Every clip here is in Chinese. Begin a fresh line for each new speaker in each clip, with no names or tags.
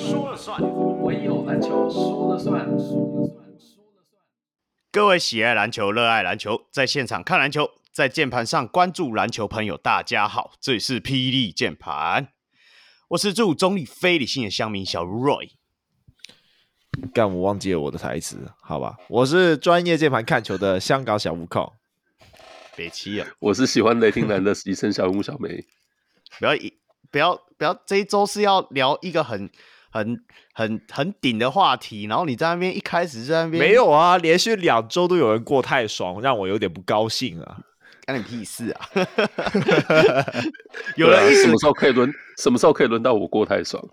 说了算，唯有篮球说了算。
各位喜爱篮球、热爱篮球，在现场看篮球，在键盘上关注篮球朋友，大家好，这里是霹雳键盘，我是祝中立非理性的乡民小 Roy。
干，我忘记了我的台词，好吧，我是专业键盘看球的香港小悟空。
别气啊！
我是喜欢雷霆男的医生小木小梅。
不要，这一周是要聊一个很顶的话题，然后你在那边一开始在那边
没有啊，连续2周都有人过太爽，让我有点不高兴啊。
干你屁事啊！有人
什么时候可以轮到我过太爽？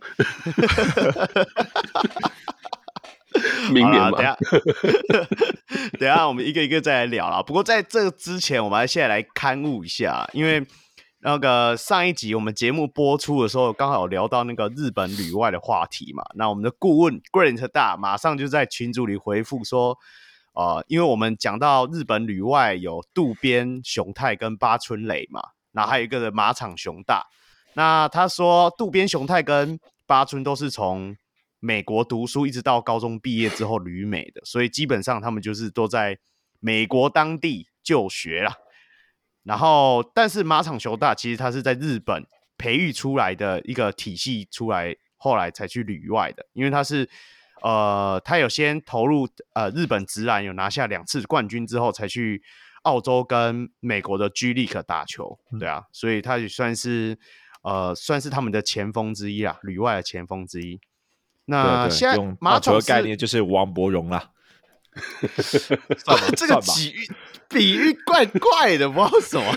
明年嘛。
等一下我们一个一个再来聊啦。不过在这之前，我们现在来勘误一下，因为那个上一集我们节目播出的时候，刚好有聊到那个日本旅外的话题嘛。那我们的顾问 Grant 大马上就在群组里回复说，因为我们讲到日本旅外有渡边雄太跟八村垒嘛，然后还有一个马场雄大。那他说渡边雄太跟八村都是从美国读书一直到高中毕业之后旅美的，所以基本上他们就是都在美国当地就学啦。然后，但是马场雄大其实他是在日本培育出来的一个体系出来，后来才去旅外的，因为他是他有先投入日本职篮，有拿下2次冠军之后，才去澳洲跟美国的 G League 打球，对啊，所以他也算是他们的前锋之一啦，旅外的前锋之一。那现在
用棒球的概念就是王柏荣啦。
这个比喻怪怪的，不知道为什么。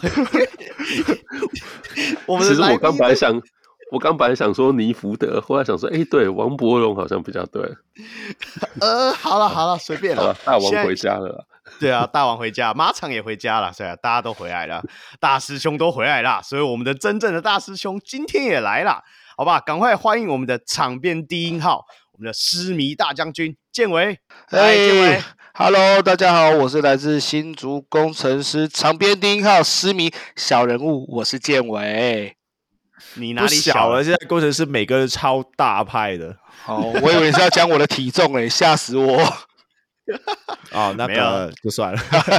其实我刚本来想说尼福德，后来想说，对，王柏荣好像比较对。
好了，随便了。
大王回家了啦。
对啊，大王回家，马场也回家了，所以大家都回来了，大师兄都回来了，所以我们的真正的大师兄今天也来了，好吧？赶快欢迎我们的场边第一号，我们的狮迷大将军建伟。
嗨，建伟 ，Hello， 大家好，我是来自新竹工程师场边第一号狮迷小人物，我是建伟。
你哪里
小了？现在工程师每个人超大派的。
我以为你是要讲我的体重嘞，吓死我！
那个就算了。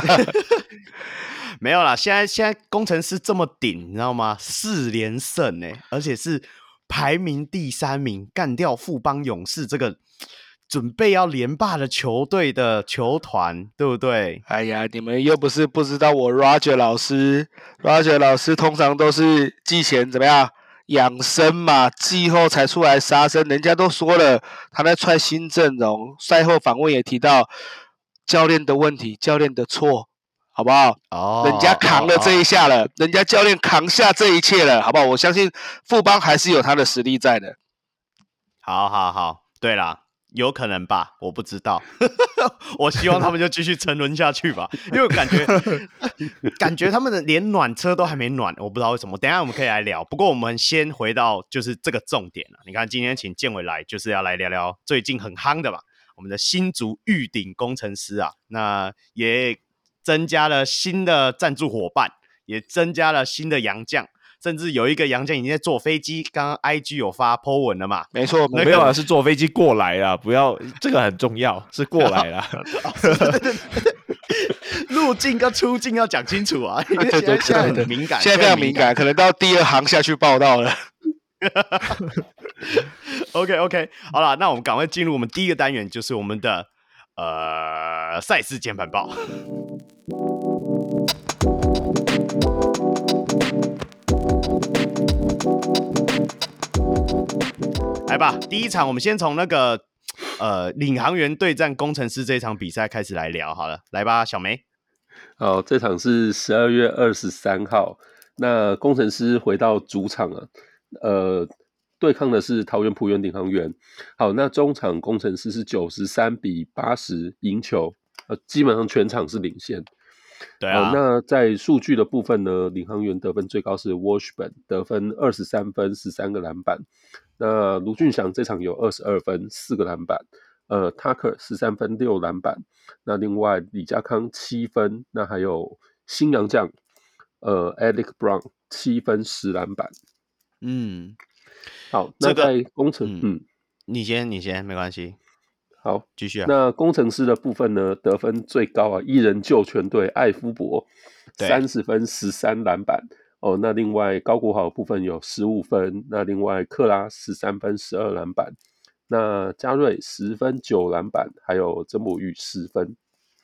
没有啦，现在工程师这么顶，你知道吗？4连胜而且是排名第3名，干掉富邦勇士这个准备要连霸的球队的球团，对不对？
哎呀，你们又不是不知道我 Roger 老师通常都是季前怎么样养生嘛，季后才出来杀生。人家都说了，他在踹新阵容，赛后访问也提到教练的问题，教练的错，好不好？人家扛了这一下了，人家教练扛下这一切了，好不好？我相信富邦还是有他的实力在的。
好，对啦。有可能吧，我不知道。我希望他们就继续沉沦下去吧，因为我感觉他们的连暖车都还没暖，我不知道为什么。等一下我们可以来聊，不过我们先回到就是这个重点了。你看今天请建伟来，就是要来聊聊最近很夯的嘛，我们的新竹玉鼎工程师啊，那也增加了新的赞助伙伴，也增加了新的洋将。甚至有一个洋将已经在坐飞机，刚刚 IG 有发 po 文了嘛？
没错，
没有是坐飞机过来啦，不要这个很重要，是过来啦。
入境跟出境要讲清楚啊，因为现在很敏感，
现在非常敏感，可能到第2行下去报道了。
OK， 好了，那我们赶快进入我们第一个单元，就是我们的赛事键盘报。来吧，第一场我们先从那个领航员对战工程师这场比赛开始来聊好了，来吧，小梅。
好，这场是12月23号，那工程师回到主场了，对抗的是桃园璞园领航员。好，那中场工程师是93-80赢球，基本上全场是领先。
对啊，
那在数据的部分呢，领航员得分最高是 Washburn 得分23分13个篮板，那卢俊祥这场有22分4个篮板，Tucker 13分6篮板，那另外李家康7分，那还有新洋将Alec Brown 7分10篮板。好，那在工程
你先，没关系，
好，
继续啊。
那工程师的部分呢，得分最高啊，一人救全队艾夫伯
对
30分13篮板哦。那另外高国豪的部分有15分，那另外克拉13分12篮板，那加瑞10分9篮板，还有曾博玉10分。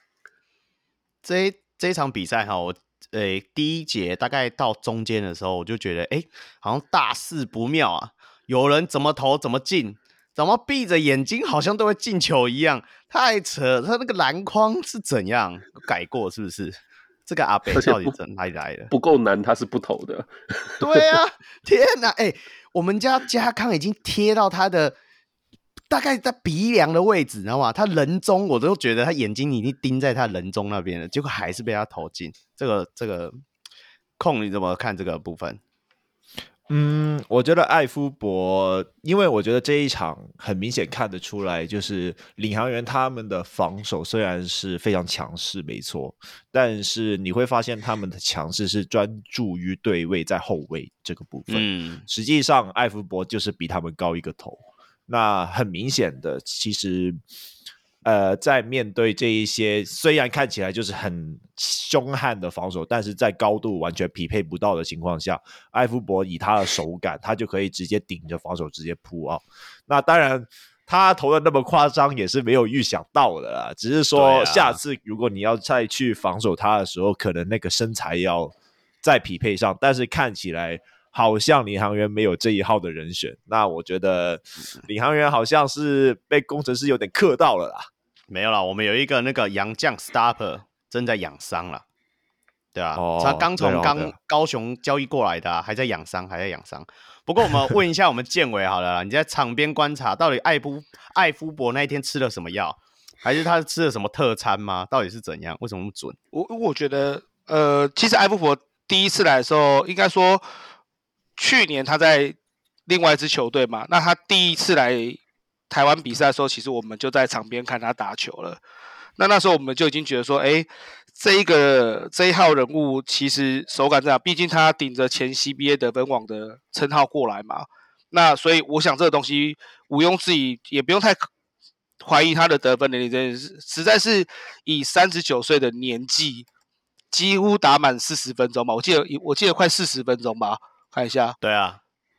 这一场比赛哈，我第一节大概到中间的时候，我就觉得好像大事不妙啊！有人怎么投怎么进，怎么闭着眼睛好像都会进球一样，太扯！他那个篮筐是怎样改过？是不是？这个阿北到底从哪里来的？
不够难，他是不投的。
对啊，天哪！我们家家康已经贴到他的大概在鼻梁的位置，你知道吗？他人中我都觉得他眼睛已经盯在他人中那边了，结果还是被他投进。这个控你怎么看这个部分？
我觉得艾夫伯，因为我觉得这一场很明显看得出来，就是领航员他们的防守虽然是非常强势，没错，但是你会发现他们的强势是专注于对位在后卫这个部分。实际上艾夫伯就是比他们高一个头。那很明显的，其实在面对这一些虽然看起来就是很凶悍的防守，但是在高度完全匹配不到的情况下，艾夫伯以他的手感，他就可以直接顶着防守直接扑啊。那当然他投的那么夸张也是没有预想到的啦，只是说下次如果你要再去防守他的时候，可能那个身材要再匹配上，但是看起来好像领航员没有这一号的人选，那我觉得领航员好像是被工程师有点克到了啦。
没有啦，我们有一个那个洋将 Stopper 正在养伤了，对啊，他刚从高雄交易过来的还在养伤，不过我们问一下我们建伟好了啦，你在场边观察，到底艾夫伯那一天吃了什么药，还是他吃了什么特餐吗？到底是怎样？为什么那么准？
我觉得其实艾夫伯第一次来的时候，应该说去年他在另外一支球队嘛，那他第一次来台湾比赛的时候，其实我们就在场边看他打球了。那时候我们就已经觉得说，这一号人物其实手感这样，毕竟他顶着前 CBA 得分王的称号过来嘛。那所以我想这个东西毋庸置疑，也不用太怀疑他的得分能力，真的是实在是以39岁的年纪，几乎打满40分钟吧。我记得快40分钟吧，看一下。
对啊。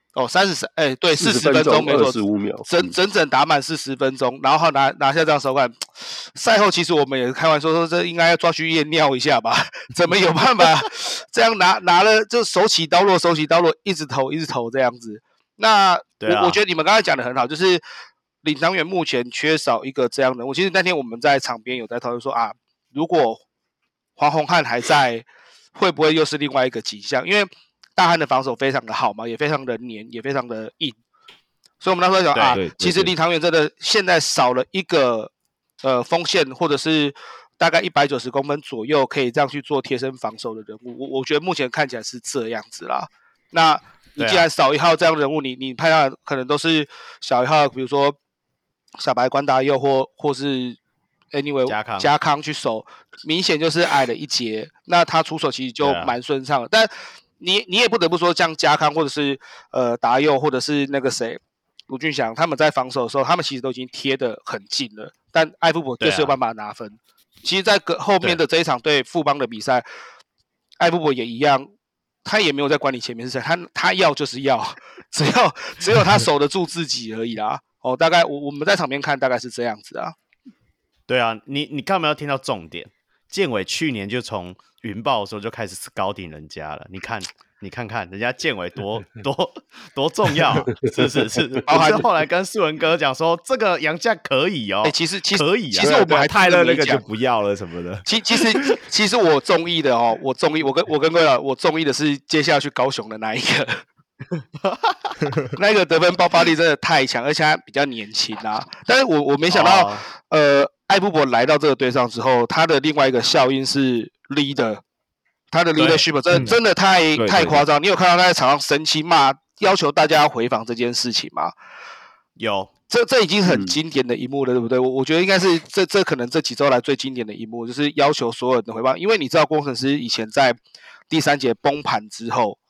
33，对，40分钟没错
，25秒，
整打满40分钟，然后拿下这样手感。赛后其实我们也开玩笑说，这应该要抓去验尿一下吧？怎么有办法这样拿了就手起刀落，一直投这样子？那我觉得你们刚才讲的很好，就是领航员目前缺少一个这样的人物。其实那天我们在场边有在讨论说啊，如果黄宏汉还在，会不会又是另外一个景象？因为大汉的防守非常的好嘛，也非常的黏，也非常的硬，所以我们那时候讲其实领航员真的现在少了一个锋线，或者是大概190公分左右可以这样去做贴身防守的人物。我觉得目前看起来是这样子啦。那你既然少一号这样的人物，你派他可能都是小一号，比如说小白关达佑或是 anyway 加康去守，明显就是矮了一截，那他出手其实就蛮顺畅的。但你也不得不说，像加康或者是达佑或者是那个谁卢俊祥，他们在防守的时候，他们其实都已经贴得很近了，但艾夫伯就是有办法拿分。其实，在后面的这一场对富邦的比赛，艾夫伯也一样，他也没有在管你前面是谁，他要就是要，只有他守得住自己而已啦。大概我们在场边看大概是这样子啊。
对啊，你看有没有听到重点？建伟去年就从云豹的时候就开始scouting人家了，你看看人家建伟多重要，是。包含后来跟世文哥讲说，这个洋将可以哦，
其实
可以啊。
其实我们还
泰勒那个就不要了什么的。
其实我中意的哦，我跟各位我中意的是接下去高雄的那一个。那个得分爆发力真的太强，而且他比较年轻啊。但是我没想到，艾夫伯来到这个队上之后，他的另外一个效应是 leader， 他的 leadership 真的太夸张。你有看到他在场上生气骂，要求大家回防这件事情吗？
有，
这已经很经典的一幕了，对不对？我觉得应该是这可能这几周来最经典的一幕，就是要求所有人的回防，因为你知道工程师以前在第3节崩盘之后。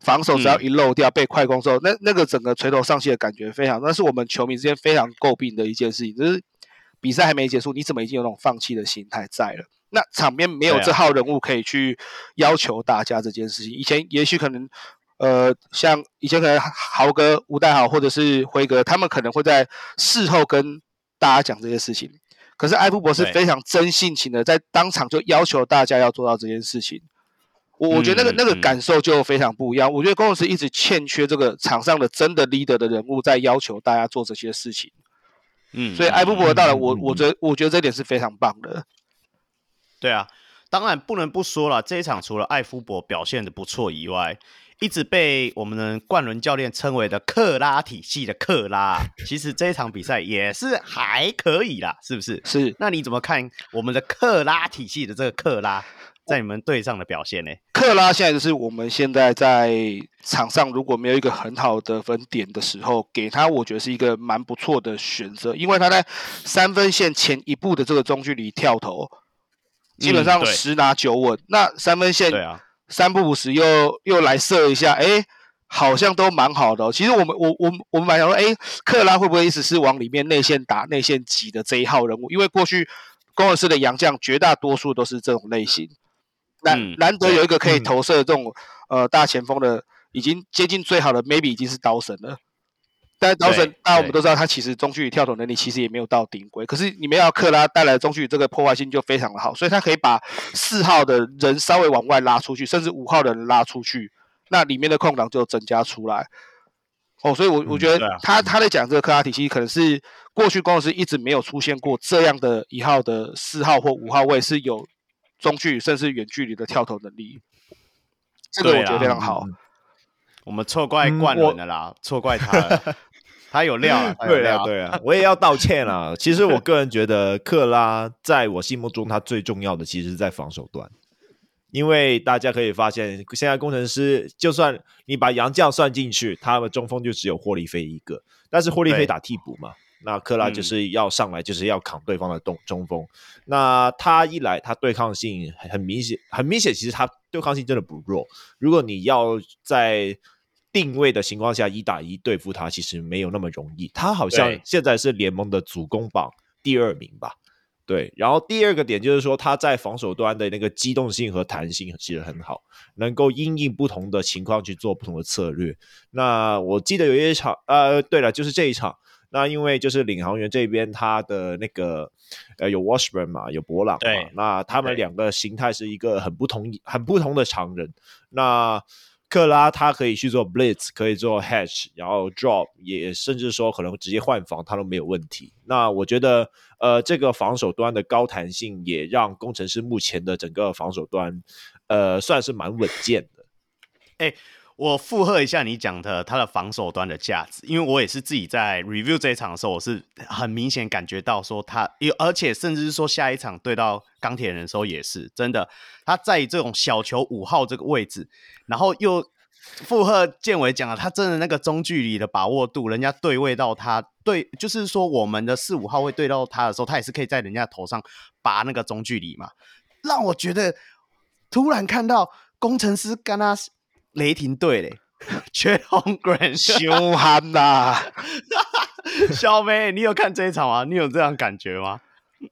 防守只要一漏掉被快攻之后，那个整个垂头丧气的感觉非常，那是我们球迷之间非常诟病的一件事情，就是比赛还没结束，你怎么已经有那种放弃的心态在了？那场边没有这号人物可以去要求大家这件事情。以前也许可能像以前可能豪哥、吴代豪或者是辉哥，他们可能会在事后跟大家讲这些事情。可是艾夫伯是非常真性情的，在当场就要求大家要做到这件事情。我觉得那个感受就非常不一样。我觉得工程师一直欠缺这个场上的真的 leader 的人物，在要求大家做这些事情。所以艾夫伯的到来，我觉得这一点是非常棒的。
对啊，当然不能不说了，这一场除了艾夫伯表现的不错以外，一直被我们的冠伦教练称为的克拉体系的克拉，其实这一场比赛也是还可以啦，是不是？
是。
那你怎么看我们的克拉体系的这个克拉在你们队上的表现呢？
克拉现在就是我们现在在场上如果没有一个很好的得分点的时候，给他我觉得是一个蛮不错的选择，因为他在3分线前一步的这个中距离跳投，基本上10拿9稳。那3分线3不5时又来射一下，好像都蛮好的。其实我们蛮想说，克拉会不会一直是往里面内线打、内线挤的这一号人物？因为过去工程师的洋将绝大多数都是这种类型。难得有一个可以投射的这种大前锋的，已经接近最好的 maybe 已经是刀神了。但是刀神大家我们都知道，他其实中距离跳投能力其实也没有到顶规，可是你们要克拉带来的中距离这个破坏性就非常的好，所以他可以把4号的人稍微往外拉出去，甚至5号的人拉出去，那里面的空档就增加出来。所以我觉得他在讲这个克拉体系，可能是过去工程师一直没有出现过这样的1号的4号或5号位是有中距离甚至远距离的跳投能力，这个我觉得非常好。
我们错怪冠伦了啦，错怪他了。他有料啊，
对啊，我也要道歉啦。其实我个人觉得克拉在我心目中他最重要的其实是在防守端，因为大家可以发现现在工程师就算你把洋将算进去，他们中锋就只有霍利菲一个，但是霍利菲打替补嘛，那克拉就是要上来就是要扛对方的中锋，那他一来他对抗性很明显，其实他对抗性真的不弱，如果你要在定位的情况下1打1对付他，其实没有那么容易。他好像现在是联盟的主攻榜第2名吧？对。然后第二个点就是说，他在防守端的那个机动性和弹性其实很好，能够因应不同的情况去做不同的策略。那我记得有一场，对了，就是这一场。那因为就是领航员这边他的那个有 Washburn 嘛，有博朗嘛，那他们两个形态是一个很不同的常人。那克拉他可以去做 blitz， 可以做 hatch， 然后 drop， 也甚至说可能直接换防他都没有问题。那我觉得这个防守端的高弹性也让工程师目前的整个防守端算是蛮稳健的。
我附和一下你讲的他的防守端的价值，因为我也是自己在 review 这一场的时候，我是很明显感觉到说他，而且甚至是说下一场对到钢铁人的时候也是真的，他在这种小球5号这个位置，然后又附和建伟讲了，他真的那个中距离的把握度，人家对位到他，对，就是说我们的4、5号位对到他的时候，他也是可以在人家头上拔那个中距离嘛，让我觉得突然看到工程师跟他雷霆队嘞，缺 Holmgren
凶悍呐！
小梅，你有看这一场吗？你有这样感觉吗？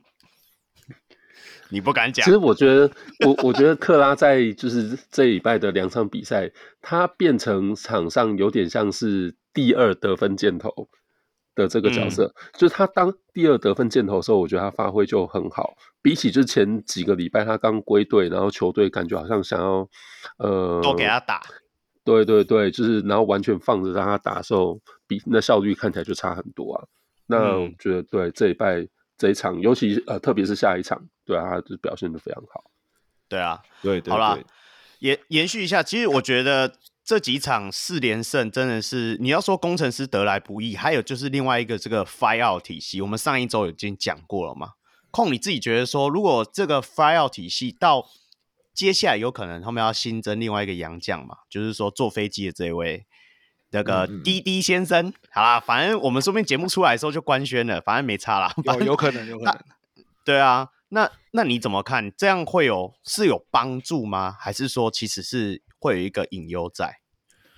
你不敢讲。
其实我觉得克拉在就是这礼拜的2场比赛，他变成场上有点像是第2得分箭头的这个角色，就是他当第2得分箭头的时候，我觉得他发挥就很好。比起就是前几个礼拜他刚归队，然后球队感觉好像想要
都给他打，
对，就是然后完全放着让他打的时候，比那效率看起来就差很多啊。那我觉得对这礼拜这一场，尤其特别是下一场，对啊，他就表现得非常好。
对啊，
对，
好啦，延续一下，其实我觉得这几场4连胜真的是，你要说工程师得来不易，还有就是另外一个这个 fire out 体系，我们上一周已经讲过了嘛。控你自己觉得说，如果这个 fire out 体系到接下来有可能他们要新增另外一个洋将嘛，就是说坐飞机的这位那个滴滴先生，好啦，反正我们说不定节目出来的时候就官宣了，反正没差啦，
有可能。
对啊，那你怎么看？这样是有帮助吗？还是说其实是会有一个隐忧在？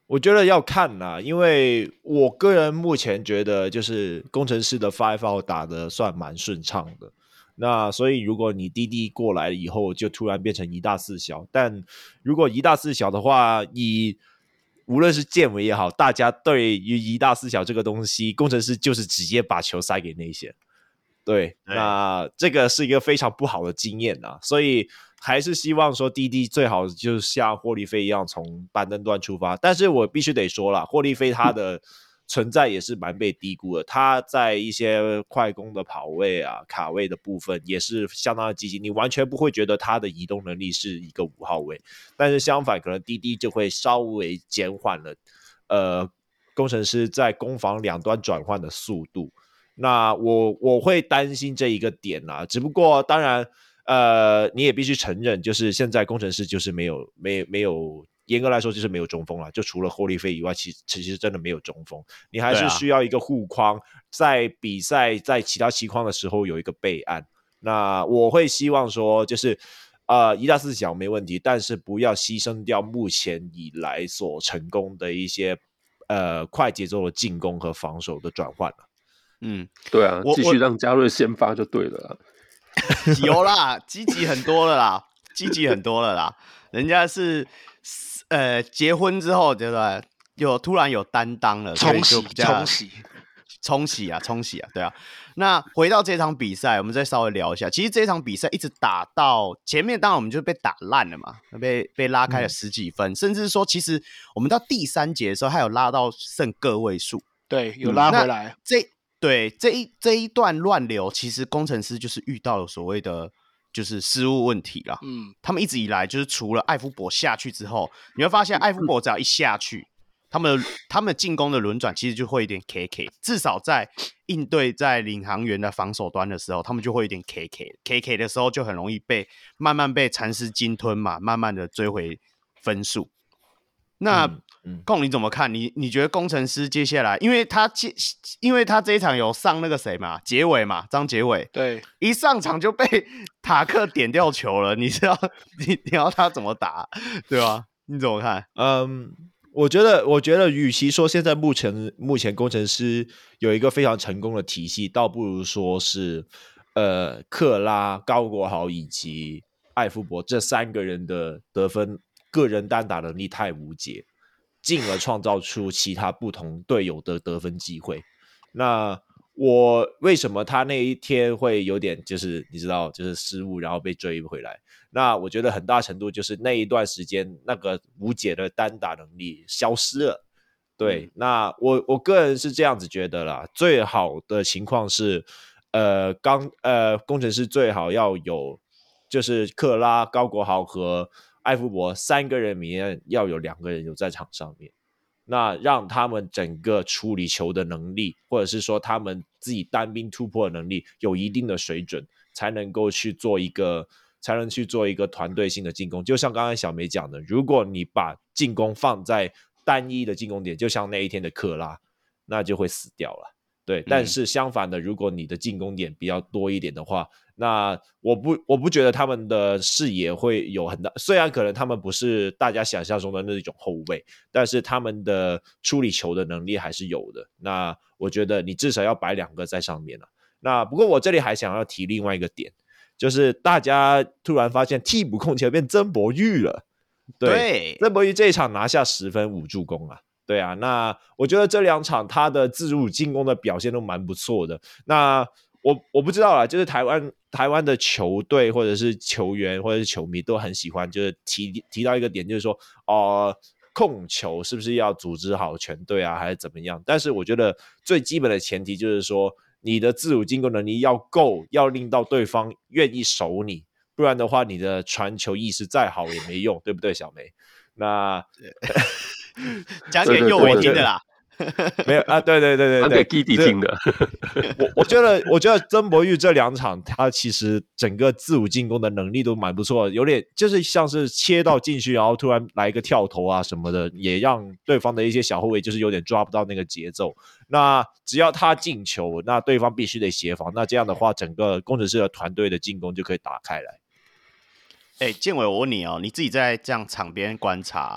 我觉得要看啦，因为我个人目前觉得就是工程师的 5 out 打得算蛮顺畅的。那所以如果你滴滴过来以后就突然变成一大四小，但如果一大四小的话，无论是建伟也好，大家对于一大四小这个东西，工程师就是直接把球塞给内线。对，那这个是一个非常不好的经验啊，所以还是希望说滴滴最好就像霍利菲一样从板凳段出发。但是我必须得说啦，霍利菲他的存在也是蛮被低估的，他在一些快攻的跑位啊、卡位的部分也是相当的积极，你完全不会觉得他的移动能力是一个5号位，但是相反，可能滴滴就会稍微减缓了工程师在攻防两端转换的速度。那我会担心这一个点啦，只不过当然你也必须承认，就是现在工程师就是没有严格来说就是没有中锋了，就除了霍利菲以外，其实真的没有中锋，你还是需要一个护框，在比赛在其他期框的时候有一个备案。那我会希望说就是一大四小没问题，但是不要牺牲掉目前以来所成功的一些快节奏的进攻和防守的转换了。
对啊，继续让嘉瑞先发就对了啦。
有啦，积极很多了啦，人家是结婚之后对不对？突然有担当了，
冲洗啊，对啊。那回到这场比赛，我们再稍微聊一下。其实这场比赛一直打到前面，当然我们就被打烂了嘛，被拉开了10几分，甚至说其实我们到第3节的时候，还有拉到剩个位数， 对，有拉回来。
这一段乱流，其实工程师就是遇到了所谓的就是失误问题啦。他们一直以来就是除了艾夫伯下去之后，你会发现艾夫伯只要一下去，他们进攻的轮转其实就会有点 KK， 至少在应对在领航员的防守端的时候，他们就会有点 KK 的时候就很容易慢慢被蚕食鲸吞嘛，慢慢的追回分数。那控你怎么看？你觉得工程师接下来，因为他这一场有上那个谁嘛，结尾嘛，张结尾，
对，
一上场就被塔克点掉球了，你要他怎么打，对吧？你怎么看？
我觉得，与其说现在目前工程师有一个非常成功的体系，倒不如说是克拉、高国豪以及艾夫伯这3个人的得分。个人单打能力太无解，进而创造出其他不同队友的得分机会。那我为什么他那一天会有点就是你知道就是失误，然后被追回来？那我觉得很大程度就是那一段时间那个无解的单打能力消失了。对，那我个人是这样子觉得啦。最好的情况是，工程师最好要有就是克拉、高国豪和艾夫伯3个人里面要有2个人有在场上面，那让他们整个处理球的能力，或者是说他们自己单兵突破的能力有一定的水准，才能去做一个团队性的进攻。就像刚才小梅讲的，如果你把进攻放在单一的进攻点，就像那一天的克拉，那就会死掉了。对，但是相反的，如果你的进攻点比较多一点的话，那我不觉得他们的视野会有很大，虽然可能他们不是大家想象中的那种后卫，但是他们的处理球的能力还是有的。那我觉得你至少要摆2个在上面了。那不过我这里还想要提另外一个点，就是大家突然发现替补控球变曾博玉了。对，曾博玉这一场拿下10分5助攻啊。对啊，那我觉得这2场他的自主进攻的表现都蛮不错的。那我不知道啦，就是台湾的球队或者是球员或者是球迷都很喜欢，就是提到一个点，就是说控球是不是要组织好全队啊，还是怎么样？但是我觉得最基本的前提就是说，你的自主进攻能力要够，要令到对方愿意守你，不然的话，你的传球意识再好也没用，对不对，小梅？那
讲给右伟听的啦。
没有啊，对，
讲给基底听的。
我觉得曾博玉这2场，他其实整个自主进攻的能力都蛮不错的，有点就是像是切到禁区，然后突然来一个跳投啊什么的，也让对方的一些小后卫就是有点抓不到那个节奏。那只要他进球，那对方必须得协防，那这样的话，整个工程师的团队的进攻就可以打开来。
建伟，我问你哦，你自己在这样场边观察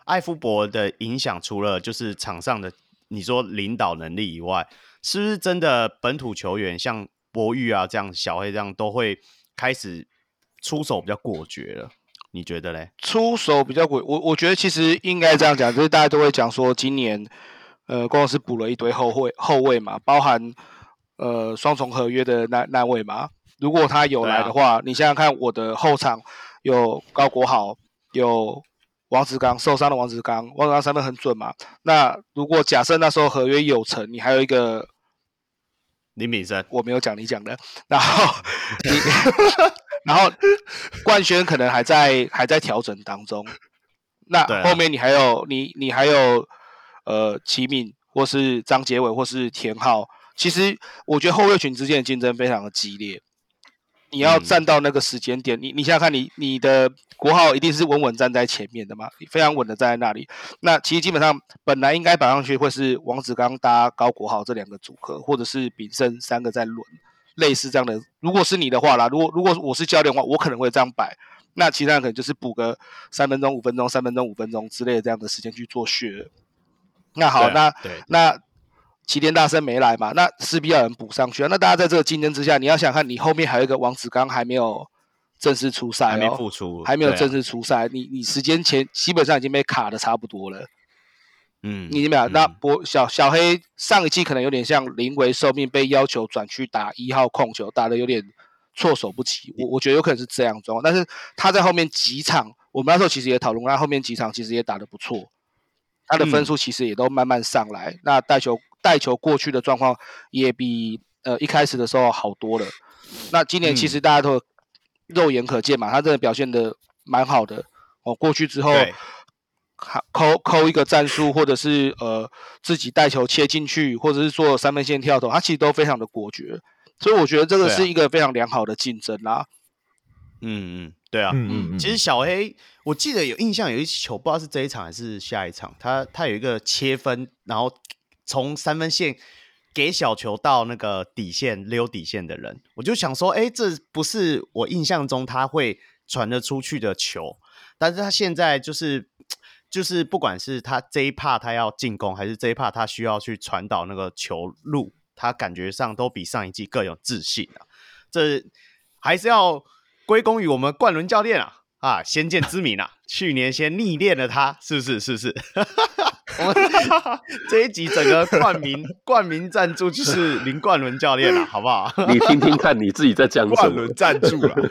艾夫伯的影响，除了就是场上的你说领导能力以外，是不是真的本土球员像博玉啊这样、小黑这样都会开始出手比较果决了？你觉得嘞？
出手比较贵，我觉得其实应该这样讲，就是大家都会讲说，今年公司补了一堆后卫嘛，包含双重合约的那位嘛。如果他有来的话，你想想看，我的后场有高国豪，有王子刚受伤的王子刚三分很准嘛。那如果假设那时候合约有成，你还有一个
林炳生，
我没有讲你讲的，然后然后冠轩可能还在调整当中，那后面你还有你还有齐敏或是张杰伟或是田浩，其实我觉得后卫群之间的竞争非常的激烈。你要站到那个时间点，你想想看你的国豪一定是稳稳站在前面的嘛，非常稳的站在那里。那其实基本上本来应该摆上去会是王子刚搭高国豪这两个组合，或者是炳胜三个在轮，类似这样的。如果是你的话啦，如果我是教练的话，我可能会这样摆。那其他人可能就是补个3分钟、5分钟、3分钟、5分钟之类的这样的时间去做削。那好，那齐天大圣没来嘛，那势必要有人补上去啊。那大家在这个竞争之下，你要想看，你后面还有一个王子刚还没有正式出赛，
还没复出，
还没有正式出赛，你时间前基本上已经被卡的差不多了。你明白？那小黑上一季可能有点像临危受命，被要求转去打1号控球，打的有点措手不及。我觉得有可能是这样状况，但是他在后面几场，我们那时候其实也讨论，他后面几场其实也打得不错，他的分数其实也都慢慢上来。那带球过去的状况也比一开始的时候好多了。那今年其实大家都肉眼可见嘛，他真的表现的蛮好的哦。过去之后扣一个战术，或者是自己带球切进去，或者是做3分线跳投，他其实都非常的果决。所以我觉得这个是一个非常良好的竞争啦。
对啊，其实小黑，我记得有印象有一球，不知道是这一场还是下一场，他有一个切分，然后从3分线给小球到那个底线溜底线的人，我就想说，这不是我印象中他会传得出去的球，但是他现在就是不管是他这一趴他要进攻，还是这一趴他需要去传导那个球路，他感觉上都比上一季更有自信啊。这还是要归功于我们冠伦教练啊，先见之明啊，去年先历练了他，是不是？我们这一集整个冠名赞助就是林冠伦教练了，好不好？
你听听看你自己在讲什么。
冠伦赞助了。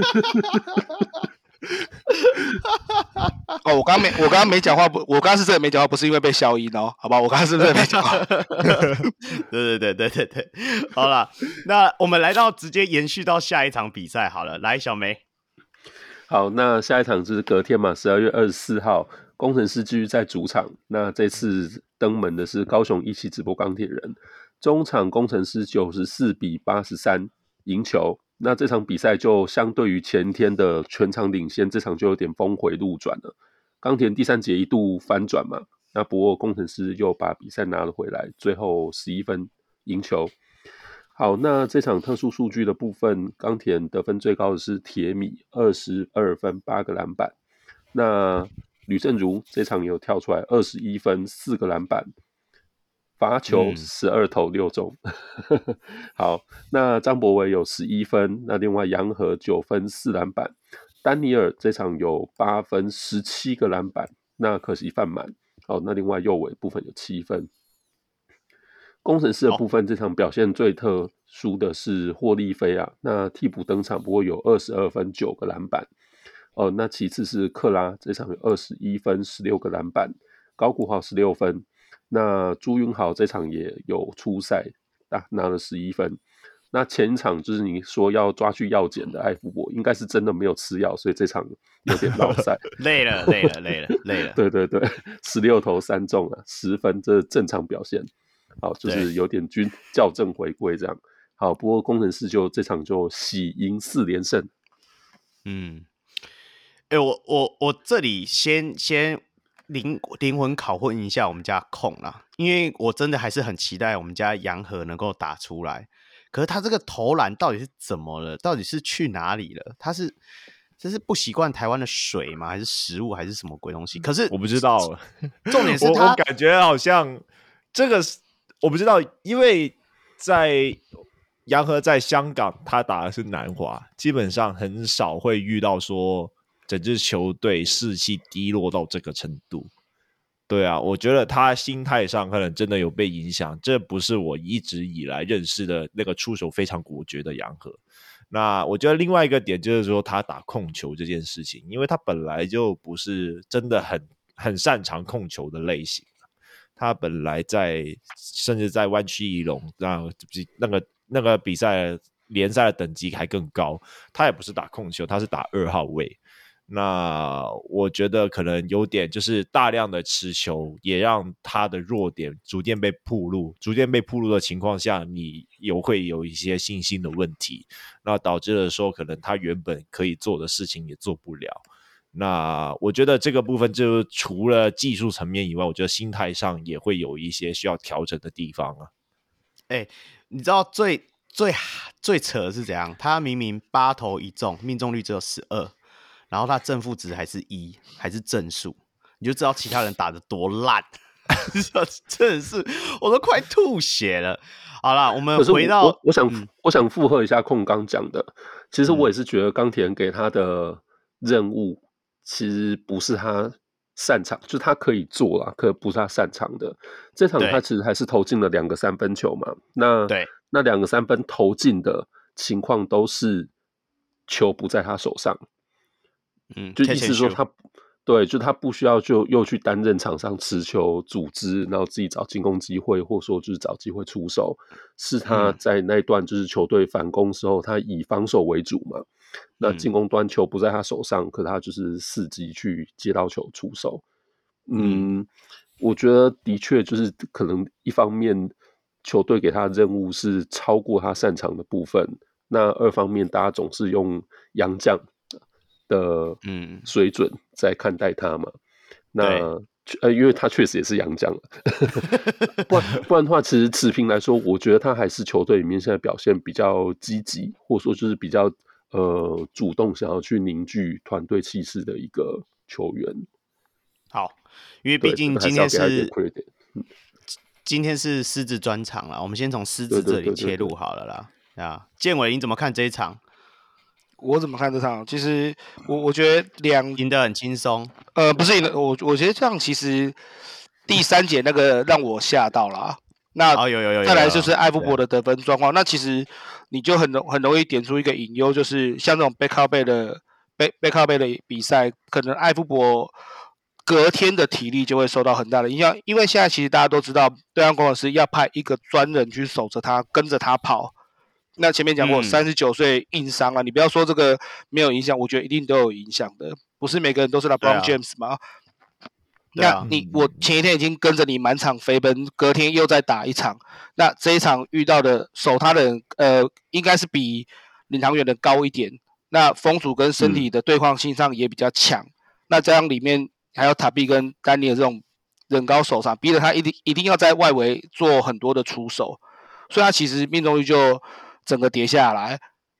我刚刚没讲话，我刚刚是真的没讲话，不是因为被消音哦，好吧？我刚刚是真的没讲话。
对，好了，那我们来到直接延续到下一场比赛好了，来小梅。
好，那下一场就是隔天嘛，12月24号，工程师继续在主场。那这次登门的是高雄一期直播钢铁人，中场工程师94-83赢球。那这场比赛就相对于前天的全场领先，这场就有点峰回路转了。钢铁人第3节一度反转嘛，那不过工程师又把比赛拿了回来，最后11分赢球。好，那这场特殊数据的部分，钢铁人得分最高的是铁米22分8个篮板，那吕正如这场有跳出来21分4个篮板，罚球12投6中。好，那张博伟有11分，那另外杨和9分4篮板，丹尼尔这场有8分17个篮板，那可惜犯满。好，那另外右尾部分有7分。工程师的部分，这场表现最特殊的是霍利菲啊，那替补登场，不过有22分9个篮板。那其次是克拉，这场有21分16个篮板，高国豪16分。那朱云豪这场也有出赛，拿了11分。那前一场就是你说要抓去药检的艾福伯，应该是真的没有吃药，所以这场有点落赛。
累了。对
，16投3中啊，10分，这是正常表现。好，就是有点校正回归这样。好，不过工程师就这场就喜赢4连胜。
我这里先灵魂拷问一下我们家控啦，因为我真的还是很期待我们家杨和能够打出来。可是他这个投篮到底是怎么了？到底是去哪里了？他这是不习惯台湾的水吗？还是食物，还是什么鬼东西？可是
我不知道，
重点是
我
他
感觉好像这个我不知道，因为在杨和在香港，他打的是南华，基本上很少会遇到说整支球队士气低落到这个程度。对啊，我觉得他心态上可能真的有被影响，这不是我一直以来认识的那个出手非常果决的杨和。那我觉得另外一个点就是说他打控球这件事情，因为他本来就不是真的很擅长控球的类型，他本来甚至在湾区仪龙那个比赛联赛的等级还更高，他也不是打控球，他是打2号位。那我觉得可能有点就是大量的持球，也让他的弱点逐渐被暴露的情况下，你会有一些信心的问题，那导致了说可能他原本可以做的事情也做不了。那我觉得这个部分就是除了技术层面以外，我觉得心态上也会有一些需要调整的地方啊。
你知道最扯的是怎样？他明明8投1中，命中率只有12。然后他正负值还是1，还是正数，你就知道其他人打得多烂，真的是我都快吐血了。好啦，我们回到
我想附和一下控刚讲的，其实我也是觉得冈田给他的任务其实不是他擅长，就是他可以做啦，可不是他擅长的。这场他其实还是投进了2个3分球嘛，那2个3分投进的情况都是球不在他手上。就意思说就他不需要就又去担任场上持球组织，然后自己找进攻机会，或者说就是找机会出手，是他在那一段就是球队反攻时候，他以防守为主嘛。那进攻端球不在他手上，可他就是伺机去接到球出手。我觉得的确就是可能一方面球队给他的任务是超过他擅长的部分，那二方面大家总是用洋将的水准在看待他嘛，那因为他确实也是洋将了不然的话，其实持平来说，我觉得他还是球队里面现在表现比较积极，或者说就是比较主动想要去凝聚团队气势的一个球员。
好，因为毕竟今天是狮子专场啦，我们先从狮子这里切入好了啦。啊，建伟你怎么看这一场？
我怎么看这场？其实我觉得
赢得很轻松。
不是赢的，我觉得这样其实第3节那个让我吓到了。那
有
再来就是艾夫伯的得分状况，那其实你就很容易点出一个隐忧，就是像这种背靠背的比赛，可能艾夫伯隔天的体力就会受到很大的影响，因为现在其实大家都知道，对岸工程师要派一个专人去守着他，跟着他跑。那前面讲过，39岁硬伤啊，你不要说这个没有影响，我觉得一定都有影响的，不是每个人都是 LeBron James 吗？那我前一天已经跟着你满场飞奔，隔天又再打一场，那这一场遇到的守他的人，应该是比领航员的高一点，那风阻跟身体的对抗性上也比较强，那这样里面还有塔比跟丹尼的这种人高手长，逼得他一定要在外围做很多的出手，所以他其实命中率就整个跌下来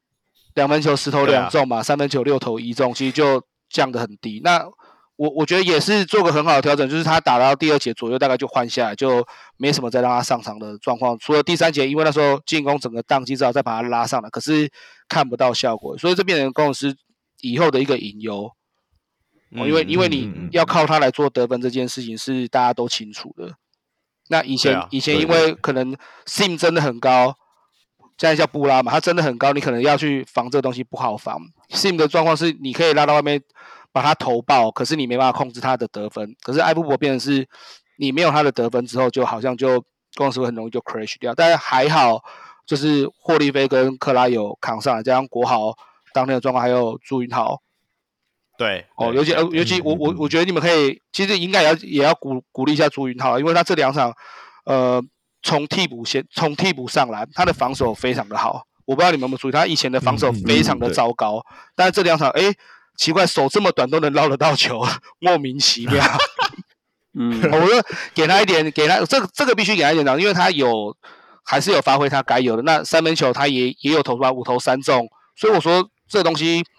，2分球10投2中嘛，3分球6投1中，其实就降得很低。那我觉得也是做个很好的调整，就是他打到第2节左右大概就换下来，就没什么再让他上场的状况。除了第3节，因为那时候进攻整个宕机之后再把他拉上来，可是看不到效果，所以这变成工程师以后的一个隐忧。因为你要靠他来做得分这件事情是大家都清楚的。那以前因为可能 Sim 真的很高。现在叫布拉嘛，他真的很高，你可能要去防这个东西不好防。Sim 的状况是你可以拉到外面把他投爆，可是你没办法控制他的得分。可是艾夫伯变成是你没有他的得分之后，就好像就公司很容易就 crash 掉。但是还好，就是霍利菲跟克拉有扛上来，加上国豪当天的状况，还有朱云豪。
对
尤其我觉得你们可以，其实应该也要鼓励一下朱云豪，因为他这2场从替补上来，他的防守非常的好。我不知道你们有没有注意，他以前的防守非常的糟糕，但是这2场，奇怪，手这么短都能捞得到球，莫名其妙。我就给他这个必须给他一点掌，因为他还是有发挥他该有的。那3分球他也有投出来5投3中，所以我说这东西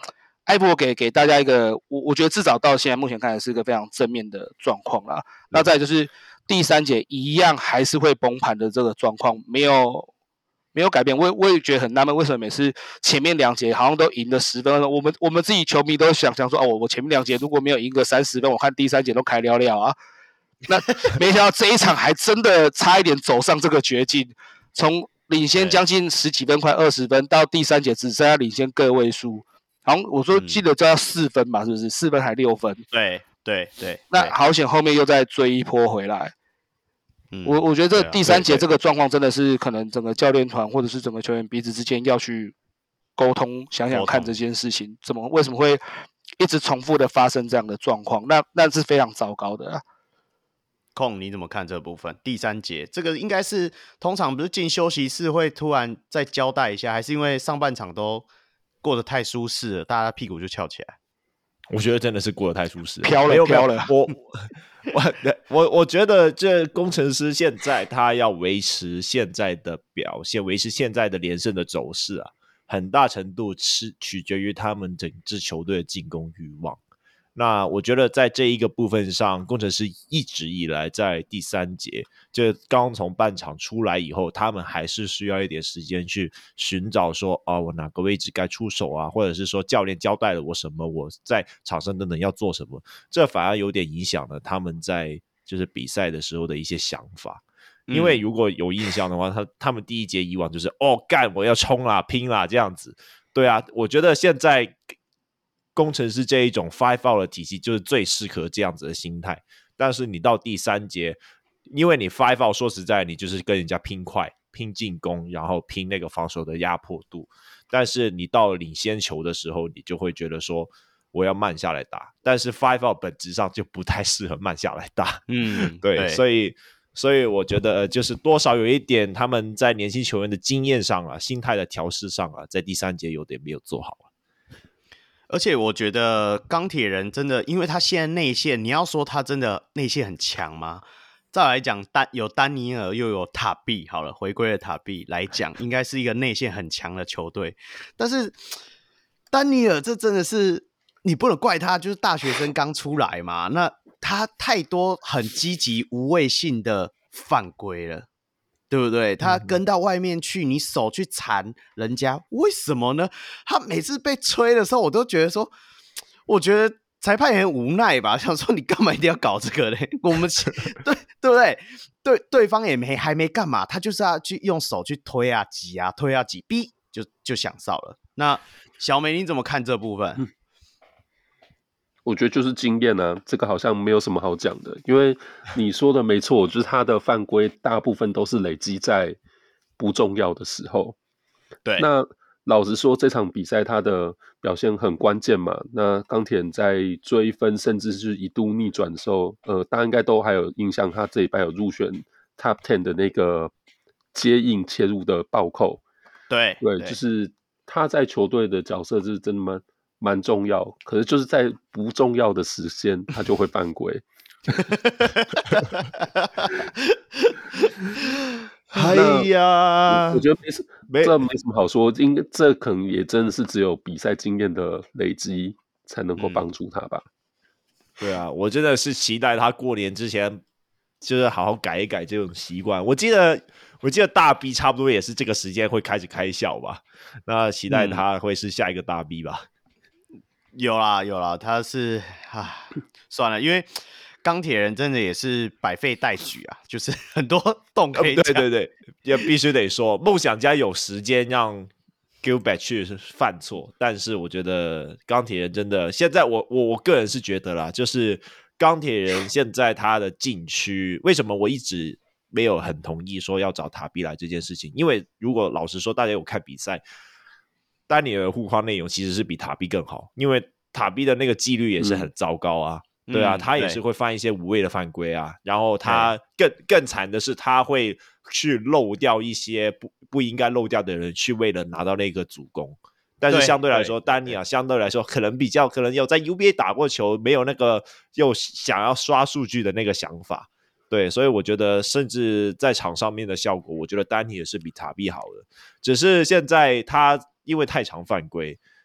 艾博给大家一个，我觉得至少到现在目前看来是一个非常正面的状况啦。那再来就是第三节一样还是会崩盘的这个状况，没有改变。我也觉得很纳闷，为什么每次前面2节好像都赢了10分，我们自己球迷都想说哦，我前面2节如果没有赢个30分，我看第3节都开了了啊。那没想到这一场还真的差一点走上这个绝境，从领先将近10几分，快20分，到第3节只剩下领先个位数。好像我说记得就要4分嘛，是不是4分还6分？
对。
那好险，后面又再追一波回来。我觉得这第3节这个状况真的是可能整个教练团或者是整个球员彼此之间要去沟通，想想看这件事情为什么会一直重复的发生这样的状况，那是非常糟糕的啊。
控你怎么看这部分？第3节这个应该是通常不是进休息室会突然再交代一下，还是因为上半场都过得太舒适了，大家屁股就翘起来？
我觉得真的是过得太舒适了，
飘了。
我觉得这工程师现在他要维持现在的表现，维持现在的连胜的走势啊，很大程度是取决于他们整支球队的进攻欲望。那我觉得在这一个部分上，工程师一直以来在第3节就刚从半场出来以后，他们还是需要一点时间去寻找说我哪个位置该出手啊，或者是说教练交代了我什么，我在场上等等要做什么，这反而有点影响了他们在就是比赛的时候的一些想法。因为如果有印象的话，他们第1节以往就是干我要冲啦拼啦这样子。对啊，我觉得现在工程师这一种 5 out 的体系就是最适合这样子的心态，但是你到第3节，因为你5 out 说实在你就是跟人家拼快拼进攻，然后拼那个防守的压迫度，但是你到了领先球的时候，你就会觉得说我要慢下来打，但是5 out 本质上就不太适合慢下来打。对，所以我觉得就是多少有一点他们在年轻球员的经验上啊，心态的调试上啊，在第3节有点没有做好。
而且我觉得钢铁人真的，因为他现在内线，你要说他真的内线很强吗？再来讲有丹尼尔又有塔比，好了，回归的塔比来讲，应该是一个内线很强的球队。但是丹尼尔这真的是你不能怪他，就是大学生刚出来嘛，那他太多很积极无畏性的犯规了。对不对？他跟到外面去，你手去缠人家，为什么呢？他每次被吹的时候，我都觉得说，我觉得裁判也很无奈吧，想说你干嘛一定要搞这个嘞？我们对不对？对方也还没干嘛，他就是要去用手去推啊挤啊推啊挤，逼就响哨了。那小美你怎么看这部分？
我觉得就是经验啊，这个好像没有什么好讲的，因为你说的没错，就是他的犯规大部分都是累积在不重要的时候。
对，
那老实说，这场比赛他的表现很关键嘛。那钢铁人在追分，甚至是一度逆转的时候，大家应该都还有印象，他这一拜有入选 Top 10的那个接应切入的暴扣。
对，
就是他在球队的角色是真的蛮重要，可是就是在不重要的时间，他就会犯规。
哎呀，
我觉得这没什么好说，这可能也真的是只有比赛经验的累积才能够帮助他吧。
对啊，我真的是期待他过年之前就是好好改一改这种习惯。我记得大 B 差不多也是这个时间会开始开校吧，那期待他会是下一个大 B 吧。
有啦，他是算了，因为钢铁人真的也是百废待举啊，就是很多洞可以讲。
对，也必须得说，梦想家有时间让 Gilbert 去犯错，但是我觉得钢铁人真的现在我个人是觉得啦，就是钢铁人现在他的禁区，为什么我一直没有很同意说要找塔比来这件事情？因为如果老实说，大家有看比赛，丹尼尔护框内容其实是比塔比更好，因为塔比的那个纪律也是很糟糕啊。对啊，他也是会犯一些无谓的犯规啊，然后他更惨的是，他会去漏掉一些不应该漏掉的人，去为了拿到那个主攻。但是相对来说，丹尼尔相对来说可能有在 UBA 打过球，没有那个又想要刷数据的那个想法。对，所以我觉得甚至在场上面的效果，我觉得丹尼尔是比塔比好的，只是现在他因为太常犯规。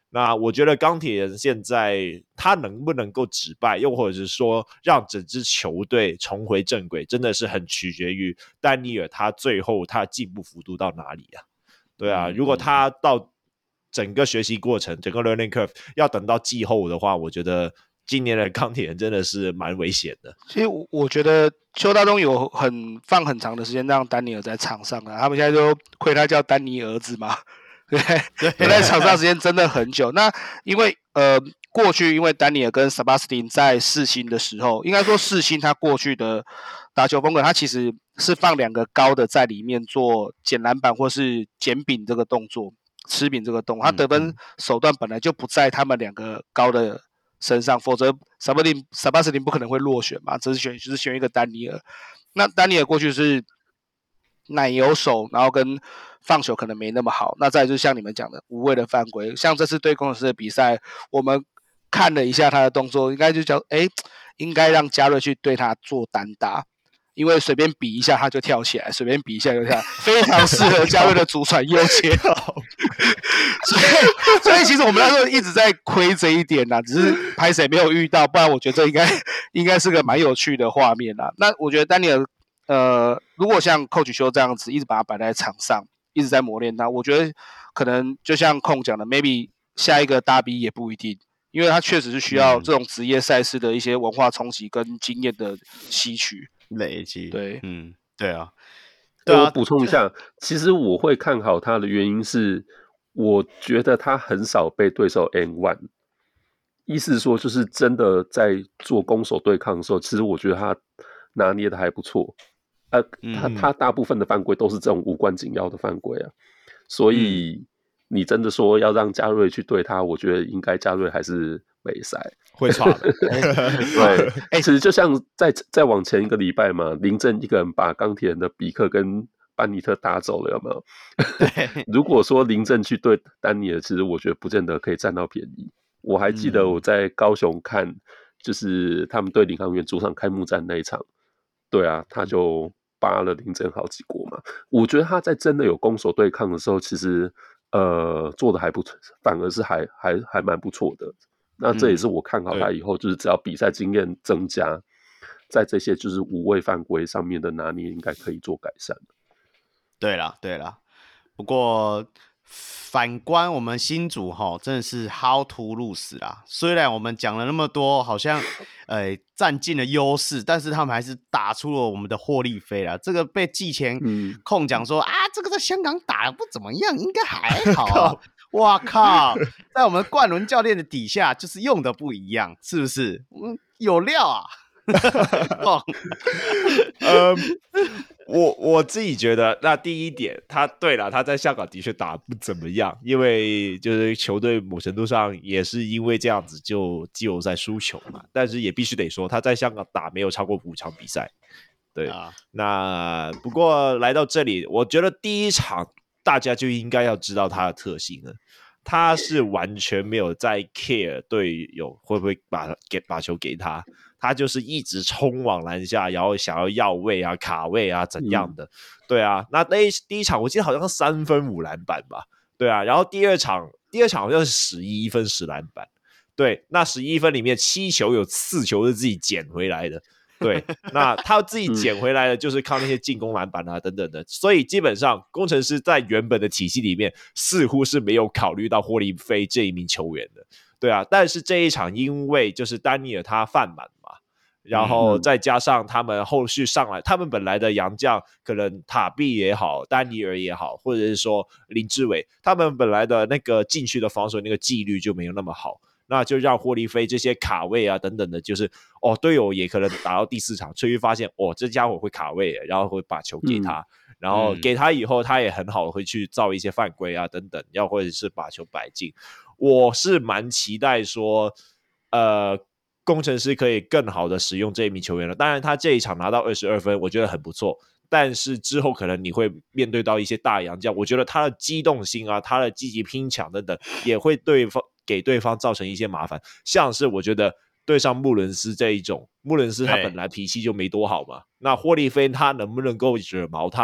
那我觉得钢铁人现在他能不能够止败，又或者是说让整支球队重回正轨，真的是很取决于丹尼尔他最后他进步幅度到哪里啊？对啊，如果他到整个学习过程，整个 learning curve 要等到季后的话，我觉得今年的钢铁人真的是蛮危险的。
其实我觉得邱大东有放很长的时间让丹尼尔在场上啊，他们现在就亏他叫丹尼儿子嘛。对，在场上时间真的很久。那因为过去因为丹尼尔跟萨巴斯汀在世新的时候，应该说世新他过去的打球风格，他其实是放2个高的在里面做捡篮板或是捡饼这个动作，吃饼这个动作，他得分手段本来就不在他们2个高的身上，否则萨巴斯汀不可能会落选嘛，就是选一个丹尼尔。那丹尼尔过去是奶油手，然后跟放球可能没那么好。那再来就是像你们讲的无谓的犯规，像这次对工程师的比赛，我们看了一下他的动作，应该就叫应该让嘉瑞去对他做单打，因为随便比一下他就跳起来，随便比一下就跳起来，非常适合嘉瑞的祖传右切。所以其实我们那时候一直在亏这一点啦，只是拍谁没有遇到，不然我觉得这应该是个蛮有趣的画面啦。那我觉得丹尼尔如果像 Coach 修这样子一直把他摆在场上，一直在磨练他，我觉得可能就像控讲的 maybe 下一个大 B 也不一定，因为他确实是需要这种职业赛事的一些文化冲击跟经验的吸取
累积。
对，
对啊。
我补充一下，其实我会看好他的原因是，我觉得他很少被对手 N1， 意思是说就是真的在做攻守对抗的时候，其实我觉得他拿捏的还不错。他大部分的犯规都是这种无关紧要的犯规啊，所以你真的说要让嘉瑞去对他，我觉得应该嘉瑞还是没赛
会差的。
对，其实就像再往前一个礼拜嘛，林振一个人把钢铁人的比克跟班尼特打走了，有没有？
对，
如果说林振去对丹尼尔，其实我觉得不见得可以占到便宜。我还记得我在高雄看，就是他们对领航员主场开幕战那一场，对啊，他就扒了林振好几锅嘛。我觉得他在真的有攻守对抗的时候，其实做的还不错，反而是还蛮不错的。那这也是我看好他以后就是只要比赛经验增加，在这些就是无谓犯规上面的拿捏应该可以做改善。
对啦，不过反观我们新竹真的是 how to lose 啦。虽然我们讲了那么多，好像占尽了优势，但是他们还是打出了我们的霍利菲啦。这个被季前控讲说这个在香港打得不怎么样，应该还好啊。哇靠，在我们冠伦教练的底下，就是用的不一样，是不是？有料啊！
我自己觉得，那第一点，他在香港的确打不怎么样，因为就是球队某程度上也是因为这样子就季后赛输球嘛。但是也必须得说，他在香港打没有超过5场比赛。对，那不过来到这里，我觉得第一场大家就应该要知道他的特性了。他是完全没有在 care 队友会不会把球给他，他就是一直冲往篮下，然后想要位啊、卡位啊怎样的。对啊，那第一场我记得好像是3分5篮板吧。对啊，然后第二场好像是11分10篮板。对，那11分里面7球有4球是自己捡回来的。对，那他自己捡回来的就是靠那些进攻篮板啊等等的，所以基本上工程师在原本的体系里面似乎是没有考虑到霍利菲这一名球员的。对啊，但是这一场因为就是丹尼尔他犯满嘛，然后再加上他们后续上来，他们本来的洋将可能塔比也好，丹尼尔也好，或者是说林志伟，他们本来的那个禁区的防守那个纪律就没有那么好。那就让霍利菲这些卡位啊等等的，就是队友也可能打到第4场，却发现这家伙会卡位，然后会把球给他，然后给他以后，他也很好会去造一些犯规啊等等，要或者是把球摆进。我是蛮期待说，工程师可以更好的使用这一名球员了。当然，他这一场拿到22分，我觉得很不错。但是之后可能你会面对到一些大洋将，我觉得他的机动性啊，他的积极拼抢等等，也会给对方造成一些麻烦。像是我觉得对上穆伦斯这一种，穆伦斯他本来脾气就没多好嘛，那霍利菲他能不能够惹毛他，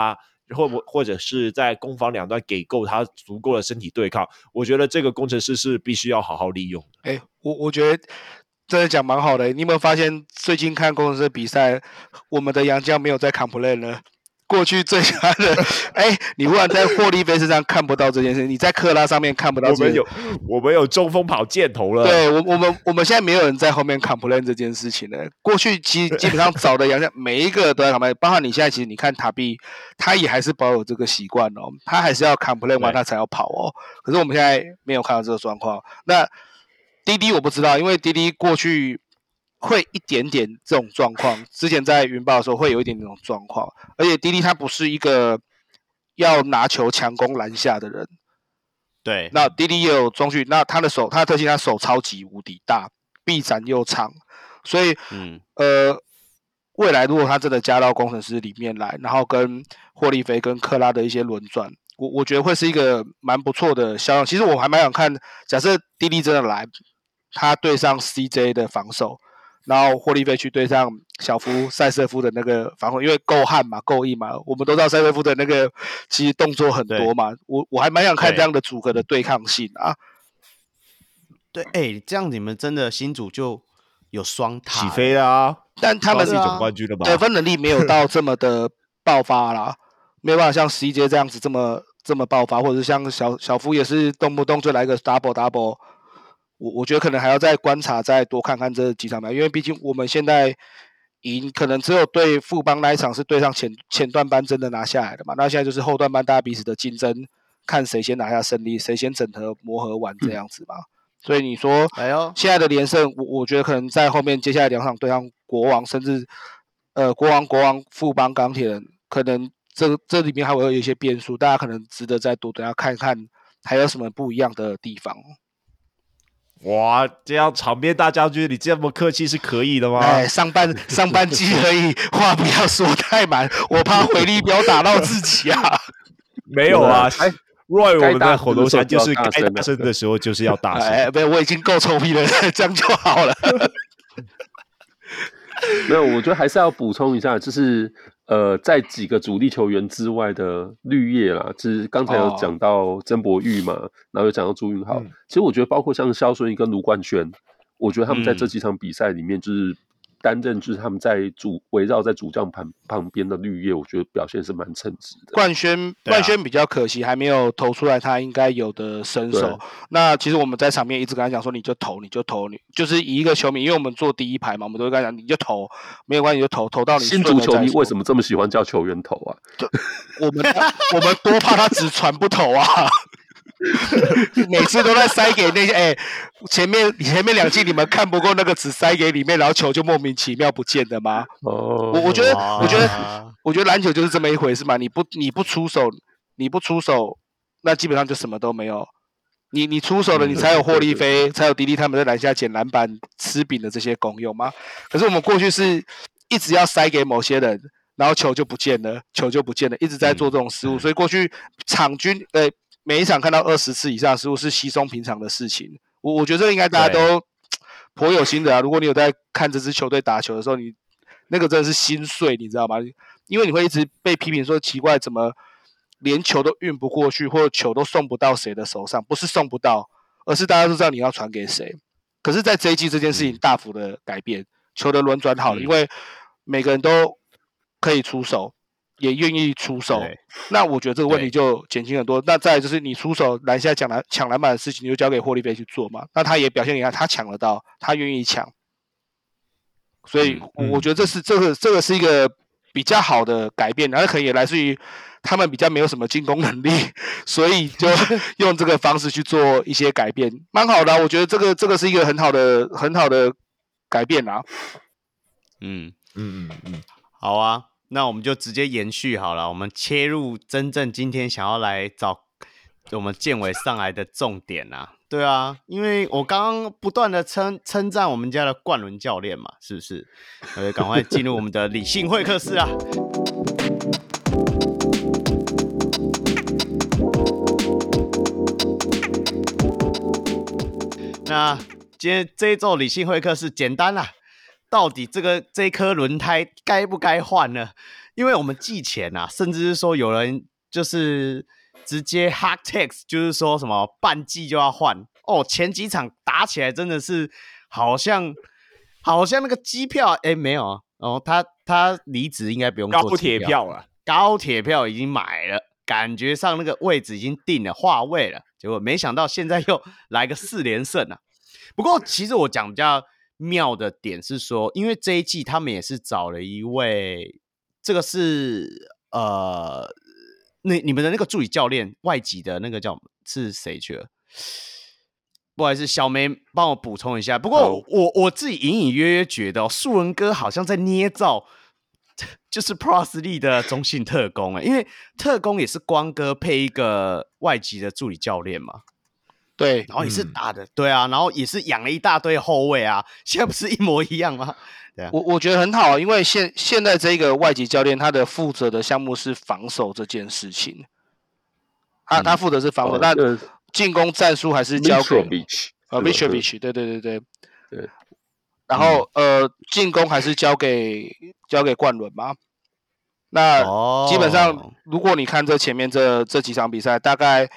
或者是在攻防两端给够他足够的身体对抗，我觉得这个工程师是必须要好好利用的。
我觉得真的讲蛮好的。你有没有发现最近看工程师的比赛，我们的洋将没有在 complain 了？过去最佳的，你忽然在霍利菲身上看不到这件事，你在克拉上面看不到这件事。
我们有中锋跑箭头了。
对，我们现在没有人在后面 complain 这件事情了。过去基本上找的洋将每一个都在 complain， 包括你现在其实你看塔比，他也还是保有这个习惯哦，他还是要 complain 完他才要跑哦。可是我们现在没有看到这个状况。那滴滴我不知道，因为滴滴过去会一点点这种状况，之前在云豹的时候会有一点这种状况，而且滴滴他不是一个要拿球强攻篮下的人。
对，
那滴滴也有中距，那他的特性，他手超级无敌大，臂展又长，所以未来如果他真的加到工程师里面来，然后跟霍利菲跟克拉的一些轮转，我觉得会是一个蛮不错的效应。其实我还蛮想看，假设滴滴真的来，他对上 CJ 的防守，然后霍利菲去对上小夫塞瑟夫的那个防守，因为够悍嘛，够硬嘛。我们都知道塞瑟夫的那个其实动作很多嘛，我还蛮想看这样的组合的对抗性啊。
对，这样你们真的新组就有双塔
起飞啦！
但他们
是一种冠军了吧？
得分能力没有到这么的爆发啦，没有办法像 CJ 这样子这么爆发，或者是像小夫也是动不动就来个 double。我觉得可能还要再观察，再多看看这几场比赛，因为毕竟我们现在赢，可能只有对富邦那一场是对上前段班真的拿下来的嘛。那现在就是后段班大家彼此的竞争，看谁先拿下胜利，谁先整合磨合完这样子嘛。所以你说，现在的连胜，我觉得可能在后面接下来2场对上国王，甚至国王、富邦、钢铁人，可能这里面还会有一些变数，大家可能值得再多等下看看还有什么不一样的地方。
哇，这样场面大将军，你这么客气是可以的吗？
上半季而已，话不要说太满，我怕回力镖打到自己啊。
没有啊，Roy 我们的口头禅就是该大声的时候就是要大声。
没有，我已经够臭屁了，这样就好了。
没有，我觉得还是要补充一下，就是在几个主力球员之外的绿叶啦，就是刚才有讲到曾博玉嘛，然后有讲到朱云浩，其实我觉得包括像萧顺义跟卢冠轩，我觉得他们在这几场比赛里面就是担任就是他们在围绕在主将旁边的绿叶，我觉得表现是蛮称职的。
冠轩比较可惜，还没有投出来他应该有的身手。那其实我们在场面一直跟他讲说，你就投，你就是以一个球迷，因为我们坐第一排嘛，我们都会跟他讲，你就投，没有关系，就投到你。
新竹球迷为什么这么喜欢叫球员投啊？
我们多怕他只传不投啊。每次都在塞给那些前面2季你们看不过那个只塞给里面，然后球就莫名其妙不见的吗？我觉得篮球就是这么一回事嘛。你不出手，那基本上就什么都没有。你出手了，你才有霍利菲，才有迪迪他们在篮下捡篮板、吃饼的这些功用吗？可是我们过去是一直要塞给某些人，然后球就不见了，一直在做这种失误，所以过去场均每一场看到20次以上的失误是稀松平常的事情。我觉得这应该大家都颇有心得啊。如果你有在看这支球队打球的时候，你那个真的是心碎，你知道吗？因为你会一直被批评说奇怪，怎么连球都运不过去，或者球都送不到谁的手上？不是送不到，而是大家都知道你要传给谁。可是，在这一季这件事情大幅的改变，球的轮转好了，因为每个人都可以出手。也愿意出手，那我觉得这个问题就减轻很多。那再来就是你出手篮下抢篮板的事情，你就交给霍利菲去做嘛。那他也表现给他抢得到，他愿意抢，所以我觉得这个是一个比较好的改变，然后可能也来自于他们比较没有什么进攻能力，所以就用这个方式去做一些改变，蛮好的啊。我觉得这个是一个很好的改变啊。
好啊。那我们就直接延续好了，我们切入真正今天想要来找我们建伟上来的重点啊。对啊，因为我刚刚不断的称赞我们家的冠伦教练嘛，是不是？赶快进入我们的理性会客室啊。那今天这一周理性会客室简单啦。到底这颗轮胎该不该换呢？ 因为我们季前啊，甚至是说有人就是直接 hot text， 就是说什么半季就要换哦。前几场打起来真的是好像那个机票，没有啊，哦，他离职应该不用做
高铁票了，
高铁票已经买了，感觉上那个位置已经定了划位了，结果没想到现在又来个4连胜啊。不过其实我讲比较妙的点是说，因为这一季他们也是找了一位，这个是你们的那个助理教练外籍的那个是谁去了？不好意思，小梅帮我补充一下。不过我自己隐隐约约觉得，树人哥好像在捏造，就是 Pro 力的中信特工因为特工也是光哥配一个外籍的助理教练嘛。
对，
然后也是打的，对啊，然后也是养了一大堆后卫啊，现在不是一模一样吗？对啊，
我觉得很好，因为现在这个外籍教练他的负责的项目是防守这件事情，他负责是防守，那进攻战术还是交给Mitrovic，对，然后进攻还是交给冠伦嘛。那基本上，如果你看这前面这几场比赛，大概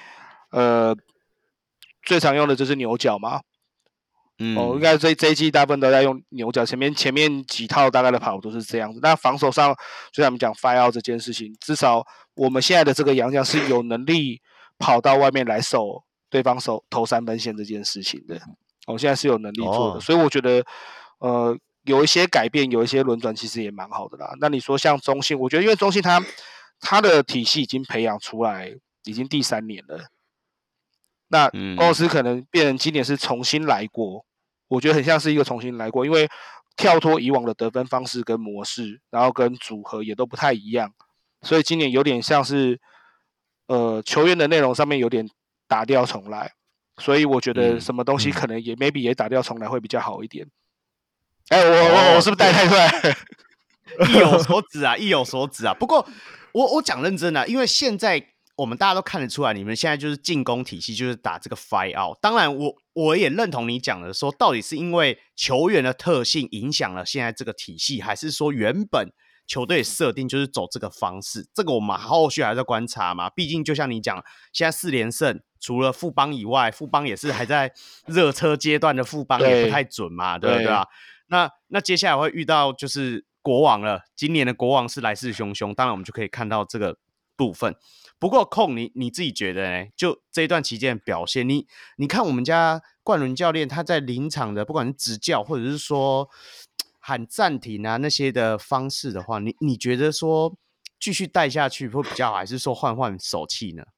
最常用的就是牛角嘛。应该这一季大部分都在用牛角，前面几套大概的跑都是这样子。那防守上，就像我们讲 fire out 这件事情，至少我们现在的这个洋将是有能力跑到外面来守对方投3分线这件事情的。现在是有能力做的，所以我觉得有一些改变，有一些轮转，其实也蛮好的啦。那你说像中信，我觉得因为中信他的体系已经培养出来，已经第3年了。那公司可能变成今年是重新来过，我觉得很像是一个重新来过，因为跳脱以往的得分方式跟模式，然后跟组合也都不太一样，所以今年有点像是球员的内容上面有点打掉重来，所以我觉得什么东西可能也 maybe 也打掉重来会比较好一点。我是不是带太快？
意有所指啊，意有所指啊。不过我讲认真啊，因为现在我们大家都看得出来，你们现在就是进攻体系就是打这个 fire out。当然我也认同你讲的说，到底是因为球员的特性影响了现在这个体系，还是说原本球队设定就是走这个方式？这个我们后续还在观察嘛。毕竟就像你讲，现在4连胜，除了富邦以外，富邦也是还在热车阶段的富邦也不太准嘛，对吧？那接下来会遇到就是国王了，今年的国王是来势汹汹，当然我们就可以看到这个部分。不过控你自己觉得呢？就这一段期间的表现，你看我们家冠伦教练他在临场的不管是执教或者是说喊暂停啊那些的方式的话，你觉得说继续带下去会比较好，还是说换手气呢？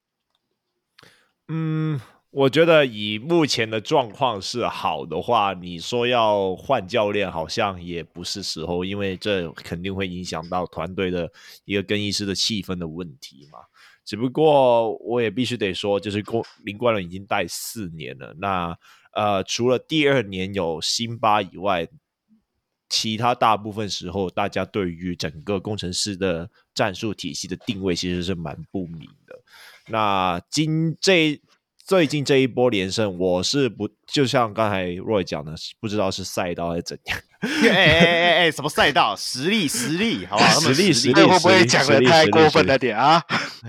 我觉得以目前的状况是好的话，你说要换教练好像也不是时候，因为这肯定会影响到团队的一个更衣室的气氛的问题嘛。只不过我也必须得说，就是林冠伦已经带4年了，那除了第2年有辛巴以外，其他大部分时候大家对于整个工程师的战术体系的定位其实是蛮不明的。那最近这一波连胜，我是不就像刚才 Roy 讲的，不知道是赛道还是怎样。
什么赛道？实力，好不好？
实力，
会不会讲的太过分了点啊？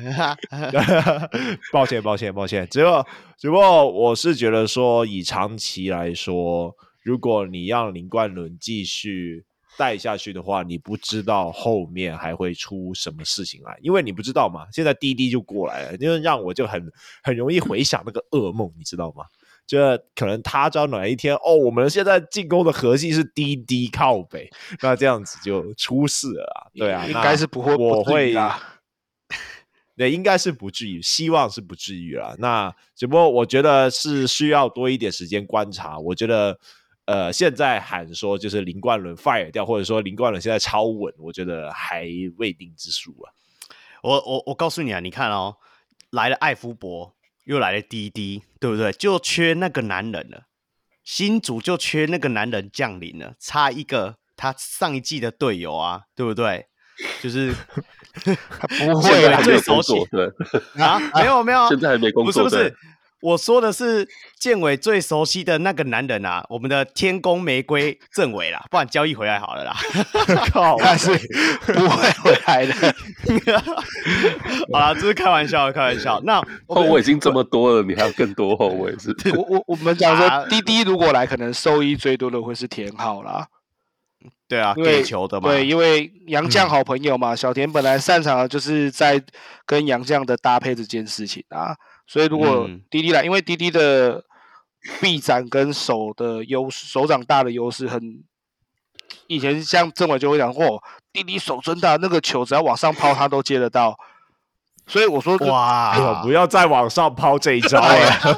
抱歉。只不过我是觉得说，以长期来说，如果你让林冠伦继续带下去的话，你不知道后面还会出什么事情来，因为你不知道嘛。现在滴滴就过来了，就让我就很容易回想那个噩梦，你知道吗？就可能他知道哪一天我们现在进攻的核心是滴滴靠北，那这样子就出事了啊。对啊，
应该是不会，
我会对，应该是不至于，希望是不至于啦。那只不过我觉得是需要多一点时间观察。我觉得现在喊说就是林冠伦 fire 掉，或者说林冠伦现在超稳，我觉得还未定之数啊。
我告诉你啊，你看哦，来了艾夫伯，又来了滴滴，对不对？就缺那个男人了，新竹就缺那个男人降临了，差一个他上一季的队友啊，对不对？就是
不会啦，
最熟悉
对
啊，没有，
现在还没工作，
不是， 我说的是建伟最熟悉的那个男人啊，我们的天宫玫瑰政委啦，不然交易回来好了啦。
靠，
但是不会回来的。
好啦，这是开玩笑，开玩笑。那
后卫已经这么多了，你还要更多后卫是？
我们讲说，滴滴如果来，可能受益最多的会是田浩啦。
对啊，
因为
给球的嘛。
对，因为杨绛好朋友嘛，小田本来擅长的就是在跟杨绛的搭配这件事情啊，所以如果滴滴来，因为滴滴的臂展跟手掌大的优势很，以前像政委就会讲，滴滴手真大，那个球只要往上抛他都接得到，所以我说
哇，
不要再往上抛这一招了。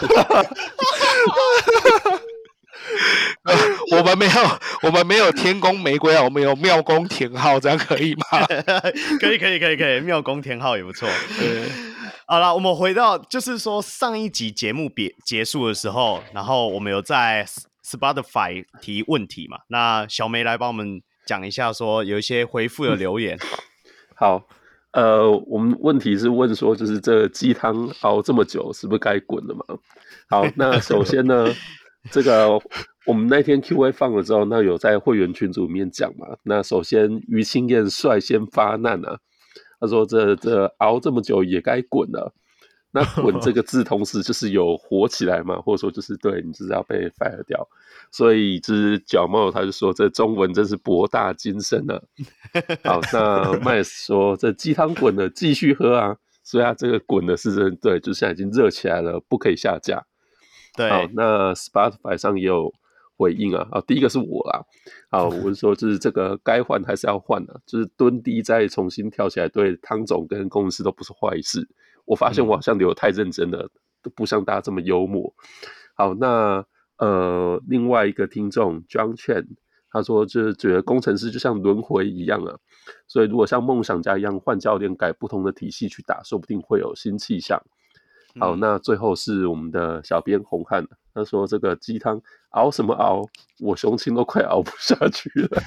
我们没有天宫玫瑰啊，我们有妙宫田浩，这样可以吗？
可以，妙宫田浩也不错。好了，我们回到就是说上一集节目结束的时候，然后我们有在 Spotify 提问题嘛？那小梅来帮我们讲一下，说有一些回复的留言。
好，我们问题是问说，就是这鸡汤熬这么久，是不是该滚了嘛？好，那首先呢，这个我们那天 Q&A 放了之后，那有在会员群组里面讲嘛？那首先于清燕率先发难啊，他说这熬这么久也该滚了。那滚这个字同时就是有火起来嘛，或者说就是对你就是要被 fire 掉，所以就是角帽他就说这中文真是博大精深啊。好，那 Miles 说这鸡汤滚了继续喝啊，所以他这个滚的是真对，就是现在已经热起来了，不可以下架。
对，
好，那 Spotify 上也有回应啊。好，第一个是我啦。好，我是说就是这个该换还是要换啊，就是蹲低再重新跳起来，对汤总跟工程师都不是坏事。我发现我好像流得太认真了，都不像大家这么幽默。好，那另外一个听众 John Chen 他说就是觉得工程师就像轮回一样啊，所以如果像梦想家一样换教练改不同的体系去打，说不定会有新气象。好，那最后是我们的小编洪汉，他说这个鸡汤熬什么熬，我雄心都快熬不下去了。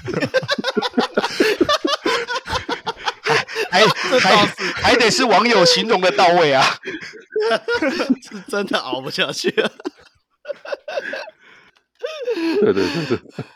还得是网友形容的到位啊，
是真的熬不下去了。
对。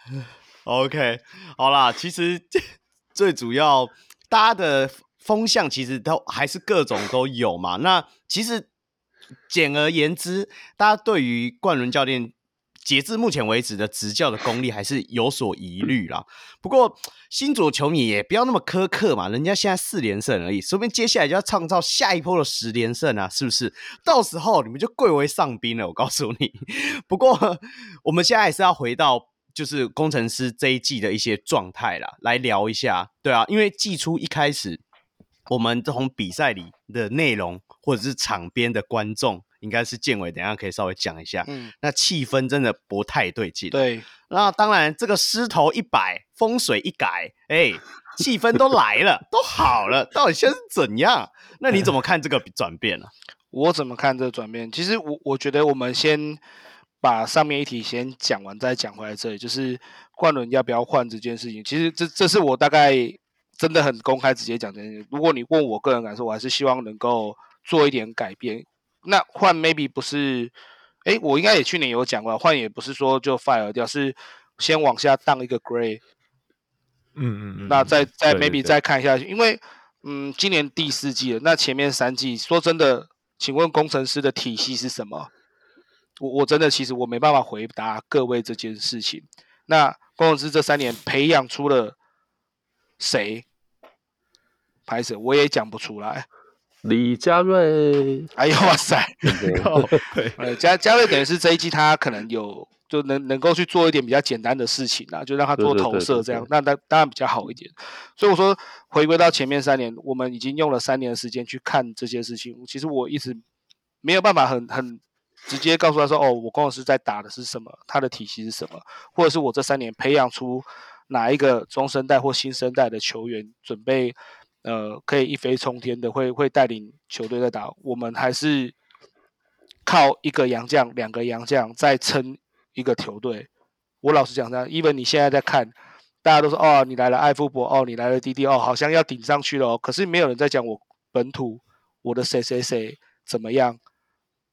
OK， 好啦，其实最主要大家的风向其实都还是各种都有嘛。那其实简而言之，大家对于冠伦教练截至目前为止的执教的功力还是有所疑虑啦。不过新竹球迷也不要那么苛刻嘛，人家现在4连胜而已，说不定接下来就要创造下一波的10连胜啊，是不是？到时候你们就贵为上宾了，我告诉你。不过我们现在还是要回到就是工程师这一季的一些状态啦，来聊一下。对啊，因为季初一开始我们从比赛里的内容或者是场边的观众，应该是建伟等一下可以稍微讲一下，那气氛真的不太对劲。
对，
那当然这个狮头一摆，风水一改，气氛都来了，都好了，到底现在是怎样？那你怎么看这个转变呢？
我怎么看这个转变？其实我觉得我们先把上面一题先讲完，再讲回来这里，就是冠伦要不要换这件事情。其实这是我大概真的很公开直接讲这件事情。如果你问我个人感受，我还是希望能够做一点改变。那换 maybe 不是，我应该也去年有讲过，换也不是说就 fire 掉，是先往下荡一个 grade。那再 maybe 再看一下，因为今年第4季了，那前面3季说真的，请问工程师的体系是什么？我真的其实我没办法回答各位这件事情。那工程师这3年培养出了谁？拍摄我也讲不出来。
李佳瑞，
哎呦哇塞！佳瑞等于是这一季他可能有就能够去做一点比较简单的事情啦，就让他做投射这样，那当然比较好一点。所以我说回归到前面3年，我们已经用了3年的时间去看这些事情。其实我一直没有办法很直接告诉他说，我工程师在打的是什么，他的体系是什么，或者是我这3年培养出哪一个中生代或新生代的球员，准备可以一飞冲天的，会带领球队在打。我们还是靠一个洋将、2个洋将再撑一个球队。我老实讲这样 ，even 你现在在看，大家都说你来了艾夫伯，你来了滴滴，好像要顶上去了可是没有人在讲我本土我的谁谁谁怎么样。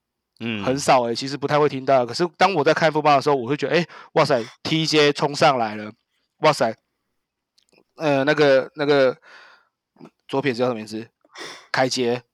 很少其实不太会听到。可是当我在看富邦的时候，我会觉得哇塞 ，TJ 冲上来了，哇塞，那个左撇子叫什么名字？凯杰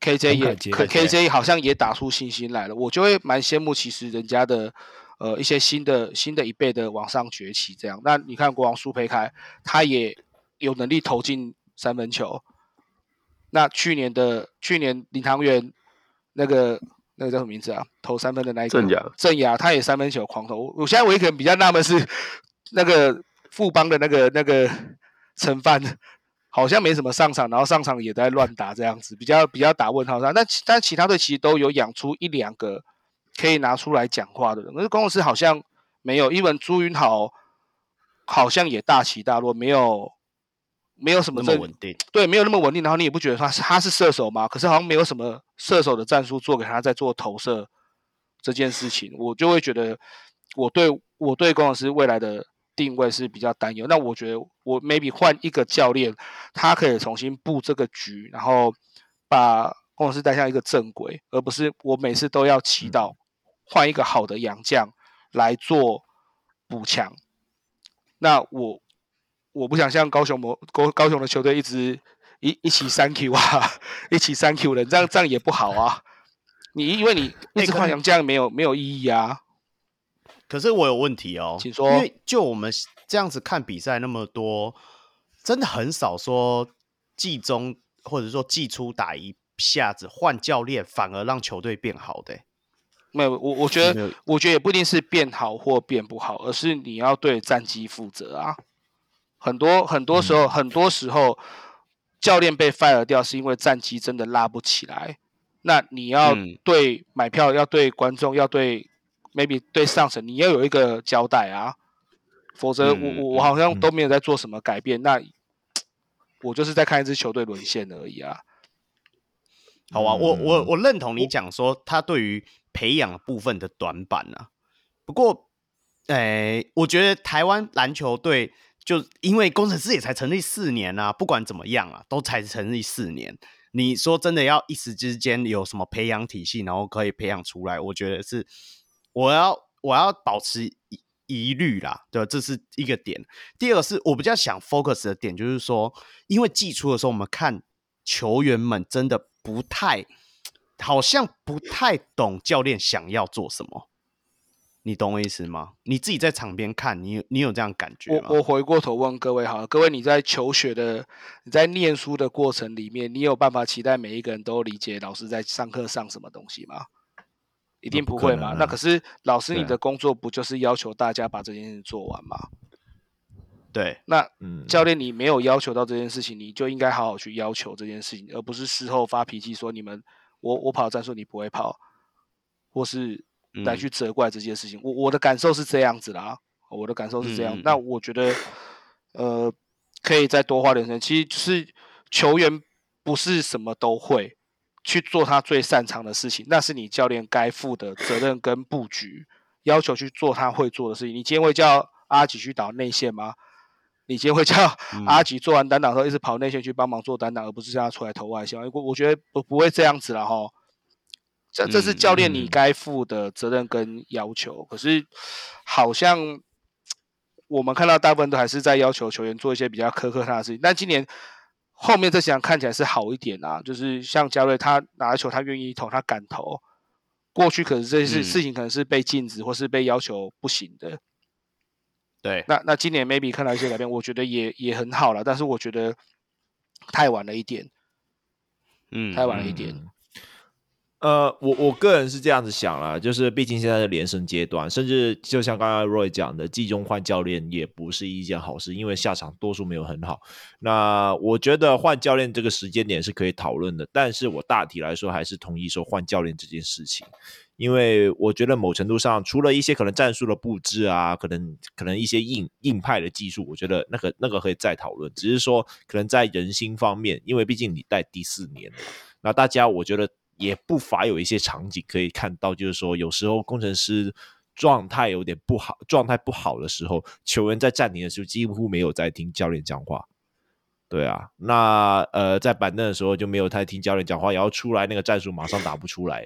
KJ 好像也打出信心来了，我就会蛮羡慕，其实人家的一些新的一辈的往上崛起这样。那你看国王苏培凯，他也有能力投进三分球。那去年领航员那个叫什么名字啊？投三分的那一个郑雅，他也三分球狂投。我现在唯一可能比较纳闷是那个富邦的那个陈范。好像没什么上场，然后上场也在乱打这样子，比较打问号上。但其他队其实都有养出一两个可以拿出来讲话的人，可是公司好像没有。因为朱云豪好像也大起大落，没有什么
那么稳定，
对，没有那么稳定。然后你也不觉得他是射手吗？可是好像没有什么射手的战术做给他在做投射这件事情，我就会觉得我对公司未来的定位是比较担忧。那我觉得我 maybe 换一个教练，他可以重新布这个局，然后把公司带向一个正轨，而不是我每次都要祈祷换一个好的洋将来做补强。那我不想像高雄的球队一直一起3Q 啊，一起3Q 人，这样也不好啊。因为你一直换洋将没有意义啊。
可是我有问题哦，
请说。
因为就我们这样子看比赛那么多，真的很少说季中或者说季初打一下子换教练，反而让球队变好的。
没有，我觉得也不一定是变好或变不好，而是你要对战绩负责啊。很多时候，教练被 fire 掉是因为战绩真的拉不起来。那你要对买票，要对观众，要对 maybe 对上层，你要有一个交代啊。否则我好像都没有在做什么改变，那我就是在看一支球队沦陷而已啊。
好啊，我认同你讲说他对于培养部分的短板啊。不过，我觉得台湾篮球队就因为工程师也才成立4年啊，不管怎么样啊，都才成立4年。你说真的要一时之间有什么培养体系，然后可以培养出来，我觉得是我要保持疑虑啦，对，这是一个点。第二个是我比较想 focus 的点，就是说，因为季初的时候我们看球员们真的好像不太懂教练想要做什么，你懂我意思吗？你自己在场边看，你有这样感觉吗？
我回过头问各位好了，各位你在你在念书的过程里面，你有办法期待每一个人都理解老师在上课上什么东西吗？一定不会嘛。那可是老师你的工作不就是要求大家把这件事做完吗？
对，
那教练你没有要求到这件事情，你就应该好好去要求这件事情，而不是事后发脾气说我跑战术你不会跑，或是来去责怪这件事情。我的感受是这样子啦，我的感受是这样。那我觉得可以再多花点时间。其实就是球员不是什么都会去做他最擅长的事情，那是你教练该负的责任跟布局，要求去做他会做的事情。你今天会叫阿吉去打内线吗？你今天会叫阿吉做完单挡之后一直跑内线去帮忙做单挡，而不是让他出来投外线？我觉得不会这样子啦齁。这是教练你该负的责任跟要求。可是好像我们看到大部分都还是在要求球员做一些比较苛刻他的事情。但今年后面这几场看起来是好一点啊，就是像嘉瑞他拿球他愿意投，他敢投。过去可是这些事情可能是被禁止或是被要求不行的。
对，
那今年 maybe 看到一些改变，我觉得也很好了，但是我觉得太晚了一点，太晚了一点。
我个人是这样子想啦，就是毕竟现在是连胜阶段，甚至就像刚刚 Roy 讲的，季中换教练也不是一件好事，因为下场多数没有很好。那我觉得换教练这个时间点是可以讨论的，但是我大体来说还是同意说换教练这件事情。因为我觉得某程度上，除了一些可能战术的布置啊，可能一些硬派的技术，我觉得那个可以再讨论。只是说，可能在人心方面，因为毕竟你带第4年了，那大家我觉得也不乏有一些场景可以看到，就是说有时候工程师状态有点不好，状态不好的时候，球员在暂停的时候几乎没有在听教练讲话。对啊，那在板凳的时候就没有太听教练讲话，然后出来那个战术马上打不出来。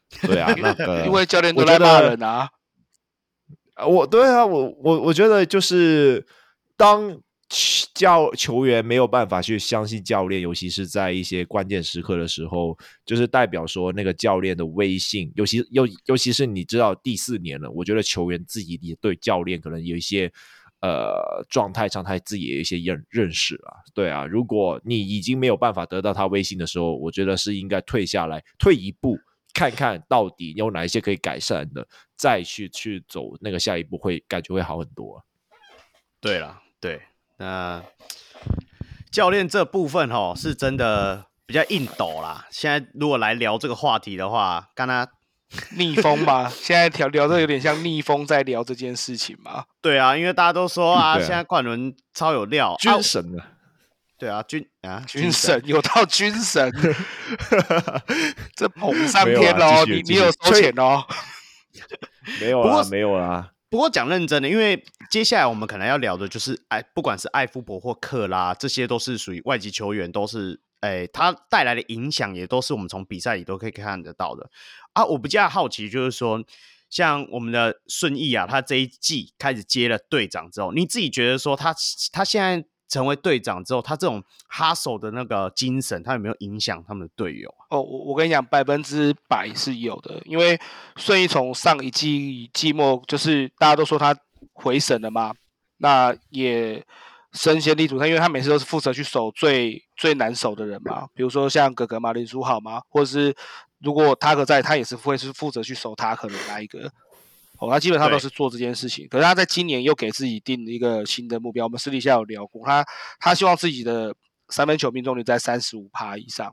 对啊，那个
因为教练都在骂人啊。
我觉得就是当球员没有办法去相信教练，尤其是在一些关键时刻的时候，就是代表说那个教练的威信，尤其是你知道第4年了，我觉得球员自己也对教练可能有一些状态上他自己也有一些认识啊。对啊，如果你已经没有办法得到他威信的时候，我觉得是应该退下来，退一步。看看到底有哪一些可以改善的，再去走那个下一步，感觉会好很多啊。
对啦，对，那教练这部分是真的比较硬斗啦。现在如果来聊这个话题的话，刚刚
逆风嘛，现在聊的有点像逆风在聊这件事情嘛。
对啊，因为大家都说啊，现在冠伦超有料，
军神啊。
对啊，
军神有到军神，这捧上天喽！你有收钱哦？
没有啦，没有啦。
不过讲认真的，因为接下来我们可能要聊的就是不管是艾夫伯或克拉，这些都是属于外籍球员，都是他带来的影响也都是我们从比赛里都可以看得到的啊。我比较好奇就是说，像我们的顺义啊，他这一季开始接了队长之后，你自己觉得说他现在成为队长之后，他这种哈手的那个精神，他有没有影响他们的队友啊？
我跟你讲，100%是有的，因为顺义从上一季末就是大家都说他回神了嘛，那也身先立足，因为他每次都是负责去守最难守的人嘛，比如说像哥哥嘛，林书豪嘛，或者是如果塔克在，他也是会是负责去守塔克的那一个。他基本上都是做这件事情，可是他在今年又给自己定了一个新的目标。我们私底下有聊过，他希望自己的3分球命中率在35%以上。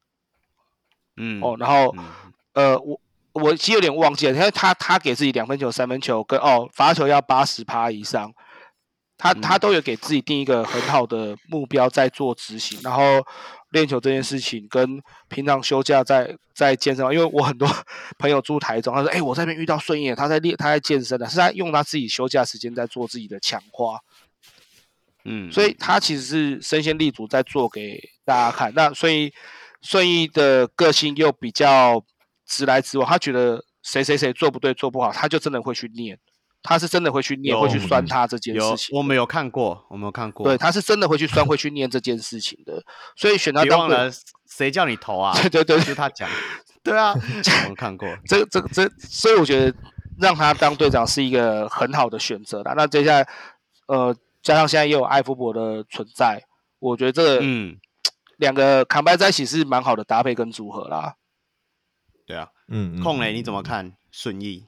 然后我其实有点忘记了，因为他给自己2分球、3分球跟罚球要80%以上，他都有给自己定一个很好的目标在做执行，然后练球这件事情跟平常休假在健身，因为我很多朋友住台中，他说我在那边遇到顺义，他在健身的，是他用他自己休假时间在做自己的强化，所以他其实是身先立足在做给大家看。那所以顺义的个性又比较直来直往，他觉得谁做不对做不好，他就真的会去念。他是真的会去念，会去酸他这件事情。
我们有看过。
对，他是真的会去酸，会去念这件事情的。所以选他当。别
忘了谁叫你投啊？
对，
就是他讲。对啊，我们看过。
所以我觉得让他当队长是一个很好的选择啦。那接下来，加上现在也有艾夫伯的存在，我觉得这个2个扛掰在一起是蛮好的搭配跟组合啦。
对啊，控雷你怎么看顺义？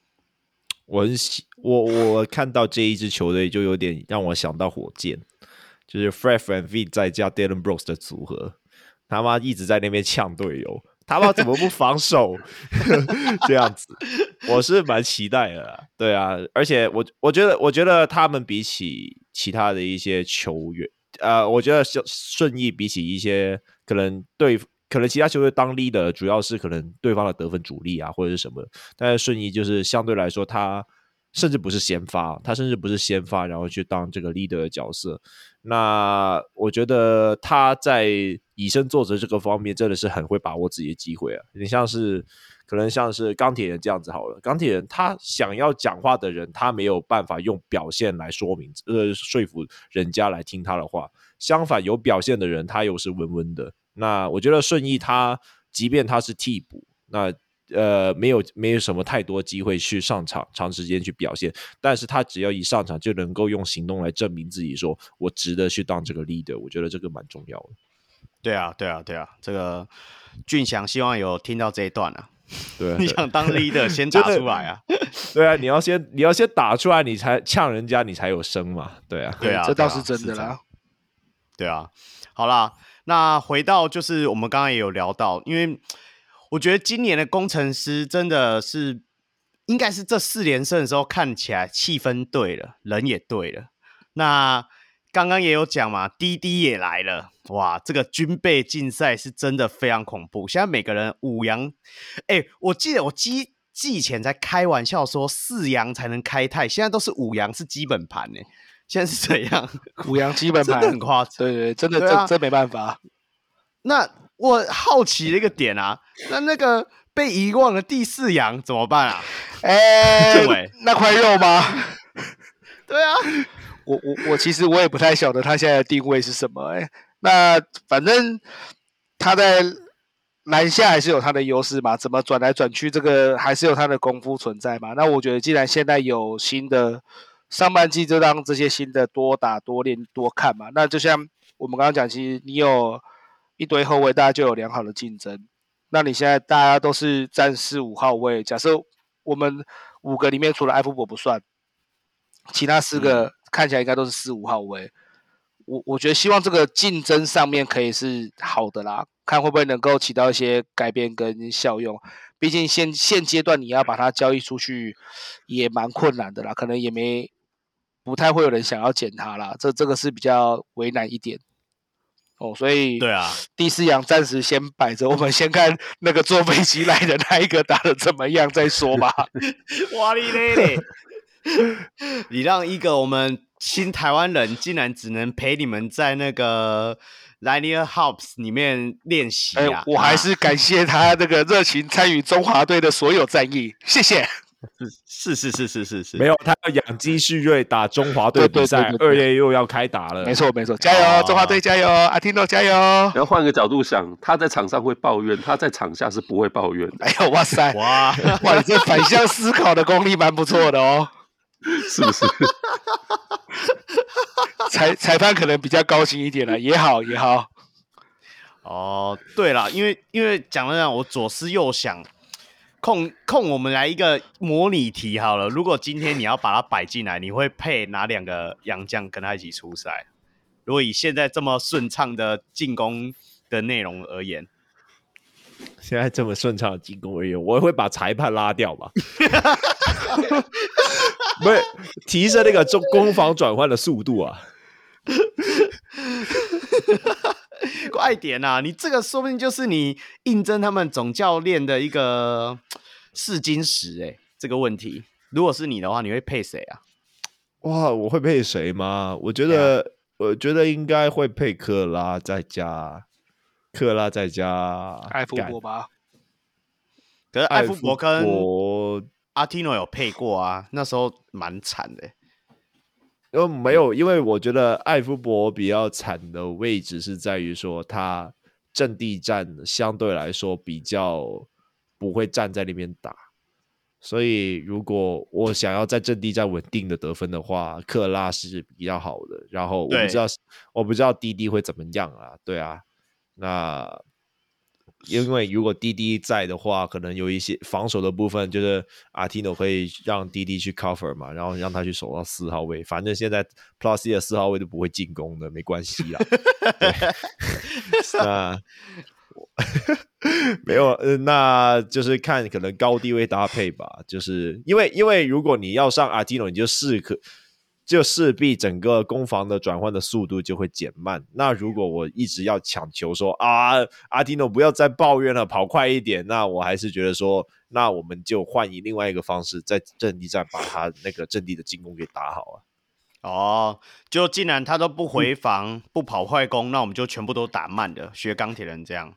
我看到这一支球队就有点让我想到火箭，就是 Fred VanVleet 再加 Dillon Brooks 的组合，他妈一直在那边呛队友，他妈怎么不防守？这样子，我是蛮期待的啦。对啊，而且我觉得他们比起其他的一些球员，我觉得顺义比起一些可能其他球队当 leader 主要是可能对方的得分主力啊或者是什么，但是顺义就是相对来说他甚至不是先发，然后去当这个 leader 的角色。那我觉得他在以身作则这个方面真的是很会把握自己的机会啊，可能像是钢铁人这样子好了，钢铁人他想要讲话的人，他没有办法用表现来说服人家来听他的话，相反有表现的人他又是温温的。那我觉得顺义他即便他是替补，那没有什么太多机会去上场长时间去表现，但是他只要一上场就能够用行动来证明自己，说我值得去当这个 leader， 我觉得这个蛮重要的。
对啊，这个俊祥希望有听到这一段啊。
对，
你想当 leader 先打出来啊。
对啊，你要先打出来，你才呛人家，你才有声嘛。对啊，
这倒是真的啦。
对啊，好啦。那回到就是我们刚刚也有聊到，因为我觉得今年的工程师真的是应该是这4连胜的时候看起来气氛对了，人也对了。那刚刚也有讲嘛，滴滴也来了，哇，这个军备竞赛是真的非常恐怖。现在每个人5阳，我记得我季前才开玩笑说4阳才能开泰，现在都是5阳是基本盘现在是怎样
？5阳基本盘
真的很夸张，
对，真的这没办法。
那我好奇的一个点啊，那个被遗忘的第4羊怎么办啊？
哎、
建伟
那块肉吗？
对啊，
我其实我也不太晓得他现在的定位是什么那反正他在篮下还是有他的优势嘛，怎么转来转去，这个还是有他的功夫存在嘛。那我觉得既然现在有新的上半季，就让这些新的多打多练多看嘛。那就像我们刚刚讲，其实你有一堆后卫，大家就有良好的竞争。那你现在大家都是站4、5号位，假设我们5个里面除了艾夫伯不算，其他4个看起来应该都是4、5号位。我觉得希望这个竞争上面可以是好的啦，看会不会能够起到一些改变跟效用。毕竟现阶段你要把它交易出去也蛮困难的啦，可能也不太会有人想要捡它啦，这个是比较为难一点。所以
对啊，
第4羊暂时先摆着，我们先看那个坐飞机来的那一个打得怎么样再说吧。
哇哩嘞嘞！你让一个我们新台湾人竟然只能陪你们在那个 Linear Hops 里面练习啊！
我还是感谢他这个热情参与中华队的所有战役，谢谢。
是，
没有，他要养精蓄锐打中华队比赛，2月又要开打了。
没错，加油，中华队加油，阿提诺加油。
然后换个角度想，他在场上会抱怨，他在场下是不会抱怨的。
哎呦，哇塞，
哇，
你这反向思考的功力蛮不错的哦。
是不是？
裁判可能比较高兴一点了，也好。
哦，对了，因为讲了讲，我左思右想，控我们来一个模拟题好了。如果今天你要把它摆进来，你会配哪2个洋将跟他一起出赛？如果以现在这么顺畅的进攻的内容而言，
现在这么顺畅的进攻而言，我会把裁判拉掉吧。不是提升那个攻防转换的速度啊！
快点啊！你这个说不定就是你应征他们总教练的一个试金石这个问题，如果是你的话，你会配谁啊？
哇，我会配谁吗？我觉得应该会配克拉再加
艾夫伯吧。
可是艾夫伯跟阿提诺有配过啊，那时候蛮惨的。
没有，因为我觉得艾夫伯比较惨的位置是在于说他阵地战相对来说比较不会站在那边打，所以如果我想要在阵地战稳定的得分的话，克拉是比较好的。然后我不知道滴滴会怎么样啊？对啊，那因为如果滴滴在的话，可能有一些防守的部分，就是阿提诺可以让滴滴去 cover 嘛，然后让他去守到4号位。反正现在 Plus 的4号位都不会进攻的，没关系啦。那没有，那就是看可能高低位搭配吧。就是因为如果你要上阿提诺，你就势必整个攻防的转换的速度就会减慢。那如果我一直要强求说阿提诺不要再抱怨了，跑快一点，那我还是觉得说，那我们就换以另外一个方式，在阵地战把他那个阵地的进攻给打好啊。
就既然他都不回防、不跑快攻，那我们就全部都打慢的，学钢铁人这样。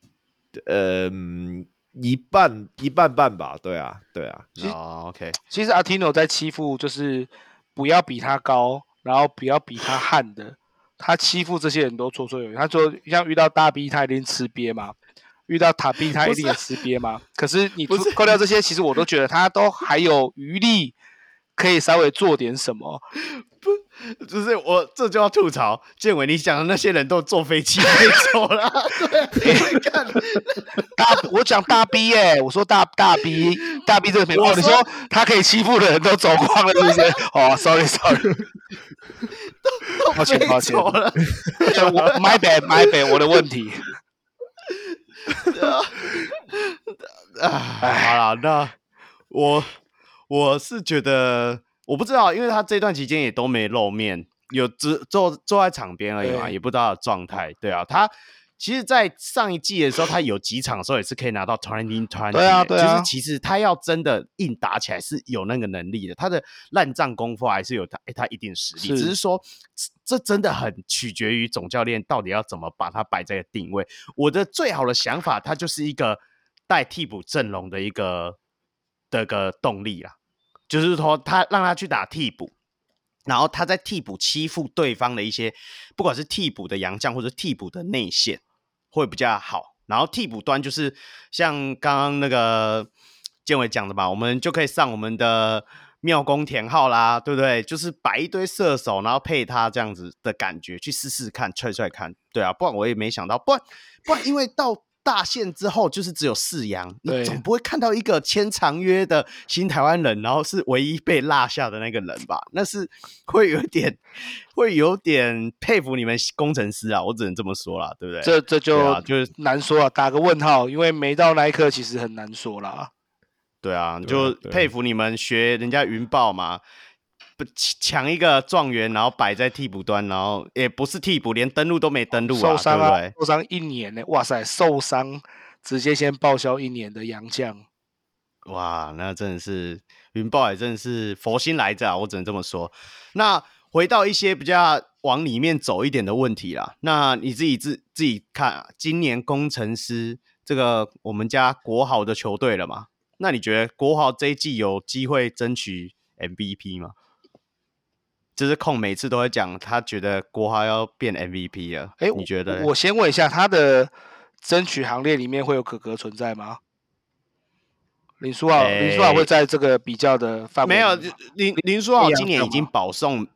一半半吧，对啊。
OK。
其实阿提诺在欺负就是不要比他高，然后不要比他悍的，他欺负这些人都绰绰有余。他说像遇到大 B 他一定吃瘪嘛，遇到塔 B 他一定也吃瘪嘛。可是你扣掉这些，其实我都觉得他都还有余力可以稍微做点什么。
就是我这就要吐槽，建伟，你讲的那些人都坐飞机飞走了。对，看
我讲大 B 我说大 B 这个你说他可以欺负的人都走光了，是不是？sorry， 抱歉了，my bad， 我的问题。
好了，那我是觉得。我不知道，因为他这段期间也都没露面，有坐在场边而已嘛，也不知道他的状态。对啊，他其实，在上一季的时候，他有几场的时候也是可以拿到20-20。对啊，就是其实他要真的硬打起来是有那个能力的，他的烂仗功夫还是有他一定实力，只是说这真的很取决于总教练到底要怎么把他摆在定位。我的最好的想法，他就是一个带替补阵容的一个动力啦，就是说他让他去打替补。然后他在替补欺负对方的一些，不管是替补的洋将或者替补的内线，会比较好。然后替补端就是像刚刚那个建伟讲的吧，我们就可以上我们的妙攻田浩啦，对不对？就是摆一堆射手，然后配他这样子的感觉去试试看，踹踹看，对啊。不然我也没想到，不然因为到大限之后就是只有4洋，你总不会看到一个签长约的新台湾人，然后是唯一被落下的那个人吧？那是会有点佩服你们工程师啊，我只能这么说啦，对不对？
这就是难说啊，打个问号，因为没到那一刻其实很难说啦。
对啊，就佩服你们学人家云豹嘛。抢一个状元，然后摆在替补端，然后也不是替补，连登录都没登录啊，
受伤啊，
对不对？
受伤1年呢，哇塞，受伤直接先报销1年的洋将，
哇，那真的是云豹也真的是佛心来着啊，我只能这么说。那回到一些比较往里面走一点的问题啦，那你自己看啊，今年工程师这个我们家国豪的球队了嘛？那你觉得国豪这一季有机会争取 MVP 吗？就是控每次都会讲，他觉得国豪要变 MVP 了。你觉得？
我先问一下，他的争取行列里面会有可格存在吗？林书豪会在这个比较的范围？
没有，林书豪今年已经保送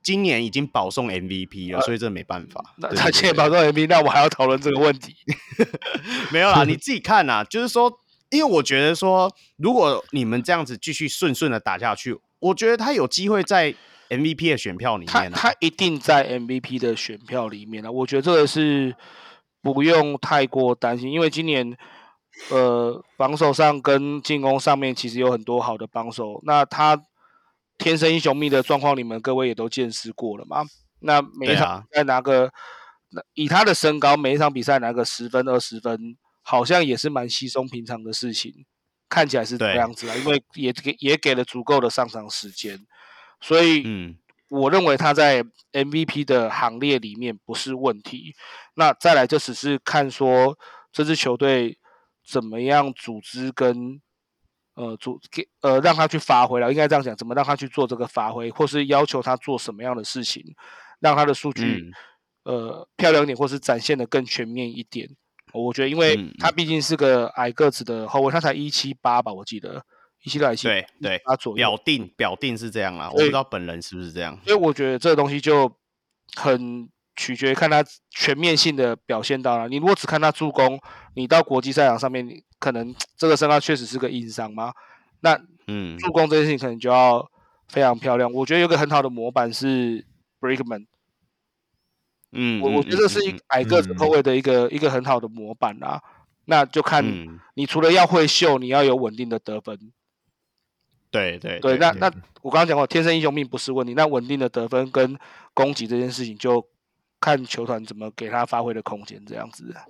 MVP 了，所以这没办法。
那他今年保送 MVP， 那我还要讨论这个问题？
没有啦，你自己看啦，就是说，因为我觉得说，如果你们这样子继续顺的打下去，我觉得他有机会在 MVP 的选票里面
他一定在 MVP 的选票里面我觉得这个是不用太过担心，因为今年防守上跟进攻上面其实有很多好的帮手。那他天生英雄命的状况，你们各位也都见识过了嘛？那每一场比赛拿个，以他的身高，每一场比赛拿个10分20分，好像也是蛮稀松平常的事情，看起来是这样子因为也给了足够的上场时间。所以，我认为他在 MVP 的行列里面不是问题。那再来就只是看说这支球队怎么样组织跟让他去发挥了，应该这样讲，怎么让他去做这个发挥，或是要求他做什么样的事情，让他的数据漂亮一点，或是展现的更全面一点。我觉得，因为他毕竟是个矮个子的后卫，他才178吧，我记得。178
对，
左右
表定是这样啦，我不知道本人是不是这样。
所以我觉得这个东西就很取决于看他全面性的表现到哪。你如果只看他助攻，你到国际赛场上面，你可能这个身高确实是个硬伤嘛。那助攻这件事情可能就要非常漂亮。我觉得有个很好的模板是 Brickman， 我觉得这是一矮个子后卫的一个很好的模板啦。那就看你除了要会秀，你要有稳定的得分。
对，
那我刚刚讲过，天生英雄命不是问题，那稳定的得分跟攻击这件事情，就看球团怎么给他发挥的空间，这样子。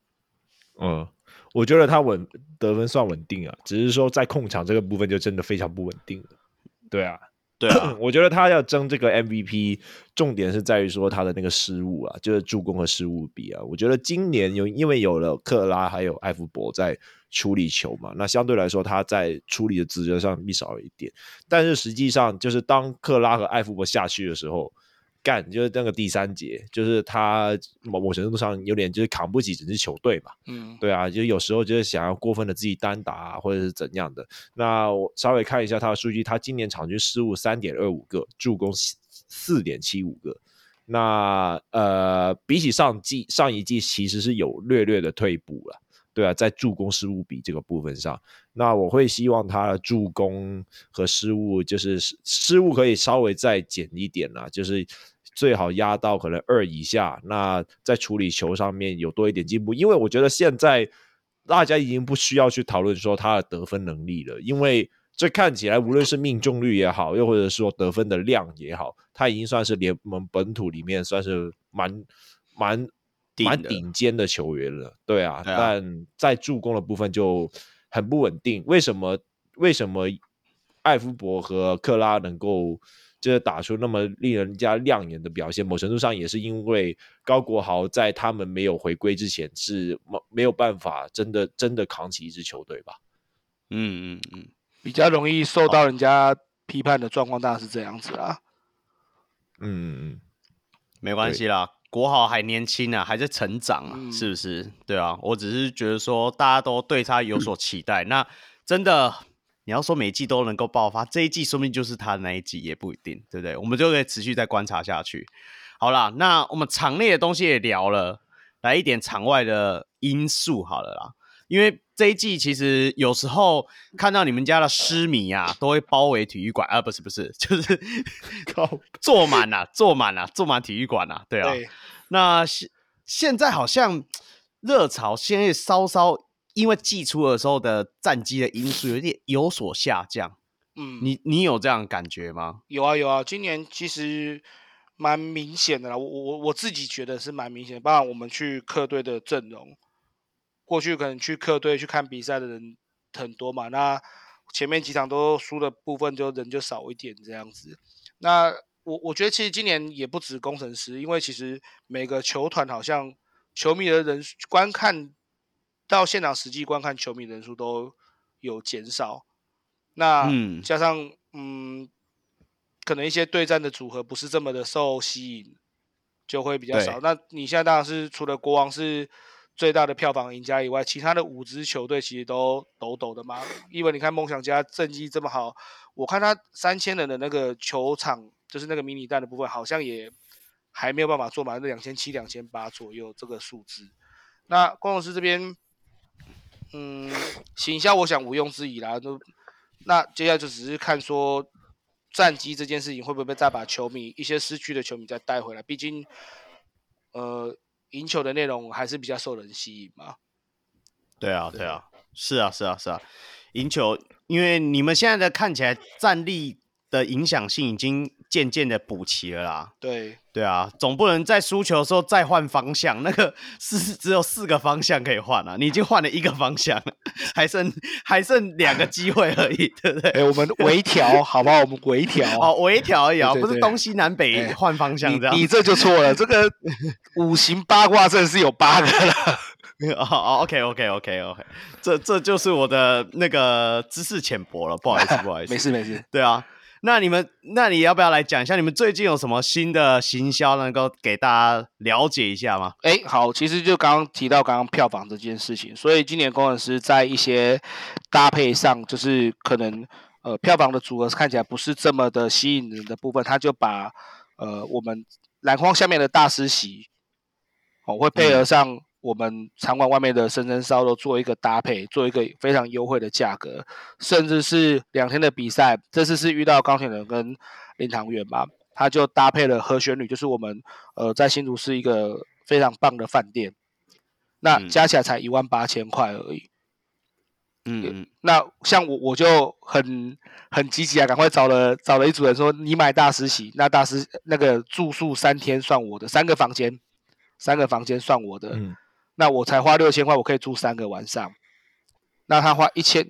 我觉得他得分算稳定啊，只是说在控场这个部分就真的非常不稳定了。对啊，我觉得他要争这个 MVP， 重点是在于说他的那个失误啊，就是助攻和失误比啊。我觉得今年因为有了克拉还有艾弗伯在处理球嘛，那相对来说他在处理的职责上必少了一点。但是实际上就是当克拉和艾弗伯下去的时候，就是那个第3节，就是他某程度上有点就是扛不起整支球队嘛。对啊，就有时候就是想要过分的自己单打或者是怎样的。那我稍微看一下他的数据，他今年场均失误 3.25 个，助攻 4.75 个。那比起上一季其实是有略的退步了。对啊，在助攻失误比这个部分上，那我会希望他的助攻和失误，就是失误可以稍微再减一点啦，就是最好压到可能2以下。那在处理球上面有多一点进步，因为我觉得现在大家已经不需要去讨论说他的得分能力了，因为这看起来无论是命中率也好，又或者说得分的量也好，他已经算是联盟本土里面算是蛮顶尖的球员了。对啊，但在助攻的部分就很不稳定。为什么艾夫伯和克拉能够就是打出那么令人家亮眼的表现，某程度上也是因为高国豪在他们没有回归之前是没有办法真的扛起一支球队吧。
比较容易受到人家批判的状况当然是这样子啦。
没关系啦，国豪还年轻啊，还在成长啊，是不是？对啊，我只是觉得说大家都对他有所期待，那真的你要说每一季都能够爆发，这一季说不定就是他的那一季，也不一定，对不对？我们就可以持续再观察下去。好啦，那我们场内的东西也聊了，来一点场外的因素好了啦。因为这一季其实有时候看到你们家的狮迷啊，都会包围体育馆啊，不是，就是坐满体育馆啊，对啊。对，那现在好像热潮现在稍稍因为季初的时候的战绩的因素有所下降。你有这样的感觉吗？
有啊，今年其实蛮明显的啦，我自己觉得是蛮明显的，包括我们去客队的阵容。过去可能去客队去看比赛的人很多嘛，那前面几场都输的部分就人就少一点这样子。那我觉得其实今年也不止工程师，因为其实每个球团好像球迷的人观看到现场实际观看球迷人数都有减少。那加上可能一些对战的组合不是这么的受吸引，就会比较少。那你现在当然是除了国王是最大的票房赢家以外，其他的5支球队其实都抖抖的嘛。因为你看梦想家战绩这么好，我看他3000人的那个球场，就是那个迷你蛋的部分，好像也还没有办法做满2700、2800左右这个数字。那工程师这边，行销我想毋庸置疑啦。那接下来就只是看说战绩这件事情会不会再把一些失去的球迷再带回来，毕竟赢球的内容还是比较受人吸引嘛。
对啊，是啊，赢球，因为你们现在的看起来战力的影响性已经渐渐的补齐了啦。对啊，总不能在输球的时候再换方向，那个只有4个方向可以换啊，你已经换了1个方向了，还剩2个机会而已，对不对？
我们微调，好不好？我们微调
微调而已啊，不是东西南北换方向这样。
你这就错了，这个5行八卦真的是有8个了。
OK， 这就是我的那个知识浅薄了，不好意思。
没事。
对啊。那你要不要来讲一下，你们最近有什么新的行销能够给大家了解一下吗？
好，其实就刚刚提到票房这件事情，所以今年工程师在一些搭配上，就是可能票房的组合看起来不是这么的吸引人的部分，他就把我们篮筐下面的大师席，会配合上我们场馆外面的生生烧肉做一个搭配，做一个非常优惠的价格，甚至是2天的比赛，这次是遇到钢铁人跟领航员嘛，他就搭配了和弦旅，就是我们在新竹是一个非常棒的饭店，那加起来才18000块而已。那像我就很积极啊，赶快找了一组人说，你买大师席，那大师那个住宿3天算我的，3个房间算我的。那我才花6000块，我可以住3个晚上。那他花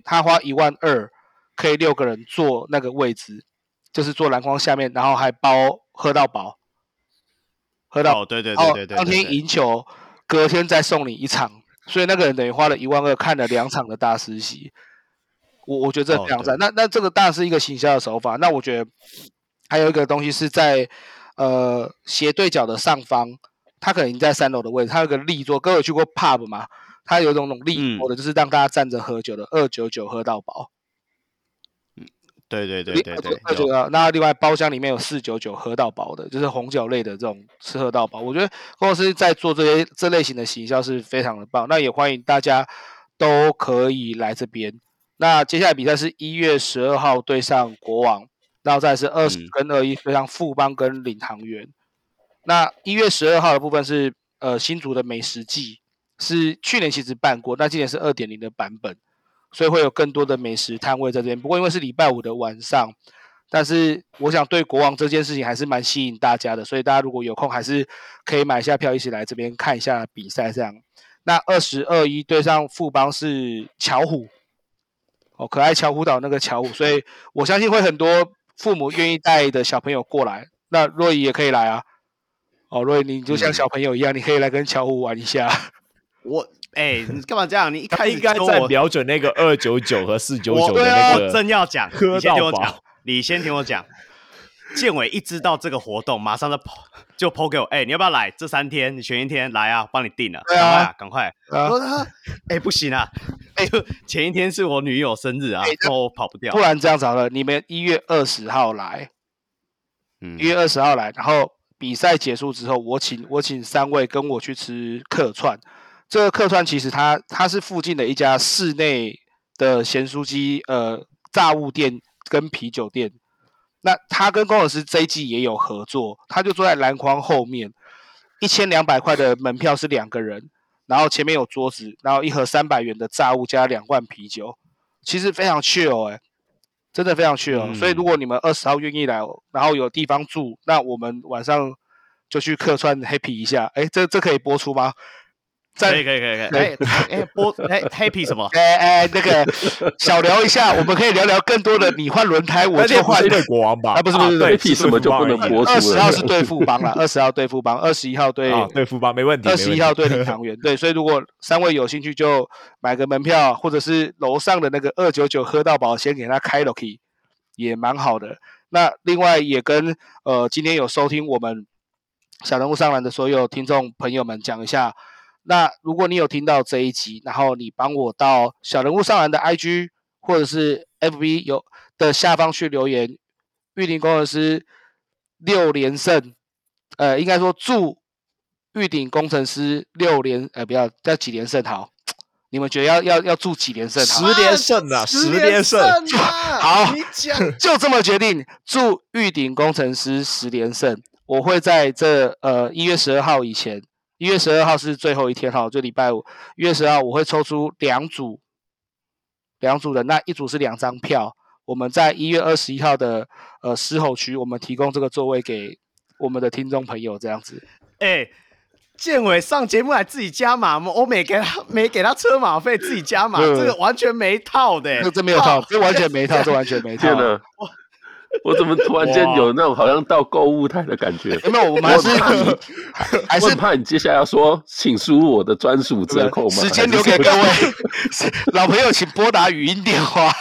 12000，可以6个人坐那个位置，就是坐篮筐下面，然后还包喝到饱。
对。
当天赢球，隔天再送你1场，所以那个人等于花了12000看了2场的大师席。我觉得这非常赞。那这个当然是一个行销的手法。那我觉得还有一个东西是在斜对角的上方。他可能在3楼的位置，他有个立桌，各位有去过 pub 吗？他有一种立桌的，就是让大家站着喝酒的，299喝到饱。
对。
那另外包厢里面有499喝到饱的，就是红酒类的这种吃喝到饱。我觉得公司在做这类型的行销是非常的棒，那也欢迎大家都可以来这边。那接下来比赛是1月12号对上国王，然后再是20跟21对上富邦跟领航员。那1月12号的部分是新竹的美食季，是去年其实办过，那今年是 2.0 的版本，所以会有更多的美食摊位在这边。不过因为是礼拜5的晚上，但是我想对国王这件事情还是蛮吸引大家的，所以大家如果有空还是可以买一下票一起来这边看一下比赛这样。那2021对上富邦是巧虎，可爱巧虎岛那个巧虎，所以我相信会很多父母愿意带的小朋友过来，那若仪也可以来啊。哦，若仪你就像小朋友一样，你可以来跟巧虎玩一下。
你干嘛这样？你一开始
应该
说我
在瞄准那个299和499的
我
那个。
正要讲，
喝到饱
你先听我讲。建伟一知道这个活动，马上就 po 给我，你要不要来？这3天你选一天来啊，帮你定了，
对啊
赶快。
啊
我说不行啊，就前一天是我女友生日啊，我跑不掉。
不然这样子好了，你们1月20号来，1月20号来，然后比赛结束之后，我请3位跟我去吃客串。这个客串其实它是附近的一家室内的咸酥鸡炸物店跟啤酒店。那他跟工程师这一季也有合作，他就坐在篮筐后面，1200块的门票是2个人，然后前面有桌子，然后一盒300元的炸物加2罐啤酒，其实非常 chill 真的非常 chill。所以如果你们20号愿意来，然后有地方住，那我们晚上就去客串 happy 一下。这可以播出吗？
可以。播happy 什么？
那个小聊一下，我们可以聊聊更多的你换轮胎，我就换
对国王吧？
不是
，happy 什么就不能播出了。
20号是对富邦啦，20号对富邦，21号对
富邦，没问题。
21号对领航员，对，所以如果3位有兴趣，就买个门票，或者是楼上的那个299喝到饱，先给他开了 key， 也蛮好的。那另外也跟今天有收听我们小人物上篮的所有听众朋友们讲一下。那如果你有听到这一集，然后你帮我到小人物上篮的 IG 或者是 FB 有的下方去留言，玉鼎工程师6连胜，应该说祝玉鼎工程师6连，不要叫几连胜好？你们觉得要祝几连胜好？
10连胜啊，10连胜
好，
你讲
就这么决定，祝玉鼎工程师10连胜。我会在这1月12号以前。1月12号是最后一天哈，就礼拜5。1月12号我会抽出2组的，那一组是2张票。我们在1月21号的狮吼区，我们提供这个座位给我们的听众朋友，这样子。
建伟上节目还自己加码吗？我没给他车马费，自己加码，这个完全没套的。
这没有套，这完全没套，这完全没套。
天哪！我怎么突然间有那种好像到购物台的感觉？
没有，我们还是
怕你接下来要说，请输入我的专属折扣码。
时间留给各位老朋友，请拨打语音电话。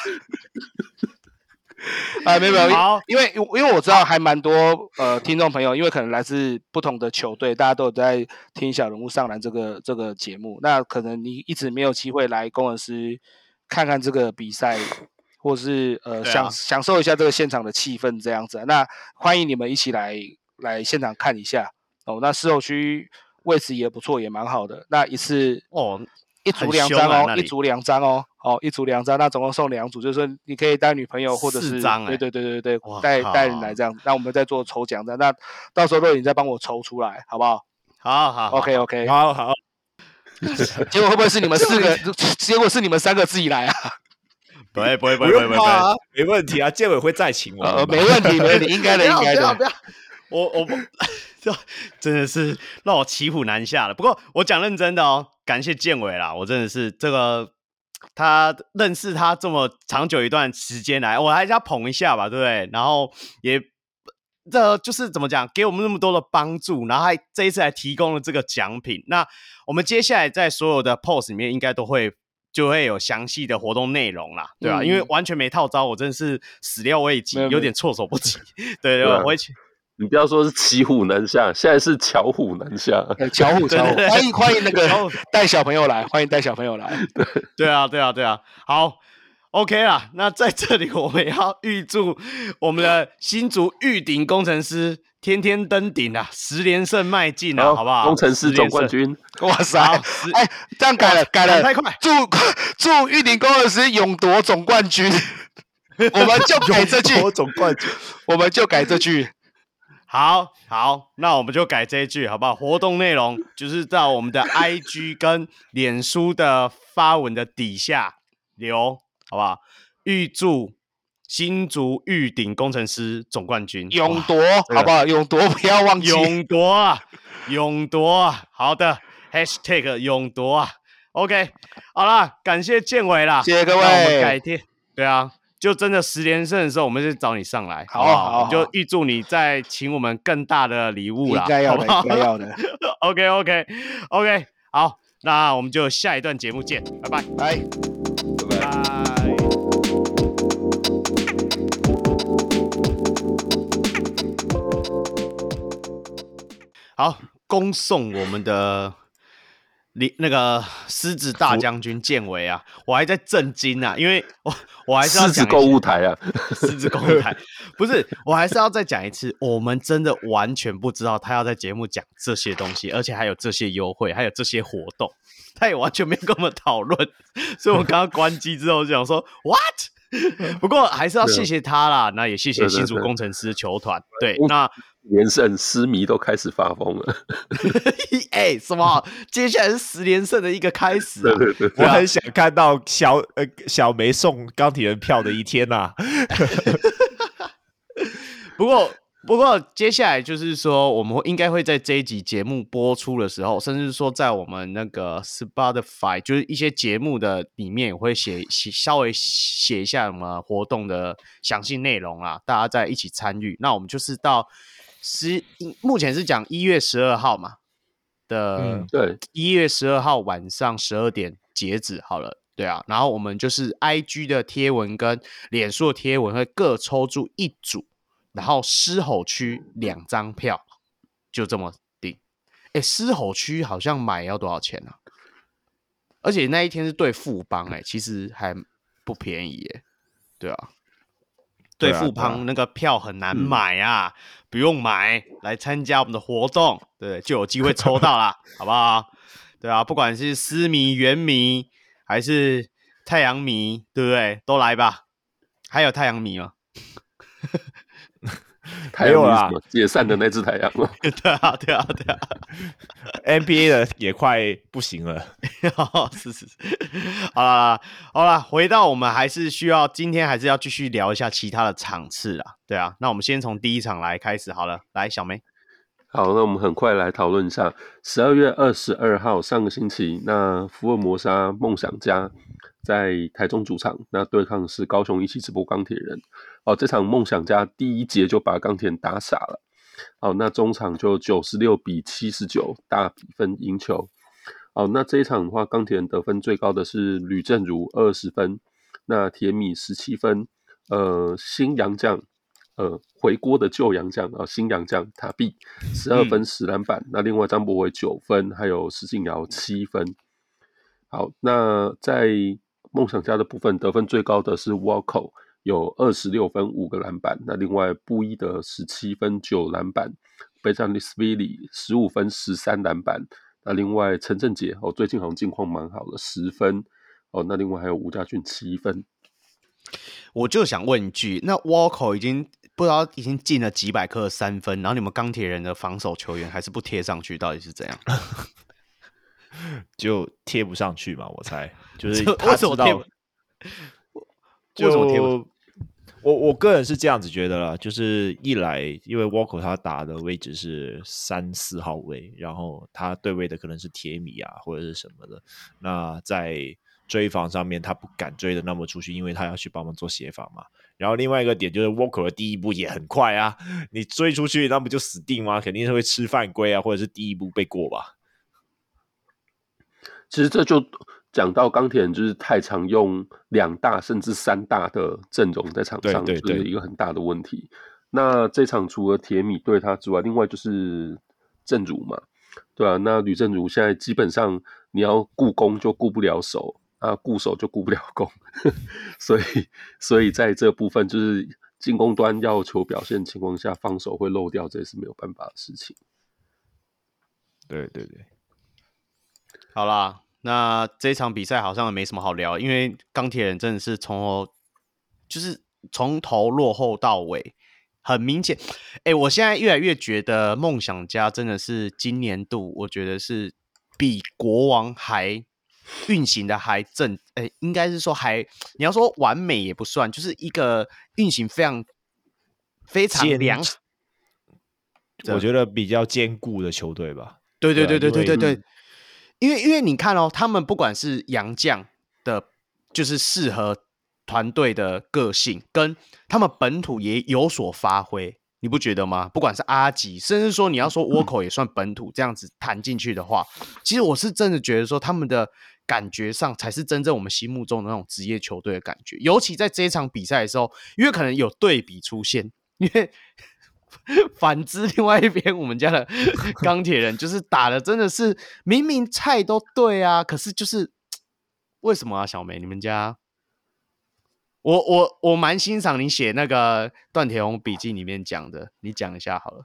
没有，因为我知道还蛮多听众朋友，因为可能来自不同的球队，大家都有在听小人物上篮这个节目，那可能你一直没有机会来工程师看看这个比赛。或是享受一下这个现场的气氛这样子，那欢迎你们一起来现场看一下哦。那狮吼区位置也不错，也蛮好的。那一次一组2张哦，一组2张哦，一组2张，那总共送2组，就是说你可以带女朋友或者是
4张
对，带人来这样，那我们再做抽奖的，那到时候若你再帮我抽出来，好不好？
好
，OK，
好。
结果会不会是你们4个？结果是你们3个自己来啊？
不会，
没问题啊，建伟会再请我。
没问题，应该的。
不要，我真的是让我骑虎难下了。不过我讲认真的哦，感谢建伟啦，我真的是这个他认识他这么长久一段时间来，我还是要捧一下吧，对不对？然后也这就是怎么讲，给我们那么多的帮助，然后这一次还提供了这个奖品。那我们接下来在所有的 post 里面应该就会有详细的活动内容啦，对吧？因为完全没套招，我真的是始料未及，有点措手不及。对，我会去。
你不要说是骑虎难下，现在是巧虎难下。
巧虎，欢迎那个带小朋友来，欢迎带小朋友来。
对啊，好。OK 啦，那在这里我们要预祝我们的新竹玉鼎工程师天天登顶啊，10连胜迈进啊，好不好？
工程师总冠军，
哇塞！这样改了，
太快！
祝玉鼎工程师勇夺总冠军，我们就改这句，
总冠军，
我们就改这句。
好，那我们就改这一句，好不好？活动内容就是在我们的 IG 跟脸书的发文的底下留。好不好？预祝新竹玉鼎工程师总冠军
勇夺，好不好？勇夺，不要忘记
勇夺啊！好的 ，#勇夺啊 ！OK， 好啦，感谢建伟啦，
谢谢各位。
那我们改天，对啊， 就真的10连胜的时候，我们就找你上来，
好
不好？
好
我们就预祝你再请我们更大的礼物啦，
应该要的，
好不好
应该要的。
OK，好，那我们就下一段节目见，拜拜，
来。
拜拜。
拜。好，恭送我们的那个狮子大将军建伟啊！我还在震惊啊，因为我还是要讲
狮子购物台啊，
狮子购物台不是，我还是要再讲一次，我们真的完全不知道他要在节目讲这些东西，而且还有这些优惠，还有这些活动，他也完全没有跟我们讨论，所以我刚刚关机之后就想说 what？ 不过还是要谢谢他啦，那也谢谢新竹工程师球团。对，那
连胜狮迷都开始发疯了。
什么？接下来是10连胜的一个开始啊！
对，
我很想看到小梅送钢铁人票的一天呐、
不过接下来就是说，我们应该会在这一集节目播出的时候，甚至说在我们那个 Spotify， 就是一些节目的里面，也会稍微写一下什么活动的详细内容啦，大家再一起参与。那我们就是到目前是讲1月12号嘛的，
对
，1月12号晚上12点截止好了。对啊，然后我们就是 IG 的贴文跟脸书的贴文会各抽出一组。然后狮吼区2张票，就这么定。狮吼区好像买要多少钱啊？而且那一天是对富邦，其实还不便宜耶。对啊，对富邦那个票很难买啊，不用买，来参加我们的活动，对，就有机会抽到啦，好不好？对啊，不管是狮迷、原迷还是太阳迷，对不对？都来吧。还有太阳迷吗？
太阳迷什么解散的那只太阳了。
对啊
NBA 的也快不行了。
是，好啦，回到我们今天还是要继续聊一下其他的场次啦。对啊，那我们先从第一场来开始好了。来，小梅。
好，那我们很快来讨论一下12月22号上个星期，那福尔摩沙梦想家在台中主场，那对抗是高雄一期直播钢铁人。这场梦想家第一节就把钢铁人打傻了。那中场就96-79大比分赢球。那这一场的话，钢铁人得分最高的是吕正如20分，那铁米17分，新洋将回锅的旧洋将新洋将塔比12分10篮板，那另外张博伟9分，还有施晋尧7分。好，那在梦想家的部分，得分最高的是 Walco， 有26分5个篮板，那另外布伊德17分9篮板，贝詹利斯维里15分13篮板，那另外陈正杰最近好像近况蛮好的10分，那另外还有吴家俊7分。
我就想问一句，那 Walco 不知道已经进了几百颗的3分，然后你们钢铁人的防守球员还是不贴上去，到底是怎样？
就贴不上去嘛，我猜就是
为什么贴？为什么贴不？
我个人是这样子觉得啦，就是一来，因为 Walker 他打的位置是3、4号位，然后他对位的可能是铁米啊或者是什么的，那在追防上面他不敢追的那么出去，因为他要去帮忙做协防嘛。然后另外一个点就是 Walker 的第一步也很快啊，你追出去那不就死定吗？肯定是会吃犯规啊，或者是第一步被过吧。
其实这就讲到钢铁人就是太常用2大甚至3大的阵容在场上，就是一个很大的问题。那这场除了铁米对他之外，另外就是正如嘛，对啊，那吕正如现在基本上你要顾攻就顾不了守，顾守就顾不了攻，所以在这部分就是进攻端要求表现情况下，防守会漏掉，这也是没有办法的事情。
对，
好啦，那这场比赛好像没什么好聊，因为钢铁人真的是从头落后到尾，很明显。我现在越来越觉得梦想家真的是今年度，我觉得是比国王还运行的还正，应该是说你要说完美也不算，就是一个运行非常良好，
我觉得比较坚固的球队吧。
对，因为你看他们不管是洋将的，就是适合团队的个性，跟他们本土也有所发挥，你不觉得吗？不管是阿吉，甚至说你要说倭寇也算本土，这样子谈进去的话，其实我是真的觉得说他们的感觉上才是真正我们心目中的那种职业球队的感觉。尤其在这一场比赛的时候，因为可能有对比出现，因为反之另外一边我们家的钢铁人就是打的真的是明明菜都对啊，可是就是为什么啊？小梅，你们家？我蛮欣赏你写那个段铁红笔记里面讲的，你讲一下好了。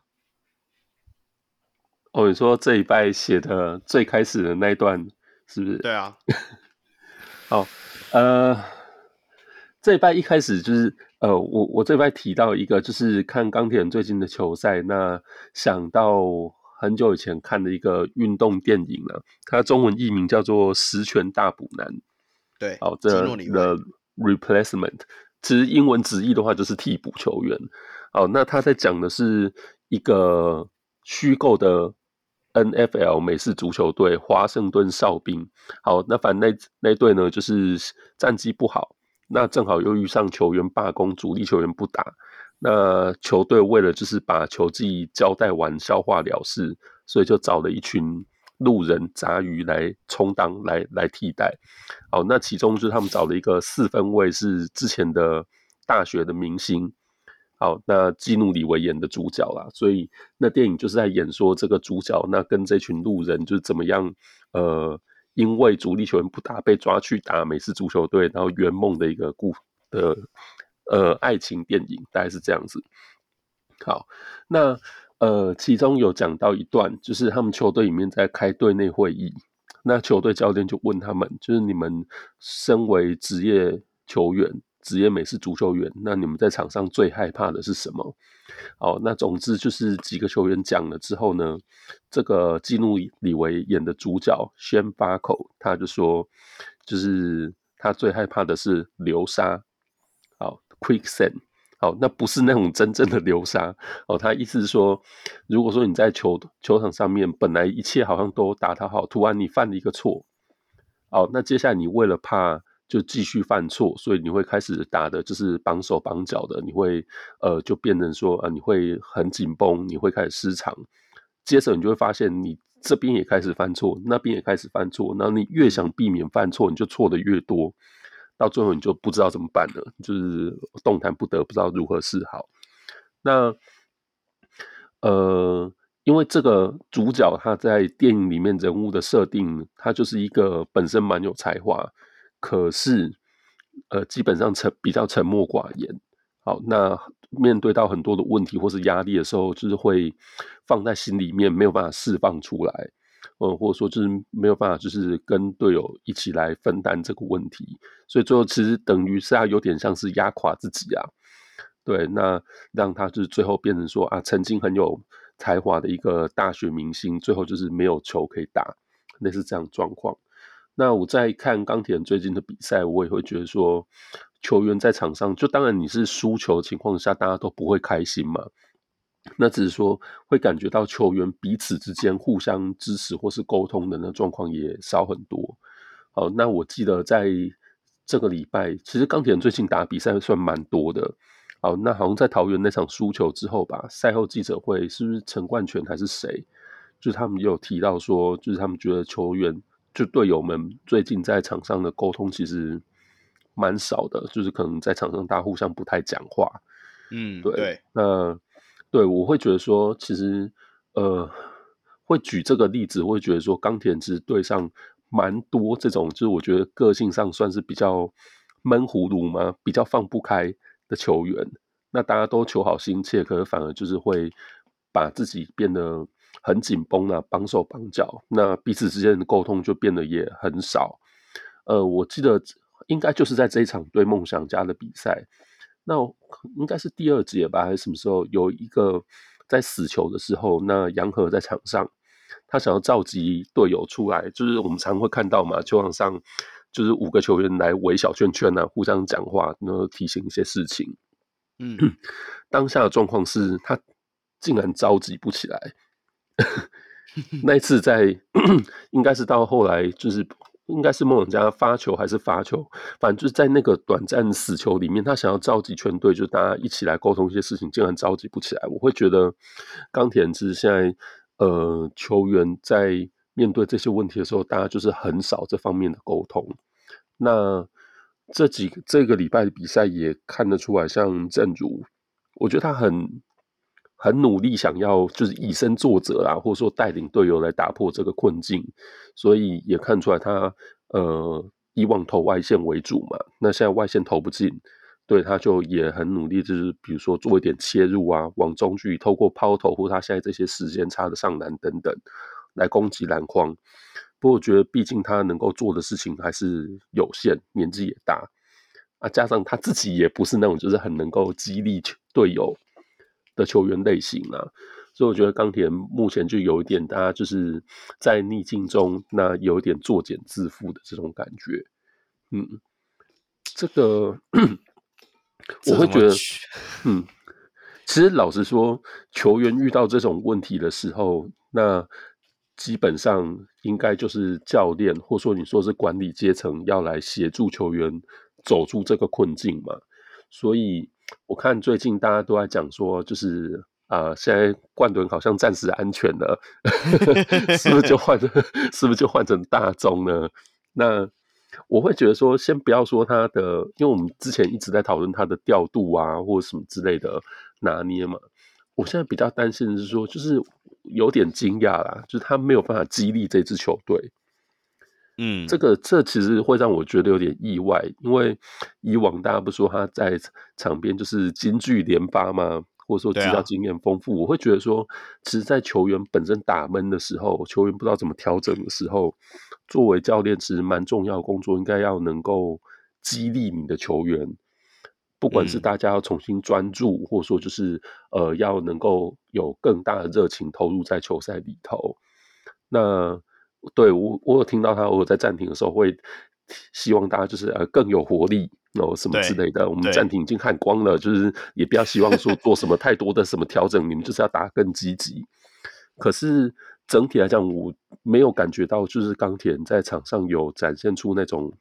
哦，你说这一拜写的最开始的那一段是不是？
对啊。
好，这一拜一开始就是我这一拜提到一个，就是看钢铁人最近的球赛，那想到很久以前看的一个运动电影啊，它中文译名叫做《十全大补男》。
对，
好，这 The Replacement， 其实英文直译的话就是替补球员。好，那他在讲的是一个虚构的 NFL 美式足球队华盛顿哨兵。好，那反正那一队呢，就是战绩不好，那正好又遇上球员罢工，主力球员不打，那球队为了就是把球季交代完，消化了事，所以就找了一群路人杂鱼来充当来替代。好，那其中就是他们找了一个4分卫是之前的大学的明星。好，那基努里维演的主角啦，所以那电影就是在演说这个主角那跟这群路人就是怎么样因为主力球员不打被抓去打美式足球队，然后圆梦的一个爱情电影，大概是这样子。好，那其中有讲到一段，就是他们球队里面在开队内会议，那球队教练就问他们，就是你们身为职业球员、职业美式足球员，那你们在场上最害怕的是什么？好，那总之就是几个球员讲了之后呢，这个基努里维演的主角先发口，他就说，就是他最害怕的是流沙，好 ，quicksand。好，那不是那种真正的流沙哦。他意思是说，如果说你在球场上面本来一切好像都打得好，突然你犯了一个错，哦，那接下来你为了怕就继续犯错，所以你会开始打的就是绑手绑脚的，你会就变成说你会很紧绷，你会开始失常，接着你就会发现你这边也开始犯错，那边也开始犯错，然后你越想避免犯错，你就错的越多。到最后你就不知道怎么办了，就是动弹不得，不知道如何是好。那因为这个主角他在电影里面人物的设定，他就是一个本身蛮有才华，可是基本上比较沉默寡言。好，那面对到很多的问题或是压力的时候，就是会放在心里面，没有办法释放出来。或者说就是没有办法，就是跟队友一起来分担这个问题，所以最后其实等于是他有点像是压垮自己啊，对，那让他就是最后变成说曾经很有才华的一个大学明星，最后就是没有球可以打，类似这样的状况。那我在看钢铁人最近的比赛，我也会觉得说，球员在场上，就当然你是输球的情况下，大家都不会开心嘛。那只是说会感觉到球员彼此之间互相支持或是沟通的那状况也少很多。好，那我记得在这个礼拜，其实钢铁人最近打比赛算蛮多的。好，那好像在桃园那场输球之后吧，赛后记者会是不是陈冠泉还是谁？就是他们也有提到说，就是他们觉得球员就队友们最近在场上的沟通其实蛮少的，就是可能在场上大家互相不太讲话。对，那对我会觉得说，其实会举这个例子，我会觉得说钢铁人其实队上蛮多这种，就是我觉得个性上算是比较闷葫芦嘛，比较放不开的球员。那大家都求好心切，可是反而就是会把自己变得很紧绷啊，绑手绑脚，那彼此之间的沟通就变得也很少。我记得应该就是在这一场对梦想家的比赛，那应该是第2节吧，还是什么时候有一个在死球的时候，那杨和在场上，他想要召集队友出来，就是我们常会看到嘛，球场上就是5个球员来围小圈圈啊，互相讲话，然后提醒一些事情。当下的状况是他竟然召集不起来。那一次在应该是到后来就是应该是梦想家发球还是罚球，反正就是在那个短暂死球里面，他想要召集全队，就是大家一起来沟通一些事情，竟然召集不起来。我会觉得钢铁人其实现在球员在面对这些问题的时候，大家就是很少这方面的沟通。那这个礼拜的比赛也看得出来，像正如，我觉得他很努力，想要就是以身作则啦，或者说带领队友来打破这个困境，所以也看出来他以往投外线为主嘛，那现在外线投不进，对，他就也很努力，就是比如说做一点切入啊，往中距透过抛投或他现在这些时间差的上篮等等来攻击篮筐。不过我觉得毕竟他能够做的事情还是有限，年纪也大啊，加上他自己也不是那种就是很能够激励队友的球员类型啊，所以我觉得钢铁人目前就有一点大家就是在逆境中，那有一点作茧自缚的这种感觉。这个我会觉得，其实老实说，球员遇到这种问题的时候，那基本上应该就是教练，或说你说是管理阶层要来协助球员走出这个困境嘛。所以我看最近大家都在讲说，就是现在冠伦好像暂时安全了，是不是就换成大中呢？那我会觉得说，先不要说他的，因为我们之前一直在讨论他的调度啊，或者什么之类的拿捏嘛。我现在比较担心的是说，就是有点惊讶啦，就是他没有办法激励这支球队。这其实会让我觉得有点意外，因为以往大家不说他在场边就是金句连发吗？或者说执教经验丰富，我会觉得说，其实，在球员本身打闷的时候，球员不知道怎么调整的时候，作为教练，其实蛮重要的工作，应该要能够激励你的球员，不管是大家要重新专注，或者说就是要能够有更大的热情投入在球赛里头。那对我有听到他偶尔在暂停的时候会希望大家就是更有活力什么之类的。我们暂停已经看光了，就是也不要希望说做什么太多的什么调整，你们就是要打更积极。可是整体来讲，我没有感觉到就是钢铁人在场上有展现出那种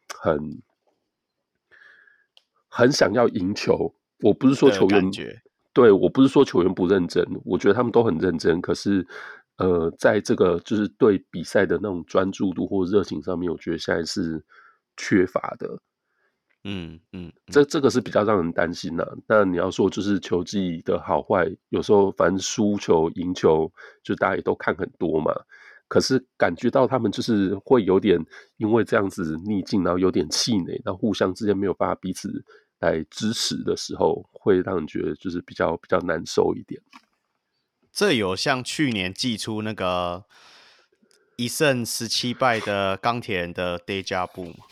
很想要赢球。我不是说球员，对，我不是说球员不认真，我觉得他们都很认真。可是在这个就是对比赛的那种专注度或热情上面，我觉得现在是缺乏的。这个是比较让人担心的。那你要说就是球技的好坏，有时候反正输球赢球，就大家也都看很多嘛。可是感觉到他们就是会有点因为这样子逆境，然后有点气馁，然后互相之间没有办法彼此来支持的时候，会让人觉得就是比较难受一点。
这有像去年季初那个1胜17败的钢铁人的 Deja vu 吗？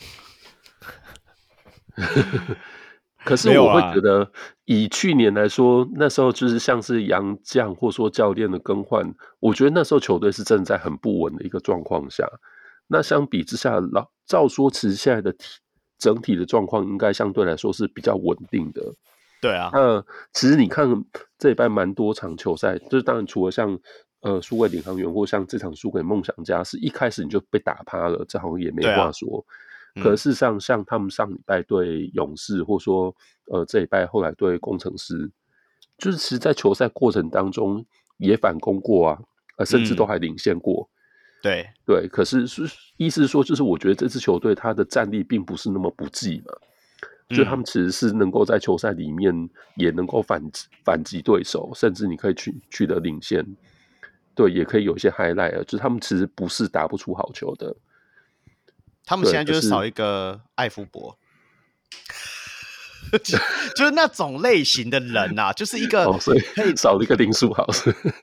可是我会觉得，以去年来说，那时候就是像是洋将或说教练的更换，我觉得那时候球队是真的在很不稳的一个状况下。那相比之下，照说其实现在的整体的状况应该相对来说是比较稳定的。
对啊，
其实你看这礼拜蛮多场球赛，就是当然除了像输给领航员或像这场输给梦想家，是一开始你就被打趴了，这好像也没话说。可是事实上，像他们上礼拜对勇士，或说这礼拜后来对工程师，就是其实在球赛过程当中也反攻过啊，甚至都还领先过。
对，
可是意思是说，就是我觉得这支球队他的战力并不是那么不济嘛，就他们其实是能够在球赛里面也能够反击对手，甚至你可以取得领先，对，也可以有一些 highlight，就是他们其实不是打不出好球的。
他们现在就是少一个艾夫伯，就是那种类型的人啊，就是一个
所以少了一个林书豪。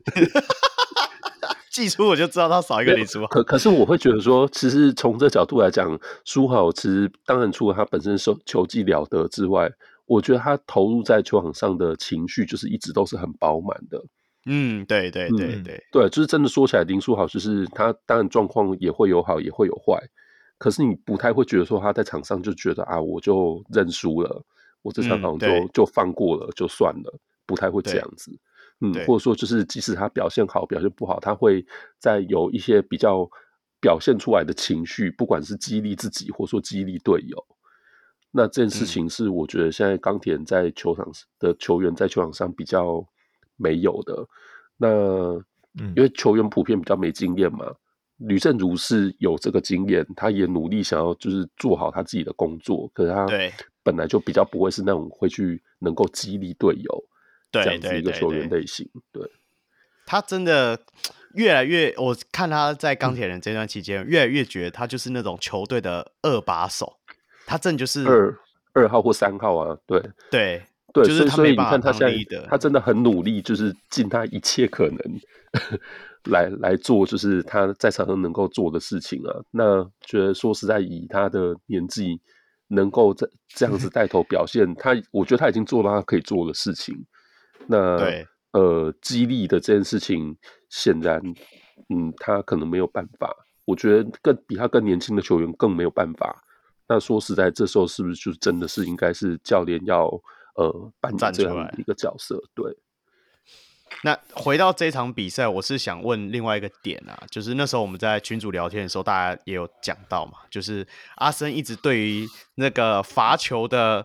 季初我就知道他少一个林书豪。
可是我会觉得说，其实从这角度来讲，书豪其实当然除了他本身球技了得之外，我觉得他投入在球场上的情绪就是一直都是很饱满的。
对，
就是真的说起来，林书豪就是他当然状况也会有好也会有坏。可是你不太会觉得说他在场上就觉得我就认输了，我这场好像就放过了就算了，不太会这样子。或者说就是即使他表现好表现不好，他会在有一些比较表现出来的情绪，不管是激励自己或说激励队友，那这件事情是我觉得现在钢铁人在球场的球员在球场上比较没有的。那因为球员普遍比较没经验嘛，吕正如是有这个经验，他也努力想要就是做好他自己的工作，可是他本来就比较不会是那种会去能够激励队友这样子一个球员类型。对，
他真的越来越，我看他在钢铁人这段期间，越来越觉得他就是那种球队的二把手，他真的就是
二号或3号啊，对
对，
就是
他
所以你看他现
在
他真的很努力，就是尽他一切可能来做，就是他在场上能够做的事情啊。那觉得说实在，以他的年纪能够这样子带头表现，我觉得他已经做到他可以做的事情。那激励的这件事情，显然他可能没有办法。我觉得比他更年轻的球员更没有办法。那说实在，这时候是不是就真的是应该是教练要扮演这样的一个角色？对。
那回到这场比赛，我是想问另外一个点啊，就是那时候我们在群组聊天的时候，大家也有讲到嘛，就是阿森一直对于那个罚球的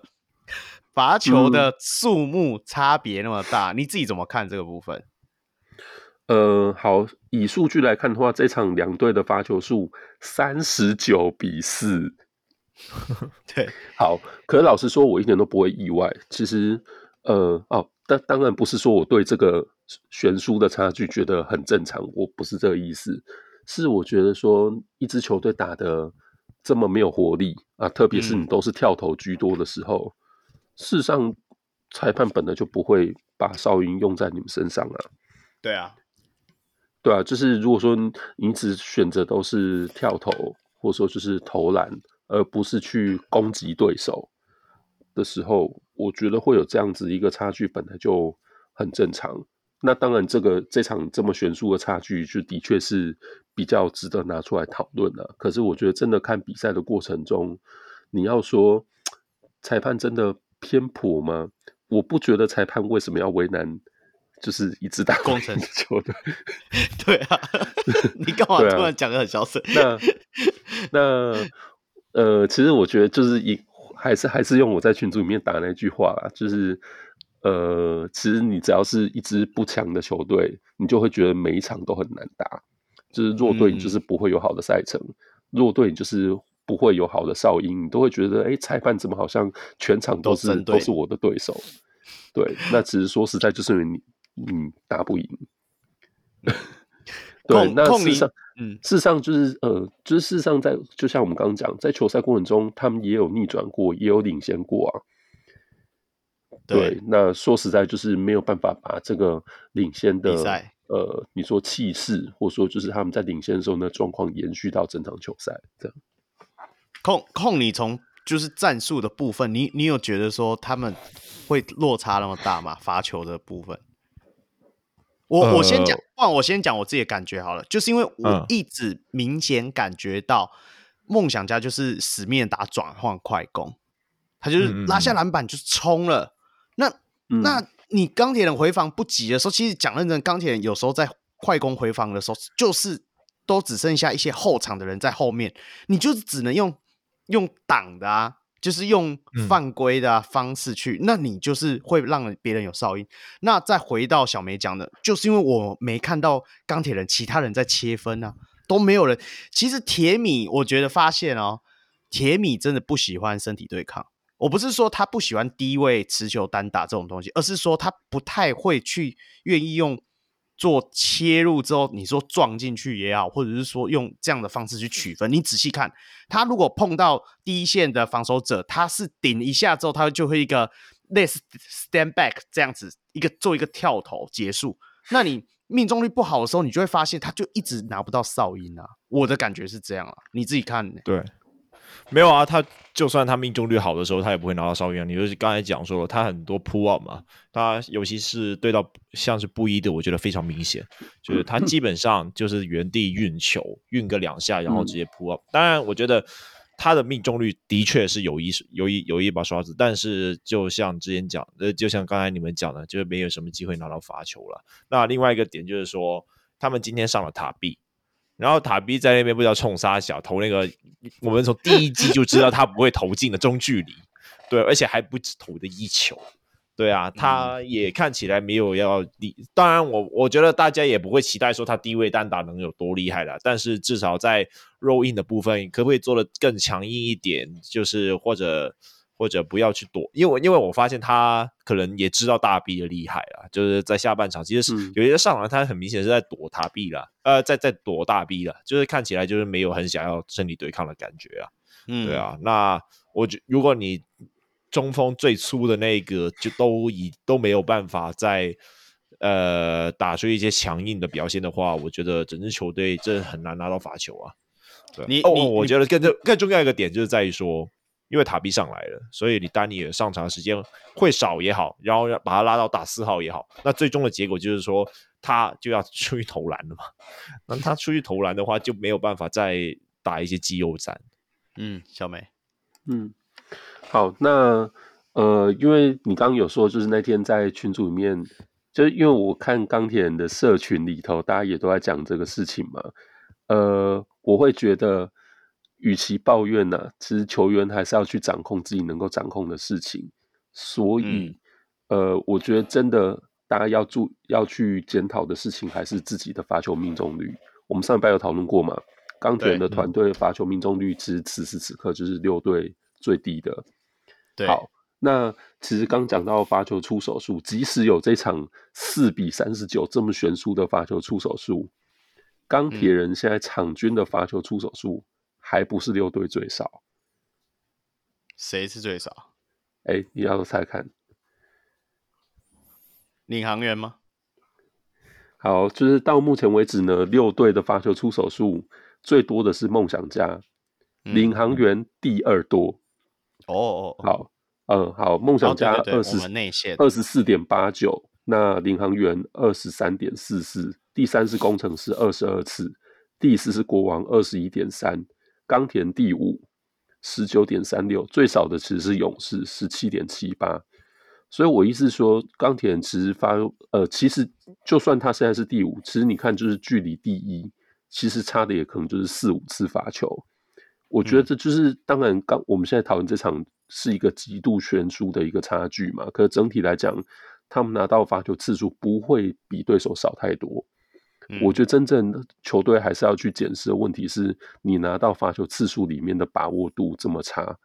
数目差别那么大，你自己怎么看这个部分？
好，以数据来看的话，这场两队的罚球数39-4。
对，
好，可是老实说，我一点都不会意外。其实，当然不是说我对这个悬殊的差距觉得很正常，我不是这个意思。是我觉得说，一支球队打得这么没有活力啊，特别是你都是跳投居多的时候，事实上裁判本来就不会把哨音用在你们身上啊。
对啊，
对啊，就是如果说你只选择都是跳投，或者说就是投篮，而不是去攻击对手的时候，我觉得会有这样子一个差距，本来就很正常。那当然，这场这么悬殊的差距，就的确是比较值得拿出来讨论了。可是我觉得，真的看比赛的过程中，你要说裁判真的偏颇吗？我不觉得裁判为什么要为难，就是一支打工程球队。
对啊，你干嘛突然讲得很小声？
其实我觉得就是还是用我在群组里面打那句话啦，就是其实你只要是一支不强的球队，你就会觉得每一场都很难打。就是弱队，你就是不会有好的赛程；弱队，你就是不会有好的哨音，你都会觉得，裁判怎么好像全场都是我的对手？对，那其实说实在，就是因为你打不赢。对，那事实上就是就是事实上就像我们刚刚讲，在球赛过程中，他们也有逆转过，也有领先过啊。对，那说实在就是没有办法把这个领先的比赛，你说气势，或者说就是他们在领先的时候那状况延续到整场球赛，这样。
控你从就是战术的部分，你有觉得说他们会落差那么大吗？罚球的部分？我先讲，我先讲我自己的感觉好了，就是因为我一直明显感觉到梦想家就是死命打转换快攻，他就是拉下篮板就冲了。那你钢铁人回防不急的时候，其实讲认真，钢铁人有时候在快攻回防的时候，就是都只剩下一些后场的人在后面，你就只能用挡的啊。就是用犯规的方式去，那你就是会让别人有哨音。那再回到小梅讲的，就是因为我没看到钢铁人其他人在切分啊，都没有人。其实铁米，我觉得发现哦，铁米真的不喜欢身体对抗。我不是说他不喜欢低位持球单打这种东西，而是说他不太会去愿意用做切入之后，你说撞进去也好，或者是说用这样的方式去取分。你仔细看，他如果碰到第一线的防守者，他是顶一下之后，他就会一个类似 stand back 这样子，做一个跳投结束。那你命中率不好的时候，你就会发现他就一直拿不到哨音啊。我的感觉是这样啊，你自己看。
对。没有啊，他就算他命中率好的时候，他也不会拿到哨音啊。你就是刚才讲说了，他很多 pull up 嘛，他尤其是对到像是布衣的，我觉得非常明显，就是他基本上就是原地运球，运个2下，然后直接 pull up。当然，我觉得他的命中率的确是有一把刷子，但是就像之前讲的，就像刚才你们讲的，就是没有什么机会拿到罚球了。那另外一个点就是说，他们今天上了塔壁。 然后塔比在那边不知道冲杀小投那个，我们从第一季就知道他不会投进的中距离，对，而且还不止投的一球。对啊，他也看起来没有要当然我觉得大家也不会期待说他低位单打能有多厉害啦，但是至少在 roll in 的部分可不可以做得更强硬一点，就是或者不要去躲，因为我发现他可能也知道大 B 的厉害啦，就是在下半场其实有一些上篮他很明显是在躲塔 B 啦，在躲大 B 啦，就是看起来就是没有很想要身体对抗的感觉啊。对啊，那如果你中锋最粗的那个就都没有办法在打出一些强硬的表现的话，我觉得整支球队真的很难拿到罚球啊。对，我觉得更重要一个点就是在于说，因为塔比上来了，所以你丹尼尔上场的时间会少也好，然后把他拉到打4号也好，那最终的结果就是说他就要出去投篮了嘛。那他出去投篮的话，就没有办法再打一些肌肉战。
小美，
好，那因为你刚刚有说，就是那天在群组里面，就是因为我看钢铁人的社群里头，大家也都在讲这个事情嘛。我会觉得，与其抱怨呢，其实球员还是要去掌控自己能够掌控的事情。所以，我觉得真的大家要去检讨的事情，还是自己的罚球命中率。我们上礼拜有讨论过嘛，钢铁人的团队罚球命中率，其实此时此刻就是6队最低的。
对，
好，那其实刚讲到罚球出手数，即使有这场4-39这么悬殊的罚球出手数，钢铁人现在场均的罚球出手数还不是6队最少。
谁是最少？
你要猜看，
领航员吗？
好，就是到目前为止呢，6队的罚球出手数最多的是梦想家，领航员第2多。好，好，梦想家24.89，那领航员23.44，第3是工程师22次，第4是国王21.3，钢铁第5 19.36，最少的其实是勇士17.78。所以我意思说，钢铁人其实其实就算他现在是第5，其实你看就是距离第1，其实差的也可能就是4-5次罚球。我觉得这就是当然我们现在讨论这场是一个极度悬殊的一个差距嘛，可是整体来讲，他们拿到罚球次数不会比对手少太多。我觉得真正球队还是要去检视的问题是，你拿到罚球次数里面的把握度这么差。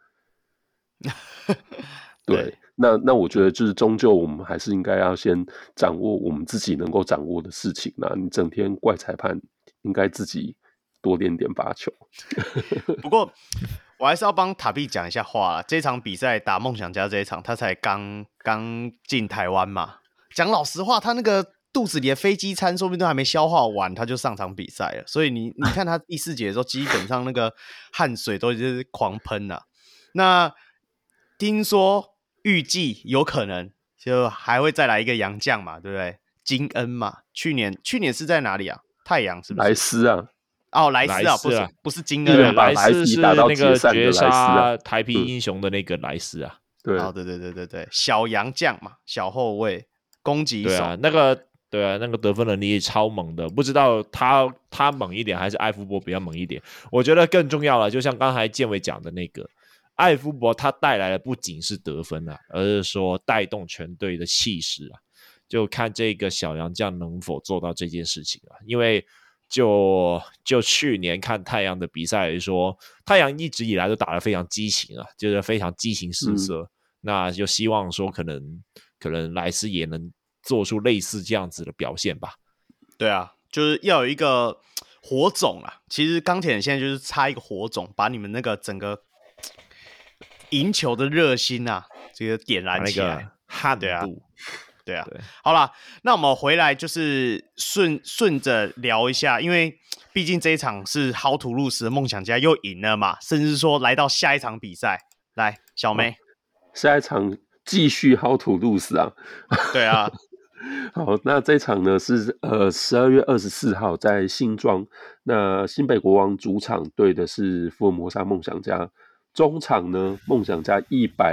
对，那我觉得就是终究我们还是应该要先掌握我们自己能够掌握的事情啦。你整天怪裁判，应该自己多练点罚球。
不过我还是要帮塔比讲一下话啦。这场比赛打梦想家这一场，他才刚进台湾嘛。讲老实话，他那个肚子里的飞机餐说不定都还没消化完，他就上场比赛了。所以你看他第4节的时候，基本上那个汗水都是狂喷了。那听说预计有可能就还会再来一个洋将嘛，对不对？金恩嘛，去年是在哪里啊？太阳是不是？
莱斯啊。
莱斯啊，不是金恩
啊，莱斯是那个绝杀台
啤
英雄的那个莱斯啊。
对，
对，小洋将嘛，小后卫，攻击手。
对啊，那个得分能力超猛的，不知道他猛一点还是艾夫伯比较猛一点。我觉得更重要了，就像刚才建伟讲的那个，艾夫伯他带来的不仅是得分啊，而是说带动全队的气势啊。就看这个小洋将能否做到这件事情啊，因为。就去年看太阳的比赛来说，太阳一直以来都打得非常激情啊，就是非常激情四射。那就希望说可能莱斯也能做出类似这样子的表现吧。
对啊，就是要有一个火种啊。其实钢铁人现在就是差一个火种，把你们那个整个赢球的热心啊，这个点燃起来，
那个悍度。
对啊，好啦，那我们回来就是顺着聊一下，因为毕竟这一场是薅土路时的梦想家又赢了嘛，甚至说来到下一场比赛，来小梅，
下一场继续薅土路时啊，
对啊，
好，那这场呢是12月24号在新庄，那新北国王主场对的是福尔摩沙梦想家，中场呢梦想家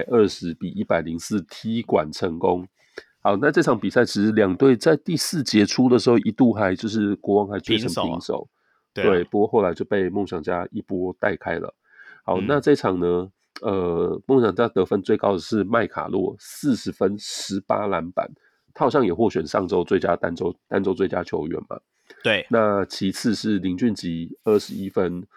120-104踢馆成功。好，那这场比赛其实两队在第4节初的时候一度还就是国王还追成平手， 对，不过后来就被梦想家一波带开了。好，那这场呢，梦想家得分最高的是麦卡洛，40分18篮板，他好像也获选上周最佳单周最佳球员嘛。
对，
那其次是林俊吉21分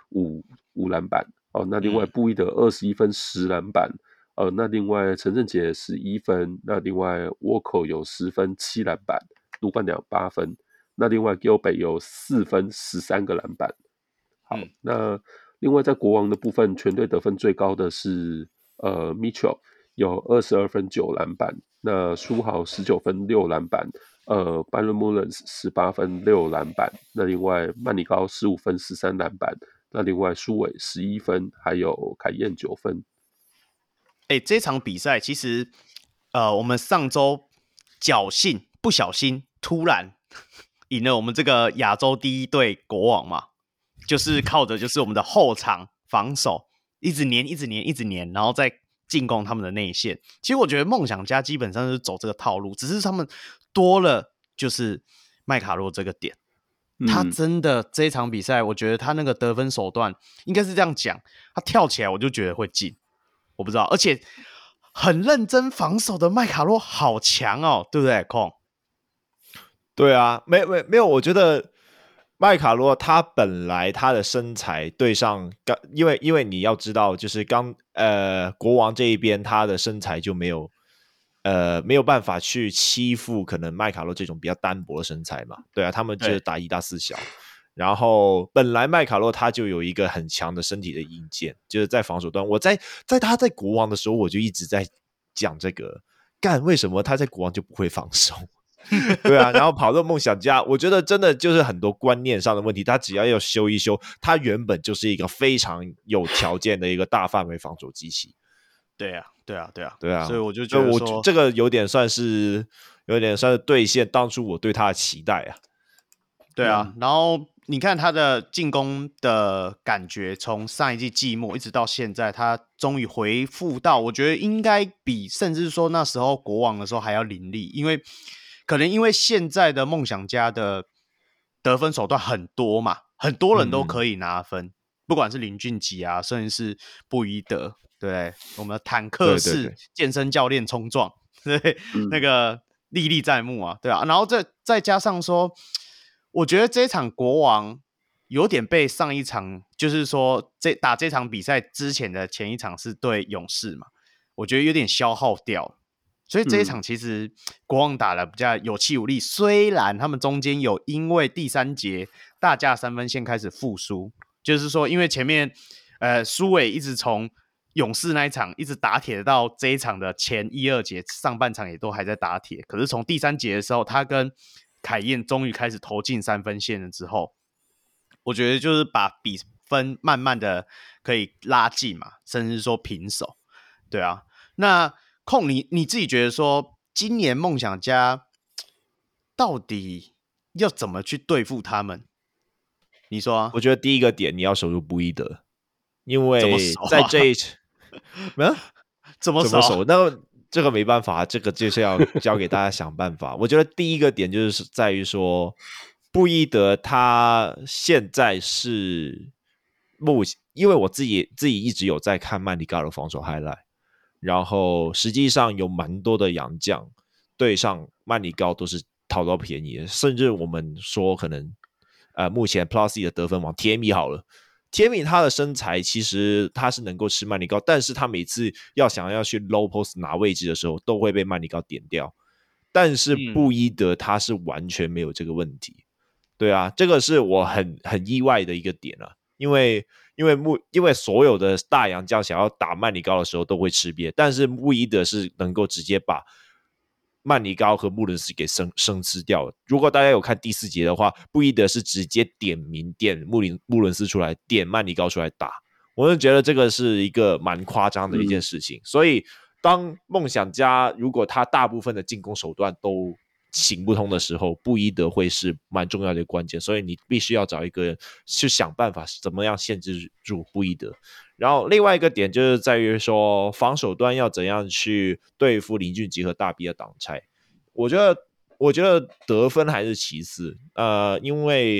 5篮板，那另外布伊德21分10篮板，那另外陈振杰11分，那另外沃口有10分7篮板，卢冠良8分，那另外 Gilbert 有4分13个篮板。好，那另外在国王的部分，全队得分最高的是Mitchell 有22分9篮板，那书豪19分6篮板。Byron Mullins 18分6篮板，那另外曼尼高15分13篮板，那另外苏伟11分，还有凯燕9分。
这场比赛其实我们上周侥幸不小心突然赢了我们这个亚洲第一队国王嘛，就是靠着就是我们的后场防守一直黏，然后再进攻他们的内线。其实我觉得梦想家基本上是走这个套路，只是他们多了就是麦卡洛这个点。他真的这一场比赛，我觉得他那个得分手段应该是这样讲，他跳起来我就觉得会进，我不知道，而且很认真防守的麦卡洛好强哦，对不对？空
对啊，没有，我觉得麦卡洛他本来他的身材对上因为你要知道，就是国王这一边他的身材就没有办法去欺负可能麦卡洛这种比较单薄的身材嘛。对啊，他们就是打1大4小。然后本来麦卡洛他就有一个很强的身体的硬件，就是在防守端。我在他在国王的时候，我就一直在讲这个，为什么他在国王就不会防守？对啊，然后跑到梦想家，我觉得真的就是很多观念上的问题，他只要修一修，他原本就是一个非常有条件的一个大范围防守机器。
对啊，
所
以我就觉得说
这个有点算是兑现当初我对他的期待啊。
对啊，然后你看他的进攻的感觉，从上一季季末一直到现在，他终于恢复到，我觉得应该比甚至说那时候国王的时候还要凌厉，因为现在的梦想家的得分手段很多嘛，很多人都可以拿分，不管是林俊吉啊，甚至是布伊德，对，我们的坦克式健身教练冲撞，对，那个历历在目啊，对啊，然后再加上说，我觉得这场国王有点被上一场，就是说打这场比赛之前的前一场是对勇士嘛，我觉得有点消耗掉了。所以这一场其实国王打得比较有气无力，虽然他们中间有因为第3节大架3分线开始复苏，就是说因为前面苏伟一直从勇士那一场一直打铁到这一场的前1、2节上半场也都还在打铁，可是从第3节的时候，他跟凯燕终于开始投进3分线了之后，我觉得就是把比分慢慢的可以拉近嘛，甚至说平手，对啊，那控你自己觉得说，今年梦想家到底要怎么去对付他们？你说啊？
我觉得第一个点你要守住布伊德，因为在这一
怎么守？
那这个没办法，这个就是要交给大家想办法。我觉得第一个点就是在于说，布伊德他现在是因为我自己一直有在看曼迪高的防守 highlight。然后实际上有蛮多的洋将对上曼尼高都是讨到便宜的，甚至我们说可能目前 Plus 的得分王铁米好了，铁米他的身材其实他是能够吃曼尼高，但是他每次想要去 low post 拿位置的时候都会被曼尼高点掉，但是布伊德他是完全没有这个问题。对啊，这个是我很意外的一个点啊，因为所有的大洋将想要打曼尼高的时候都会吃瘪，但是布伊德是能够直接把曼尼高和穆伦斯给生吃掉了。如果大家有看第4节的话，布伊德是直接点穆伦斯出来，点曼尼高出来打，我就觉得这个是一个蛮夸张的一件事情。所以当梦想家如果他大部分的进攻手段都行不通的时候，布伊德会是蛮重要的关键，所以你必须要找一个人去想办法怎么样限制住布伊德。然后另外一个点就是在于说防守端要怎样去对付林俊吉和大 B 的挡拆。我觉得得分还是其次，因为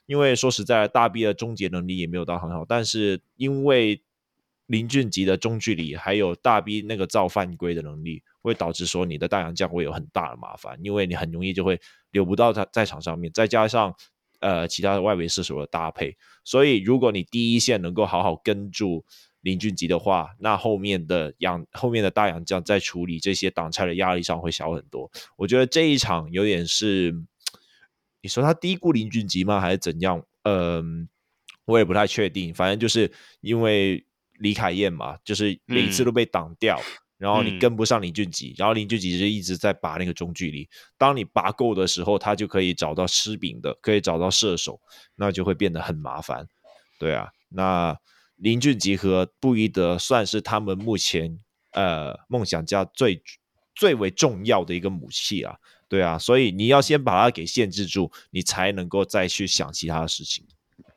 因为说实在，大 B 的终结能力也没有到很好，但是因为林俊杰的中距离还有大 B 那个造犯规的能力，会导致说你的大洋将会有很大的麻烦，因为你很容易就会留不到他在场上面，再加上其他的外围射手的搭配，所以如果你第一线能够好好跟住林俊杰的话，那后面的大洋将在处理这些挡拆的压力上会小很多。我觉得这一场有点是，你说他低估林俊杰吗？还是怎样？我也不太确定。反正就是因为李凯燕嘛，就是每一次都被挡掉，然后你跟不上林俊杰，然后林俊杰就一直在拔那个中距离。当你拔够的时候，他就可以找到吃饼的，可以找到射手，那就会变得很麻烦。对啊，那林俊杰和布伊德算是他们目前梦想家最为重要的一个武器啊。对啊，所以你要先把它给限制住，你才能够再去想其他的事情。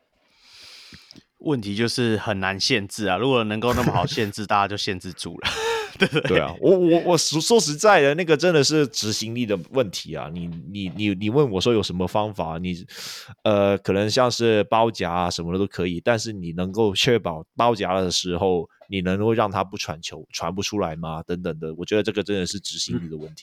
问题就是很难限制啊，如果能够那么好限制，大家就限制住了。
对啊，我说实在的，那个真的是执行力的问题啊！你问我说有什么方法？你可能像是包夹啊什么的都可以，但是你能够确保包夹的时候，你能够让他不传球，传不出来吗？等等的，我觉得这个真的是执行力的问题。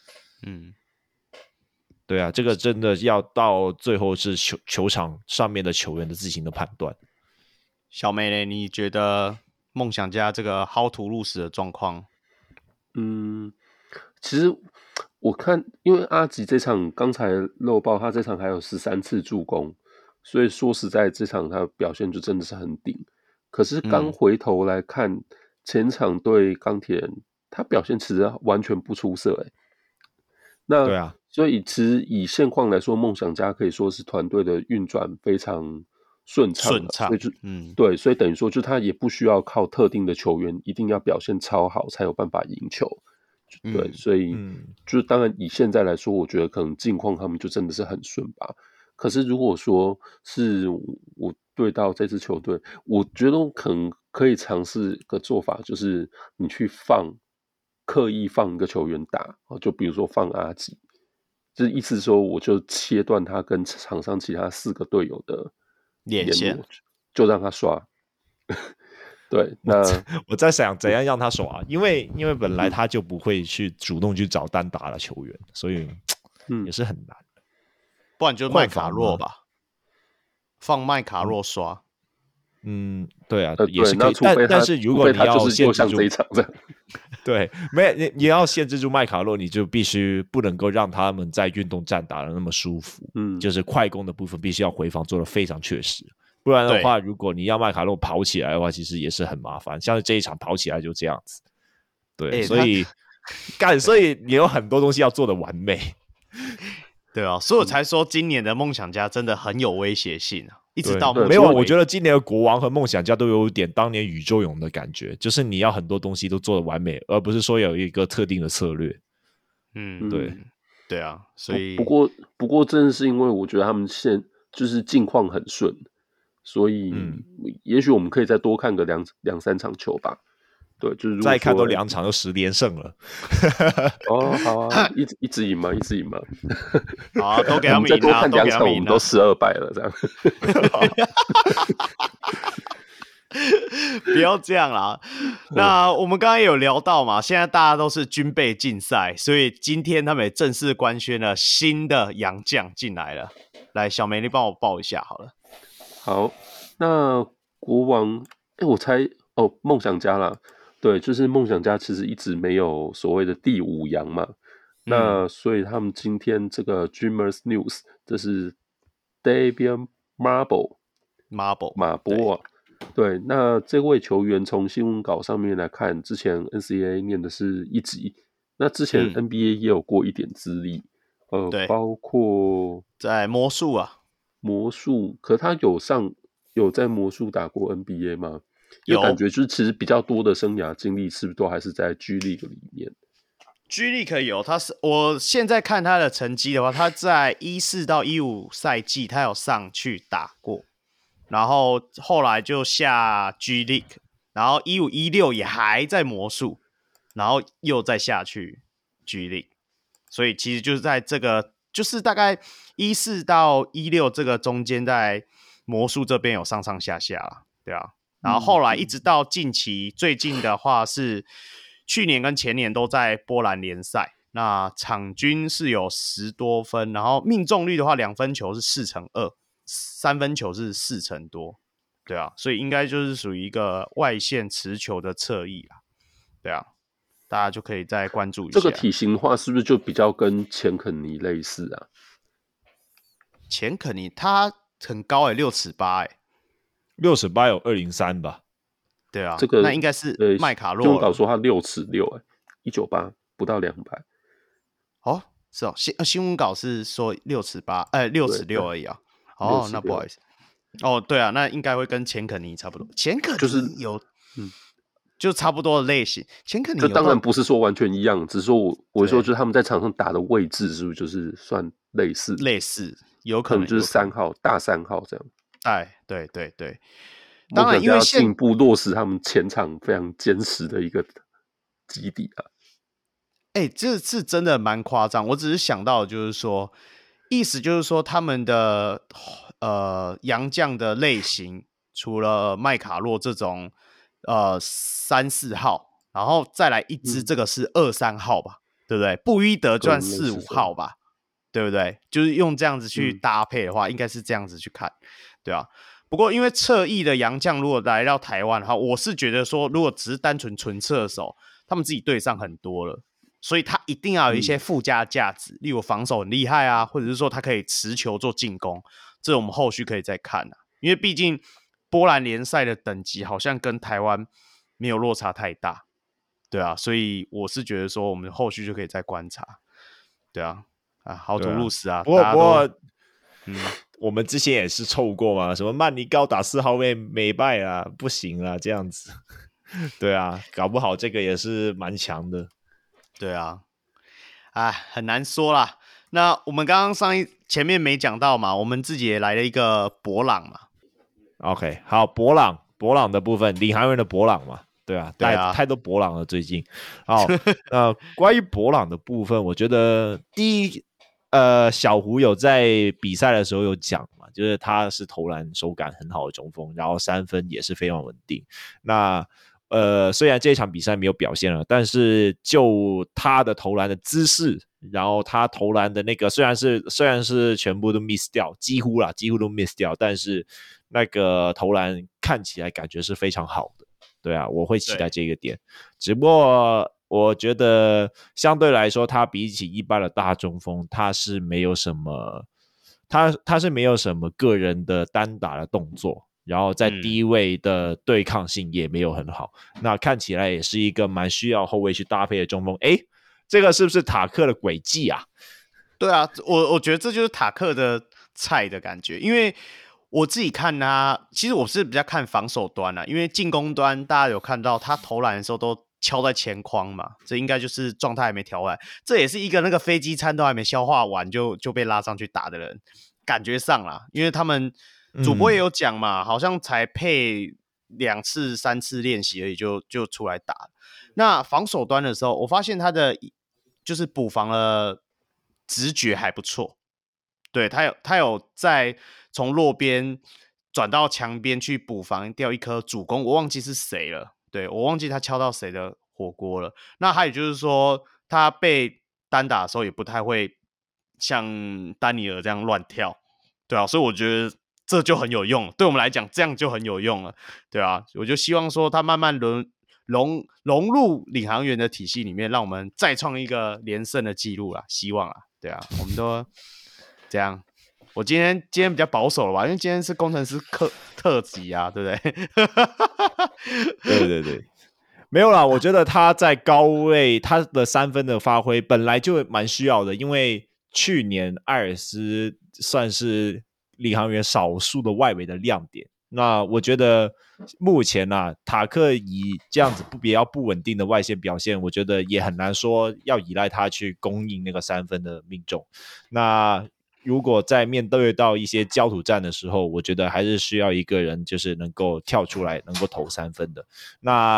对啊，这个真的要到最后是球场上面的球员的自行的判断。
小妹呢？你觉得梦想家这个薅土入室的状况？
其实我看，因为阿吉这场刚才漏报，他这场还有13次助攻，所以说实在这场他表现就真的是很顶。可是刚回头来看前场对钢铁人，他表现其实完全不出色欸。那
对啊，
所以其实以现况来说，梦想家可以说是团队的运转非常顺畅，所以就对，所以等于说，就他也不需要靠特定的球员一定要表现超好才有办法赢球。对，所以就当然以现在来说，我觉得可能近况他们就真的是很顺吧。可是如果说是我对到这支球队，我觉得可能可以尝试个做法，就是你去刻意放一个球员打，就比如说放阿吉，就是意思说我就切断他跟场上其他4个队友的
连线，
就让他刷。对，那
我在想怎样让他耍，因为本来他就不会去主动去找单打的球员，所以也是很难。
不然就麦卡洛吧，放麦卡洛刷。
对啊，也是可以。但是如果你要限制住，对，你要限制住麦卡洛，你就必须不能够让他们在运动战打得那么舒服。就是快攻的部分必须要回防做得非常确实。不然的话，如果你要麦卡洛跑起来的话，其实也是很麻烦。像是这一场跑起来就这样子，对，所以你有很多东西要做的完美，
对啊，所以我才说今年的梦想家真的很有威胁性啊！一直到
没有，我觉得今年的国王和梦想家都有点当年宇宙勇的感觉，就是你要很多东西都做的完美，而不是说有一个特定的策略。
对啊，所以
不过正是因为我觉得他们就是近况很顺。所以，也许我们可以再多看个两三场球吧。对，就是
再看都2场就10连胜了。
哦，好啊，一直赢嘛，一直赢嘛。
好，都给他们赢啊！
再多看2场，我们都12败了，这样。
不要这样啦。那我们刚刚也有聊到嘛，现在大家都是军备竞赛，所以今天他们也正式官宣了新的洋将进来了。来，小梅，你帮我报一下好了。
好，那国王，我猜梦想家啦，对，就是梦想家其实一直没有所谓的第5洋嘛，那所以他们今天这个 Dreamers News， 这是 Davion Marble 马波啊，对，那这位球员从新闻稿上面来看，之前 NCAA 念的是1级，那之前 NBA 也有过一点资历，包括
在魔术啊。
魔术，可他有在魔术打过 NBA 吗？有感觉就是其实比较多的生涯经历是不是都还是在 G League 里面
？G League 有，我现在看他的成绩的话，他在14到15赛季他有上去打过，然后后来就下 G League， 然后15、16也还在魔术，然后又再下去 G League， 所以其实就是在这个就是大概14到16这个中间，在魔术这边有上上下下啦，对啊。然后后来一直到近期，最近的话是去年跟前年都在波兰联赛，那场均是有10多分，然后命中率的话，2分球是4/2，3分球是4成多，对啊，所以应该就是属于一个外线持球的侧翼啊，对啊，大家就可以再关注一下。
这个体型化是不是就比较跟钱肯尼类似啊？
钱肯尼他很高6尺8
68有203吧？
对啊，
这个
那应该是麦卡洛了。
新闻稿说他6尺6，198不到200。
哦，是哦，新闻稿是说6尺8，6尺6而已啊。哦，那不好意思。哦，对啊，那应该会跟钱肯尼差不多。钱肯尼有，就差不多的类型。钱肯尼
这当然不是说完全一样，只是说我会说，就是他们在场上打的位置是不是就是算类似？
类似，有可能
就是3号大3号这样。
对。当然，因为
要进一步落实他们前场非常坚实的一个基底啊。
这是真的蛮夸张。我只是想到，就是说，意思就是说，他们的洋将的类型，除了麦卡洛这种3、4号，然后再来一支，这个是2、3号吧，对不对？布伊德就算4、5号吧，对不对？就是用这样子去搭配的话，应该是这样子去看，对啊。不过，因为侧翼的洋将如果来到台湾的话，我是觉得说，如果只是单纯侧手，他们自己对上很多了，所以他一定要有一些附加价值，例如防守很厉害啊，或者是说他可以持球做进攻，这我们后续可以再看啊。因为毕竟波兰联赛的等级好像跟台湾没有落差太大，对啊，所以我是觉得说，我们后续就可以再观察，对啊，豪图路斯啊，
不过我们之前也是凑过嘛，什么曼尼高打4号位没败啊，不行啊，这样子，对啊，搞不好这个也是蛮强的，
对啊，很难说啦。那我们刚刚前面没讲到嘛，我们自己也来了一个博朗嘛。
OK， 好，博朗的部分，领航员的博朗嘛，对啊，太多博朗了最近。好，关于博朗的部分，我觉得第一。小胡有在比赛的时候有讲嘛，就是他是投篮手感很好的中锋，然后3分也是非常稳定。那虽然这一场比赛没有表现了，但是就他的投篮的姿势，然后他投篮的那个虽然是全部都 miss 掉，几乎都 miss 掉，但是那个投篮看起来感觉是非常好的。对啊，我会期待这个点，只不过。我觉得相对来说，他比起一般的大中锋，他是没有什么个人的单打的动作，然后在低位的对抗性也没有很好。那看起来也是一个蛮需要后卫去搭配的中锋。这个是不是塔克的轨迹啊？
对啊，我觉得这就是塔克的菜的感觉，因为我自己看他，其实我是比较看防守端啦，因为进攻端大家有看到他投篮的时候都敲在前框嘛，这应该就是状态还没调完，这也是一个那个飞机餐都还没消化完就被拉上去打的人，感觉上啦，因为他们主播也有讲嘛，好像才配2次3次练习而已就出来打。那防守端的时候，我发现他的就是补防的直觉还不错，对，他有在从弱边转到强边去补防掉一颗主攻，我忘记是谁了。对，我忘记他敲到谁的火锅了。那还有就是说，他被单打的时候也不太会像丹尼尔这样乱跳，对啊，所以我觉得这就很有用，对我们来讲这样就很有用了，对啊，我就希望说他慢慢融入领航员的体系里面，让我们再创一个连胜的记录啦，希望啦，对啊，我们都这样。我今天比较保守了吧，因为今天是工程师特辑啊，对不对？
对，没有啦。我觉得他在高位，他的3分的发挥本来就蛮需要的，因为去年艾尔斯算是领航员少数的外围的亮点。那我觉得目前塔克以这样子比较不稳定的外线表现，我觉得也很难说要依赖他去供应那个3分的命中。那如果在面对到一些焦土战的时候，我觉得还是需要一个人就是能够跳出来能够投3分的。那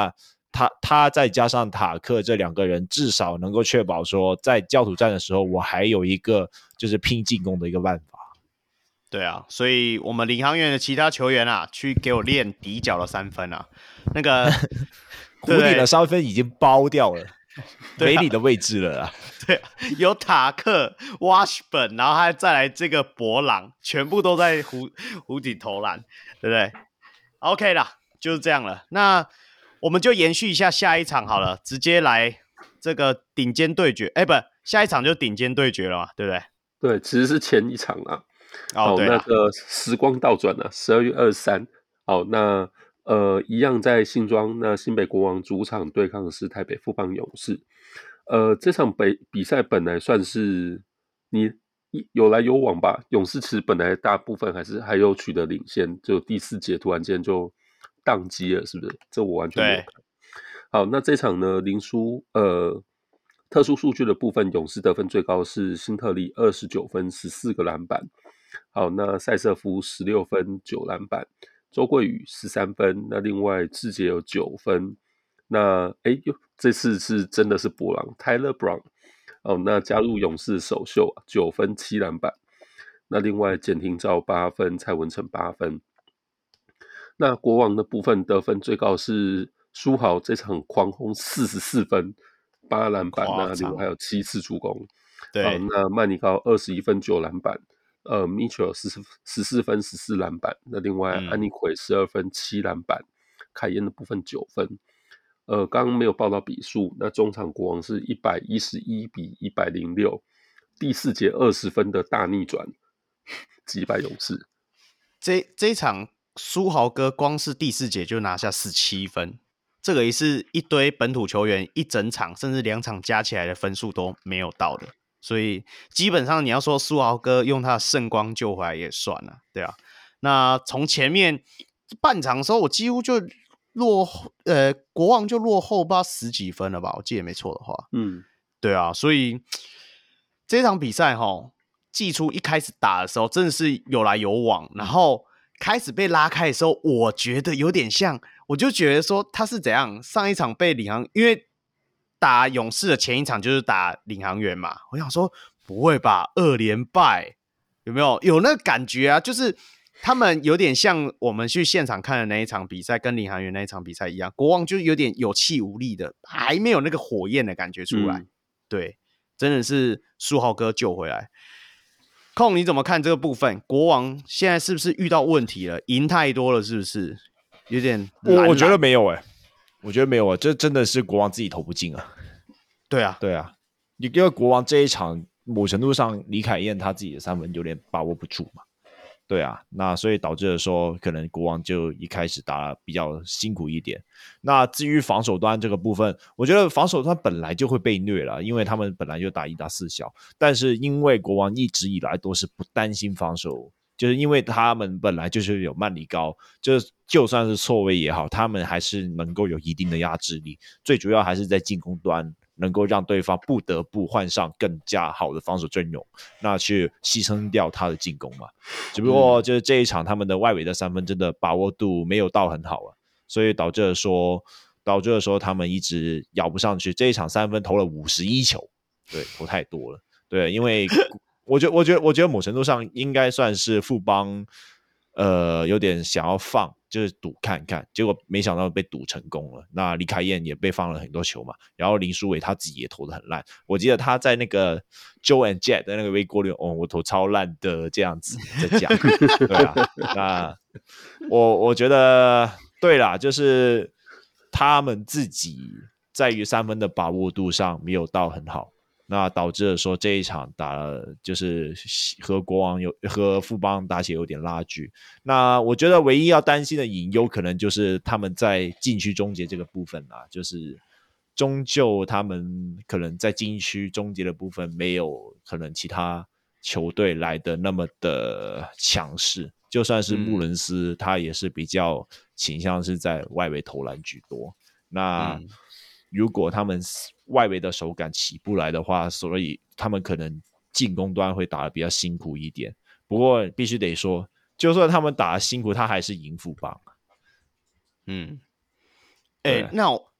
他再加上塔克这两个人，至少能够确保说，在教土战的时候，我还有一个就是拼进攻的一个办法。
对啊，所以我们领航员的其他球员啊，去给我练底角的3分啊，那个
湖里的3分已经包掉了，没你的位置了啦。
对啊，有塔克、Washburn， 然后还再来这个博朗，全部都在湖底投篮，对不对 ？OK 啦，就是这样了。那我们就延续一下下一场好了，直接来这个顶尖对决。不，下一场就顶尖对决了嘛，对不对？
对，其实是前一场啊。
哦，对
那个时光倒转了，12月23。好，那一样在新庄，那新北国王主场对抗的是台北富邦勇士。这场比赛本来算是你有来有往吧，勇士其实本来大部分还有取得领先，就第4节突然间就宕机了，是不是？这我完全没有看。好，那这场呢，林书特殊数据的部分，勇士得分最高是辛特利29分14个篮板。好，那塞瑟夫16分9篮板，周桂宇13分，那另外志杰有9分。那这次是真的是博朗 Tyler Brown。那加入勇士首秀9分7篮板。那另外简廷照8分，蔡文成8分。那国王的部分得分最高是书豪，这场狂轰44分8篮板，那另外还有7次助攻。
对，
那曼尼高21分9篮板。Mitchell 14分14篮板，那另外安妮奎12分7篮板，凯燕的部分9分。刚刚没有报到比数，那中场国王是111比106，第4节20分的大逆转，击败勇士。
这一场苏豪哥光是第4节就拿下17分，这个也是一堆本土球员一整场甚至2场加起来的分数都没有到的。所以基本上你要说苏豪哥用他的圣光救回来也算了，对啊。那从前面半场的时候，我几乎就国王就落后不知道10几分了吧，我记得没错的话。对啊，所以这场比赛季初一开始打的时候真的是有来有往，然后开始被拉开的时候，我觉得有点像，我就觉得说他是怎样，上一场被领航，因为打勇士的前一场就是打领航员嘛，我想说不会吧，2连败有没有？有那个感觉啊，就是他们有点像我们去现场看的那一场比赛，跟领航员那一场比赛一样，国王就有点有气无力的，还没有那个火焰的感觉出来。对，真的是苏豪哥救回来。控你怎么看这个部分？国王现在是不是遇到问题了？赢太多了，是不是有点懒？
我觉得没有我觉得没有这真的是国王自己投不进啊。
对啊，
因为国王这一场某程度上李凯燕他自己的3分有点把握不住嘛。对啊，那所以导致了说可能国王就一开始打比较辛苦一点。那至于防守端这个部分，我觉得防守端本来就会被虐了，因为他们本来就打1打4小，但是因为国王一直以来都是不担心防守，就是因为他们本来就是有曼里高，就算是错位也好，他们还是能够有一定的压制力，最主要还是在进攻端能够让对方不得不换上更加好的防守阵容，那去牺牲掉他的进攻嘛。只不过就是这一场他们的外围的3分真的把握度没有到很好啊，所以导致了说他们一直咬不上去。这一场3分投了51球，对，投太多了。对，因为我觉得某程度上应该算是富邦有点想要放，就是赌看看，结果没想到被赌成功了。那李凯燕也被放了很多球嘛，然后林书伟他自己也投得很烂。我记得他在那个 Joe and Jet 的那个微锅里，我投超烂的这样子在讲。对啊，那我觉得对啦，就是他们自己在于3分的把握度上没有到很好。那导致了说这一场打了就是和富邦打起有点拉锯。那我觉得唯一要担心的隐忧可能就是他们在禁区终结这个部分啦，就是终究他们可能在禁区终结的部分没有可能其他球队来的那么的强势，就算是穆伦斯他也是比较倾向是在外围投篮居多。那如果他们外围的手感起不来的话，所以他们可能进攻端会打得比较辛苦一点。不过必须得说，就算他们打得辛苦，他还是赢富邦。
那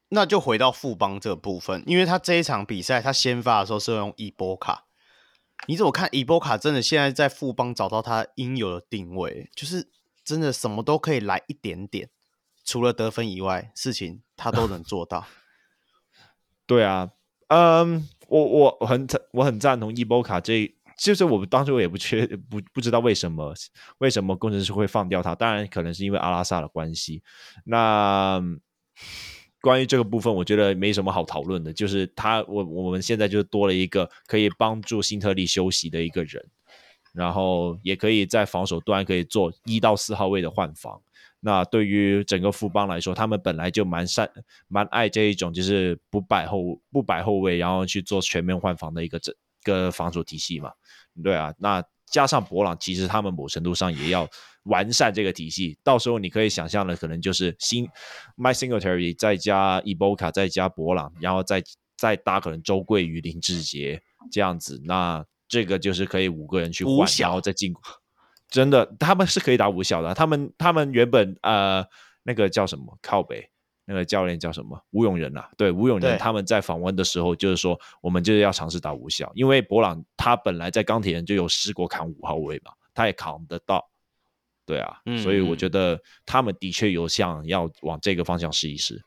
那就回到富邦这个部分，因为他这一场比赛他先发的时候是用伊波卡，你怎么看伊波卡真的现在在富邦找到他应有的定位，就是真的什么都可以来一点点，除了得分以外，事情他都能做到。
对啊，我很赞同伊波卡就是我当时我也不知道为什么工程师会放掉他，当然可能是因为阿拉萨的关系。那关于这个部分，我觉得没什么好讨论的，就是我们现在就多了一个可以帮助辛特利休息的一个人，然后也可以在防守端可以做1到4号位的换防。那对于整个富邦来说，他们本来就蛮爱这一种就是不摆后卫，然后去做全面换防的一个防守体系嘛。对啊，那加上博朗，其实他们某程度上也要完善这个体系。到时候你可以想象的，可能就是Mike Singletary 再加 Ibaka 再加博朗，然后再搭可能周桂宇、林志杰这样子。那这个就是可以5个人去换，然后再进攻。真的，他们是可以打5小的。他们原本那个叫什么靠北，那个教练叫什么吴永仁啊？对，吴永仁他们在访问的时候就是说，我们就是要尝试打5小，因为博朗他本来在钢铁人就有试过扛5号位嘛，他也扛得到。对啊，所以我觉得他们的确有想要往这个方向试一试。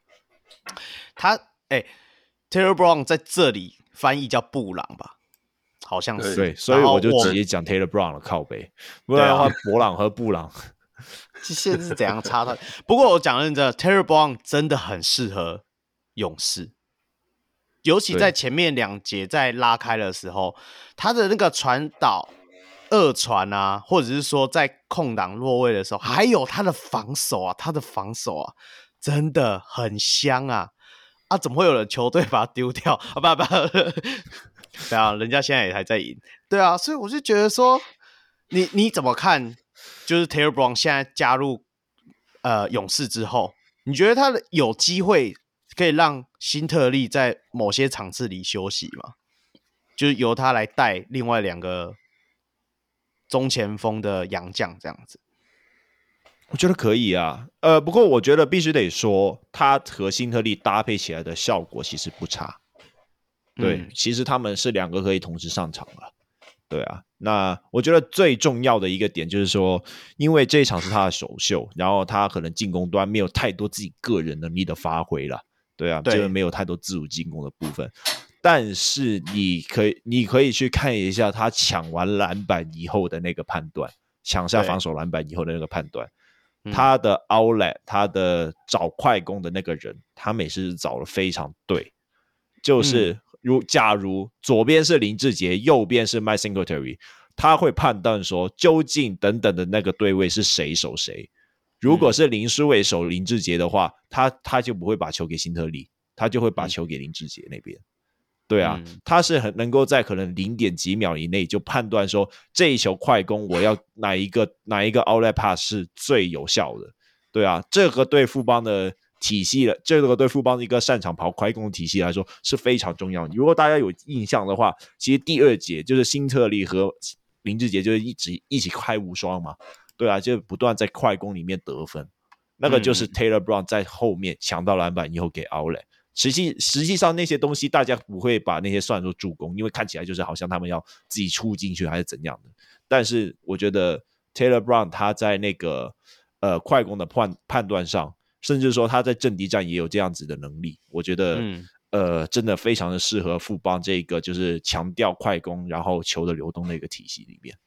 Taylor Brown 在这里翻译叫布朗吧？好像是
对，所以我就直接讲 Taylor Brown 的靠北，不然的话，博朗和布朗
现在是怎样差他？不过我讲认真的 ，Taylor Brown 真的很适合勇士，尤其在前面2节在拉开的时候，他的那个传导、2传啊，或者是说在空档落位的时候，还有他的防守啊，真的很香啊！怎么会有人球队把他丢掉啊？不。对啊，人家现在也还在赢。对啊，所以我就觉得说，你怎么看？就是 Taylor Brown 现在加入勇士之后，你觉得他有机会可以让辛特利在某些场次里休息吗？就是由他来带另外2个中前锋的洋将这样子。
我觉得可以啊，不过我觉得必须得说，他和辛特利搭配起来的效果其实不差。对，其实他们是2个可以同时上场了。对啊，那我觉得最重要的一个点就是说，因为这一场是他的首秀，然後他可能进攻端没有太多自己个人能力的发挥了。对啊，就是没有太多自主进攻的部分。但是你可以去看一下他抢完篮板以后的那个判断，抢下防守篮板以后的那个判断。他的 outlet， 他的找快攻的那个人，他每次找得非常对，就是假如左边是林志杰，右边是 Mike Singletary， 他会判断说究竟等等的那个对位是谁守谁。如果是林书伟守林志杰的话，他就不会把球给辛特利，他就会把球给林志杰那边。对啊，他是很能够在可能0点几秒以内就判断说这一球快攻我要哪一个 outlet pass 是最有效的。对啊，这个对富邦的体系了，这个对富邦一个擅长跑快攻的体系来说是非常重要的。如果大家有印象的话，其实第2节就是辛特利和林志杰就是一起开无双嘛。对啊，就不断在快攻里面得分，那个就是 Taylor Brown 在后面抢到篮板以后给 outlet。实际上那些东西大家不会把那些算作助攻，因为看起来就是好像他们要自己出进去还是怎样的。但是我觉得 Taylor Brown 他在那个快攻的判断上，甚至说他在阵地战也有这样子的能力，我觉得真的非常的适合富邦这个就是强调快攻然后球的流动的一个体系里面。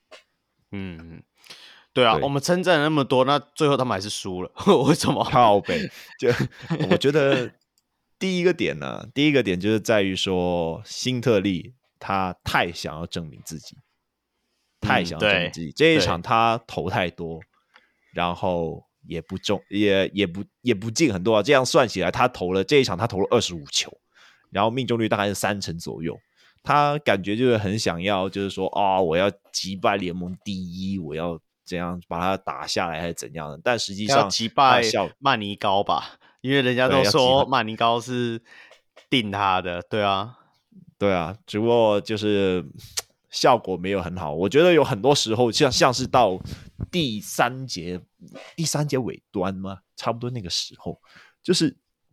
对啊，我们称赞了那么多，那最后他们还是输了，为什么？
靠北，就我觉得第一个点就是在于说辛特利他太想要证明自己，这一场他投太多，然后也不中，也不进很多啊。这样算起来，这一场他投了25球，然后命中率大概是30%左右。他感觉就是很想要，就是说我要击败联盟第1，我要怎样把他打下来还是怎样的？但实际上
要击败曼尼高吧，因为人家都说曼尼高是定他的。对啊，
只不过就是效果没有很好。我觉得有很多时候像是到第三节尾端嘛，差不多那个时候，就是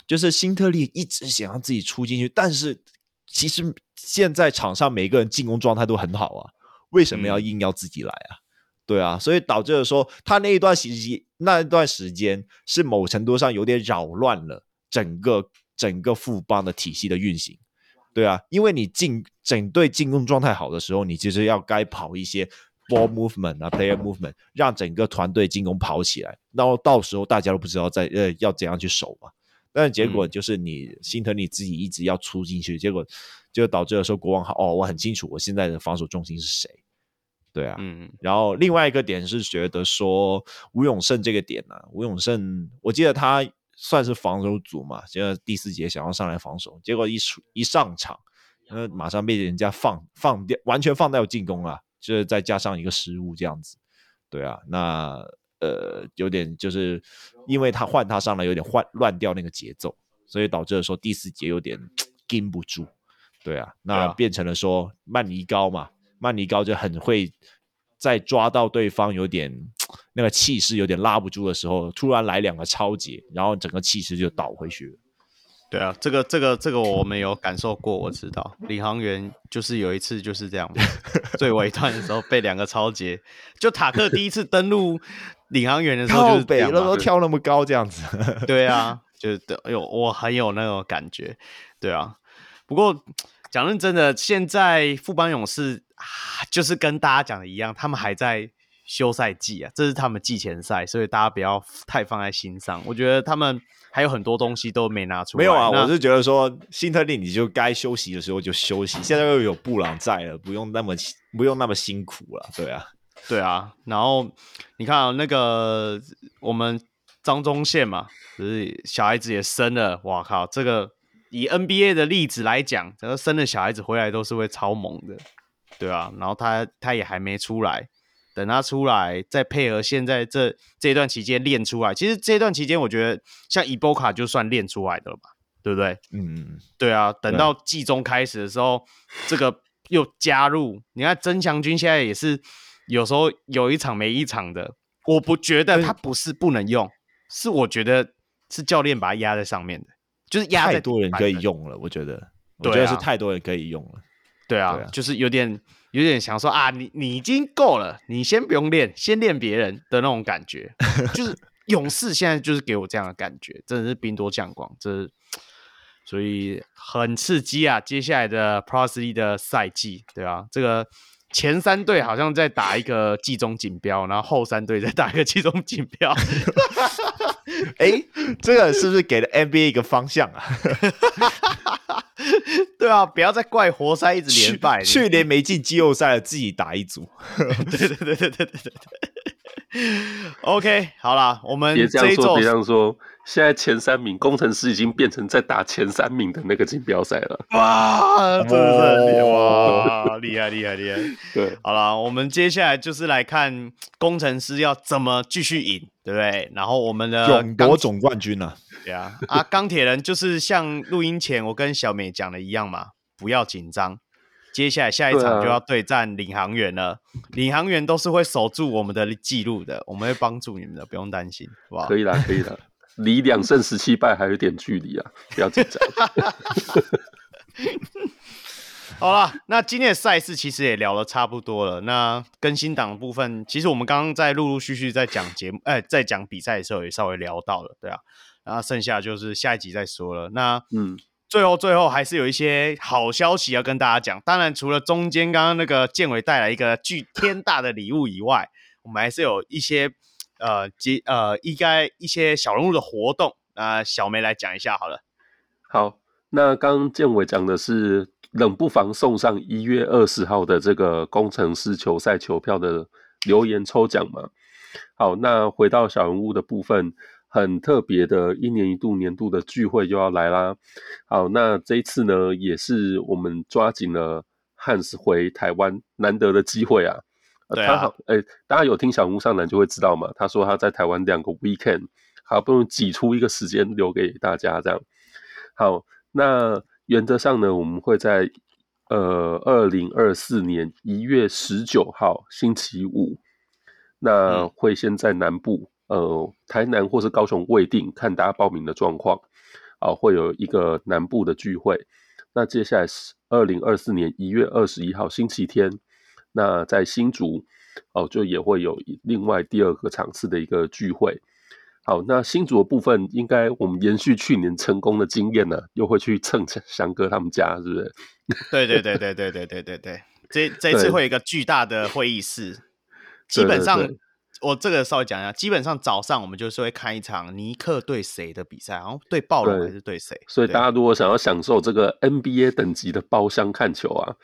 就是辛特利一直想要自己出进去，但是其实现在场上每个人进攻状态都很好啊，为什么要硬要自己来啊？对啊，所以导致了说他那一段时间是某程度上有点扰乱了整个富邦的体系的运行。对啊，因为你整队进攻状态好的时候，你其实要该跑一些 ball movement 啊 player movement， 让整个团队进攻跑起来，然后到时候大家都不知道要怎样去守嘛。但结果就是辛特利自己一直要出进去，结果就导致了说国王我很清楚我现在的防守重心是谁。对啊，然后另外一个点是觉得说吴永胜这个点呢，吴永胜我记得他算是防守组嘛，结果第4节想要上来防守，结果一上场，马上被人家放掉，完全放掉进攻啊，就是再加上一个失误这样子。对啊，那有点就是因为他换他上来有点乱掉那个节奏，所以导致了说第4节有点跟不住。对啊，那变成了说曼尼高就很会在抓到对方有点那个气势有点拉不住的时候，突然来2个超节，然后整个气势就倒回去了。
对啊，这个我们有感受过，我知道领航员就是有一次就是这样，最尾段的时候被2个超节，就塔克第一次登陆领航员的时候就是这样嘛，
都跳那么高这样子。
对啊，就是我很有那种感觉。对啊，不过讲认真的，现在富邦勇士就是跟大家讲的一样，他们还在休赛季啊，这是他们季前赛，所以大家不要太放在心上。我觉得他们还有很多东西都没拿出来。
没有啊，我是觉得说辛特利你就该休息的时候就休息，现在又有布朗在了，不用那么辛苦了。对啊，
对啊，然后你看那个我们张宗宪嘛，就是小孩子也生了，哇靠，这个以 NBA 的例子来讲，整个生了小孩子回来都是会超猛的，对啊，然后他也还没出来，等他出来，再配合现在这一段期间练出来，其实这段期间我觉得像伊波卡就算练出来的了嘛，对不对？对啊，等到季中开始的时候，这个又加入，你看曾祥军现在也是有时候有一场没一场的，我不觉得他不是不能用，是我觉得是教练把他压在上面的，就是压在
太多人可以用了，我觉得是太多人可以用了。
对啊，就是有点想说啊，你已经够了，你先不用练，先练别人的那种感觉，就是勇士现在就是给我这样的感觉，真的是兵多将广，所以很刺激啊！接下来的 Pro 3的赛季，对啊，这个前3队好像在打一个季中锦标，然后后3队在打一个季中锦标。
这个是不是给了 NBA 一个方向啊？
对啊，不要再怪活塞一直连败，
去年没进季后赛了，自己打一组。
对。OK， 好啦，我们
别这样说，别这样说。现在前3名，工程师已经变成在打前3名的那个锦标赛了。
哇，真的是很厉害，哇，厉害！
对，
好啦，我们接下来就是来看工程师要怎么继续赢，对不对？然后我们的
勇夺总冠军啊！
对啊，钢铁人就是像录音前我跟小美讲的一样嘛，不要紧张。接下来下一场就要对战领航员了，领航员都是会守住我们的记录的，我们会帮助你们的，不用担心，好不好？
可以啦，离2胜17败还有点距离啊，不要紧张。
好啦，那今天的赛事其实也聊得差不多了。那更新档的部分，其实我们刚刚在陆续在讲节目，在讲比赛的时候也稍微聊到了，对啊。然后剩下就是下一集再说了。那最后还是有一些好消息要跟大家讲。当然，除了中间刚刚那个建伟带来一个天大的礼物以外，我们还是有一些应该一些小人物的活动。小梅来讲一下好了。
好，那刚刚建伟讲的是冷不防送上1月20号的这个工程师球赛球票的留言抽奖嘛。好，那回到小人物的部分。很特别的1年1度年度的聚会就要来啦。好，那这一次呢，也是我们抓紧了汉斯回台湾难得的机会啊。
对啊，
大家有听小人物上篮就会知道嘛，他说他在台湾2个 weekend 好不容易挤出一个时间留给大家这样。好，那原则上呢，我们会在2024年1月19号星期五，那会先在南部台南或是高雄未定，看大家报名的状况。 会有一个南部的聚会。那接下来是2024年1月21号星期天，那在新竹就也会有另外第二个场次的一个聚会。好，那新竹的部分，应该我们延续去年成功的经验呢，又会去蹭翔哥他们家，是不是？
对，这次会有一个巨大的会议室，基本上
对
我这个稍微讲一下，基本上早上我们就是会看一场尼克对谁的比赛，好像对暴龙还是对谁，
所以大家如果想要享受这个 NBA 等级的包厢看球啊，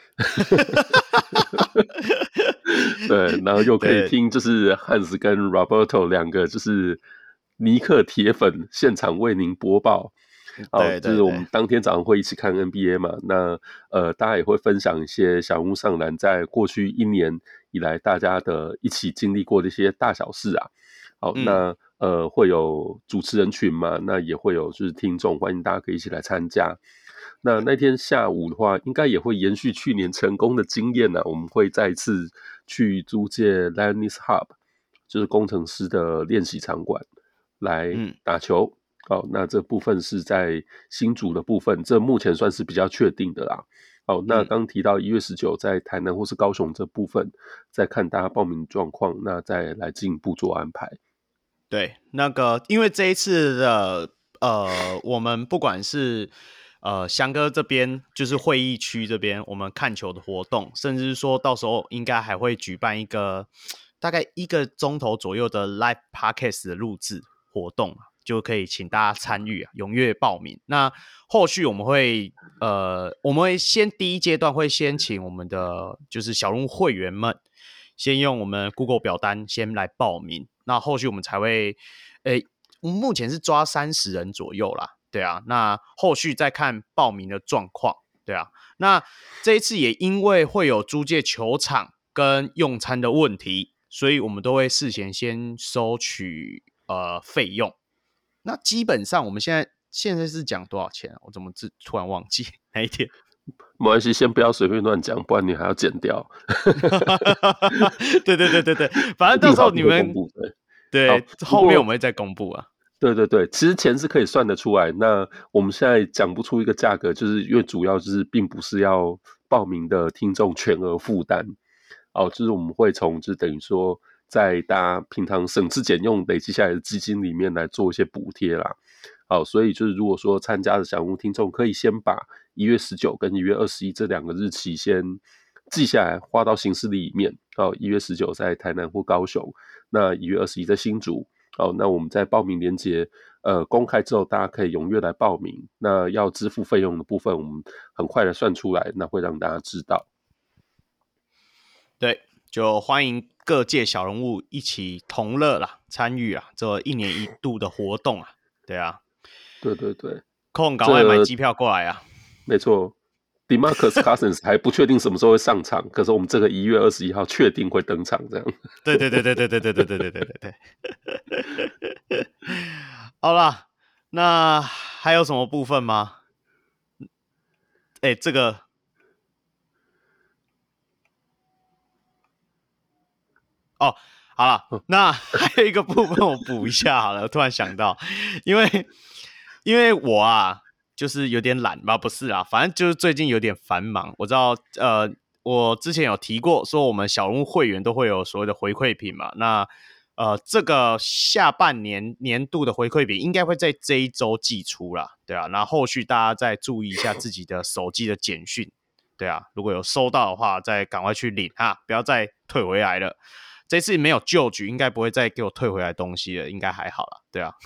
对，然后又可以听就是汉斯跟 Roberto 两个就是尼克铁粉现场为您播报。就是我们当天早上会一起看 NBA 嘛，那大家也会分享一些小人物上篮在过去1年以来大家的一起经历过的一些大小事啊。好，那会有主持人群嘛，那也会有就是听众，欢迎大家可以一起来参加。那天下午的话，应该也会延续去年成功的经验呢，我们会再一次去租借 Lannis Hub， 就是工程师的练习场馆来打球。好，那这部分是在新竹的部分，这目前算是比较确定的啦。好，那刚提到1月19在台南或是高雄这部分，再看大家报名状况，那再来进一步做安排。
对，那个因为这一次的我们不管是翔哥这边就是会议区这边我们看球的活动，甚至说到时候应该还会举办一个大概1个钟头左右的 live podcast 的录制活动，就可以请大家参与踊跃报名。那后续我们会先第一阶段会先请我们的就是小人物会员们先用我们 Google 表单先来报名，那后续我们才会我们目前是抓30人左右啦，对啊，那后续再看报名的状况，对啊。那这一次也因为会有租借球场跟用餐的问题，所以我们都会事先先收取费用。那基本上我们现在是讲多少钱啊？我怎么突然忘记那一天？
没关系，先不要随便乱讲，不然你还要剪掉。
对，反正到时候你们对后面我们会再公布啊。
对，其实钱是可以算得出来。那我们现在讲不出一个价格，就是因为主要就是并不是要报名的听众全额负担。就是我们会从就等于说在大家平常省吃俭用累积下来的基金里面来做一些补贴啦。好，所以就是如果说参加的小人物听众可以先把1月19跟1月21这2个日期先记下来，花到行事历里面。1月19在台南或高雄，那1月21在新竹。那我们在报名连结公开之后，大家可以踊跃来报名。那要支付费用的部分，我们很快的算出来，那会让大家知道。
对，就欢迎各界小人物一起同乐啦，参与啊，这1年1度的活动啊，对啊，
对，
空赶快买机票过来啊！
没错 ，Demarcus Cousins 还不确定什么时候会上场，可是我们这个1月21号确定会登场，这样。
对，好啦，那还有什么部分吗？这个。好了，那还有一个部分我补一下好了，我突然想到，因为我啊，就是有点懒吧，不是啊，反正就是最近有点繁忙。我知道，我之前有提过，说我们小人物会员都会有所谓的回馈品嘛，那这个下半年年度的回馈品应该会在这一周寄出啦，对啊，然后后续大家再注意一下自己的手机的简讯，对啊，如果有收到的话，再赶快去领哈，不要再退回来了。这次没有旧局，应该不会再给我退回来东西了，应该还好啦，对啊。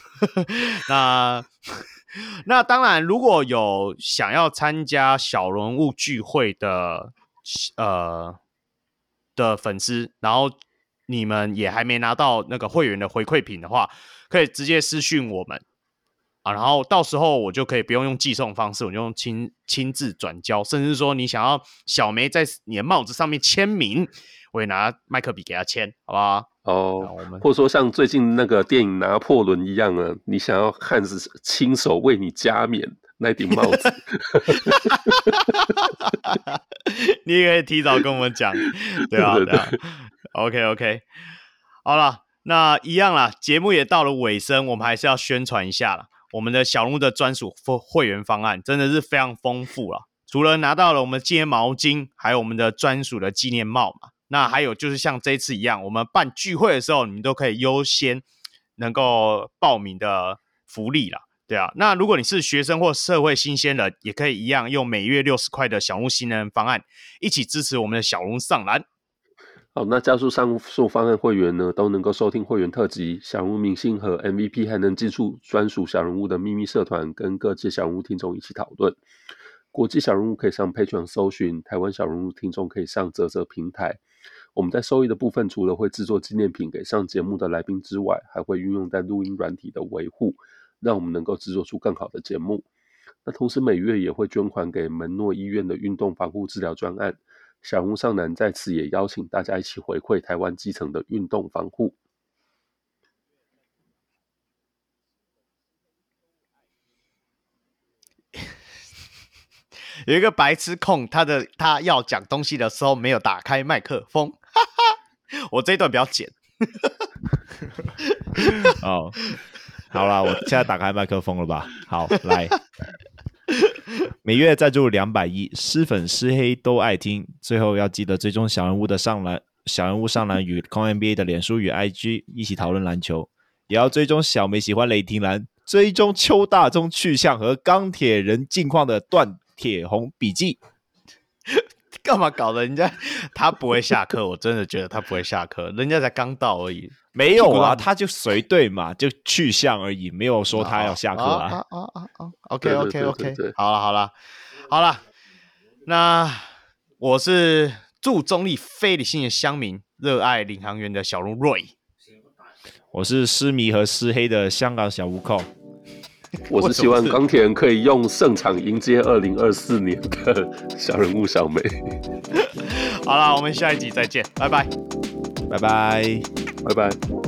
那当然，如果有想要参加小人物聚会的粉丝，然后你们也还没拿到那个会员的回馈品的话，可以直接私讯我们啊，然后到时候我就可以不用寄送方式，我就用亲自转交，甚至说你想要小梅在你的帽子上面签名，我也拿麦克笔给他签，好不好？
或者说像最近那个电影《拿破仑》一样啊，你想要汉斯亲手为你加冕那顶帽子，
你也可以提早跟我们讲，对啊。OK， 好了，那一样啦，节目也到了尾声，我们还是要宣传一下啦。 我们的小人物的专属会员方案真的是非常丰富啦。除了拿到了我们的纪念毛巾，还有我们的专属的纪念帽嘛，那还有就是像这一次一样，我们办聚会的时候，你们都可以优先能够报名的福利啦。对啊，那如果你是学生或社会新鲜人，也可以一样用每月60块的小人物新人方案，一起支持我们的小人物上篮。
好，那加入上述方案会员呢，都能够收听会员特辑、小人物明星和 MVP， 还能进入专属小人物的秘密社团，跟各界小人物听众一起讨论。国际小人物可以上 Patreon 搜寻，台湾小人物听众可以上嘖嘖平台。我们在收益的部分，除了会制作纪念品给上节目的来宾之外，还会运用在录音软体的维护，让我们能够制作出更好的节目。那同时每月也会捐款给门诺医院的运动防护治疗专案。小人物上篮在此也邀请大家一起回馈台湾基层的运动防护。
有一个白痴控，他要讲东西的时候没有打开麦克风，我这一段不要剪。
哦，好啦，我现在打开麦克风了吧？好，来，每月赞助210，施粉施黑都爱听。最后要记得追踪小人物上篮与空 NBA 的脸书与 IG 一起讨论篮球，也要追踪小梅喜欢雷霆篮，追踪邱大中去向和钢铁人近况的断铁红笔记。
干嘛搞的？人家他不会下课，我真的觉得他不会下课，人家才刚到而已。
没有啊，他就随队嘛，就去向而已，没有说他要下课啊。
OK， 好了，那我是住中立非理性的乡民，热爱领航员的小龙 Roy，
我是失迷和失黑的香港小悟空。
我是希望钢铁人可以用胜场迎接2024年的小人物小梅。
好啦，我们下一集再见，拜拜，
拜拜，
拜拜。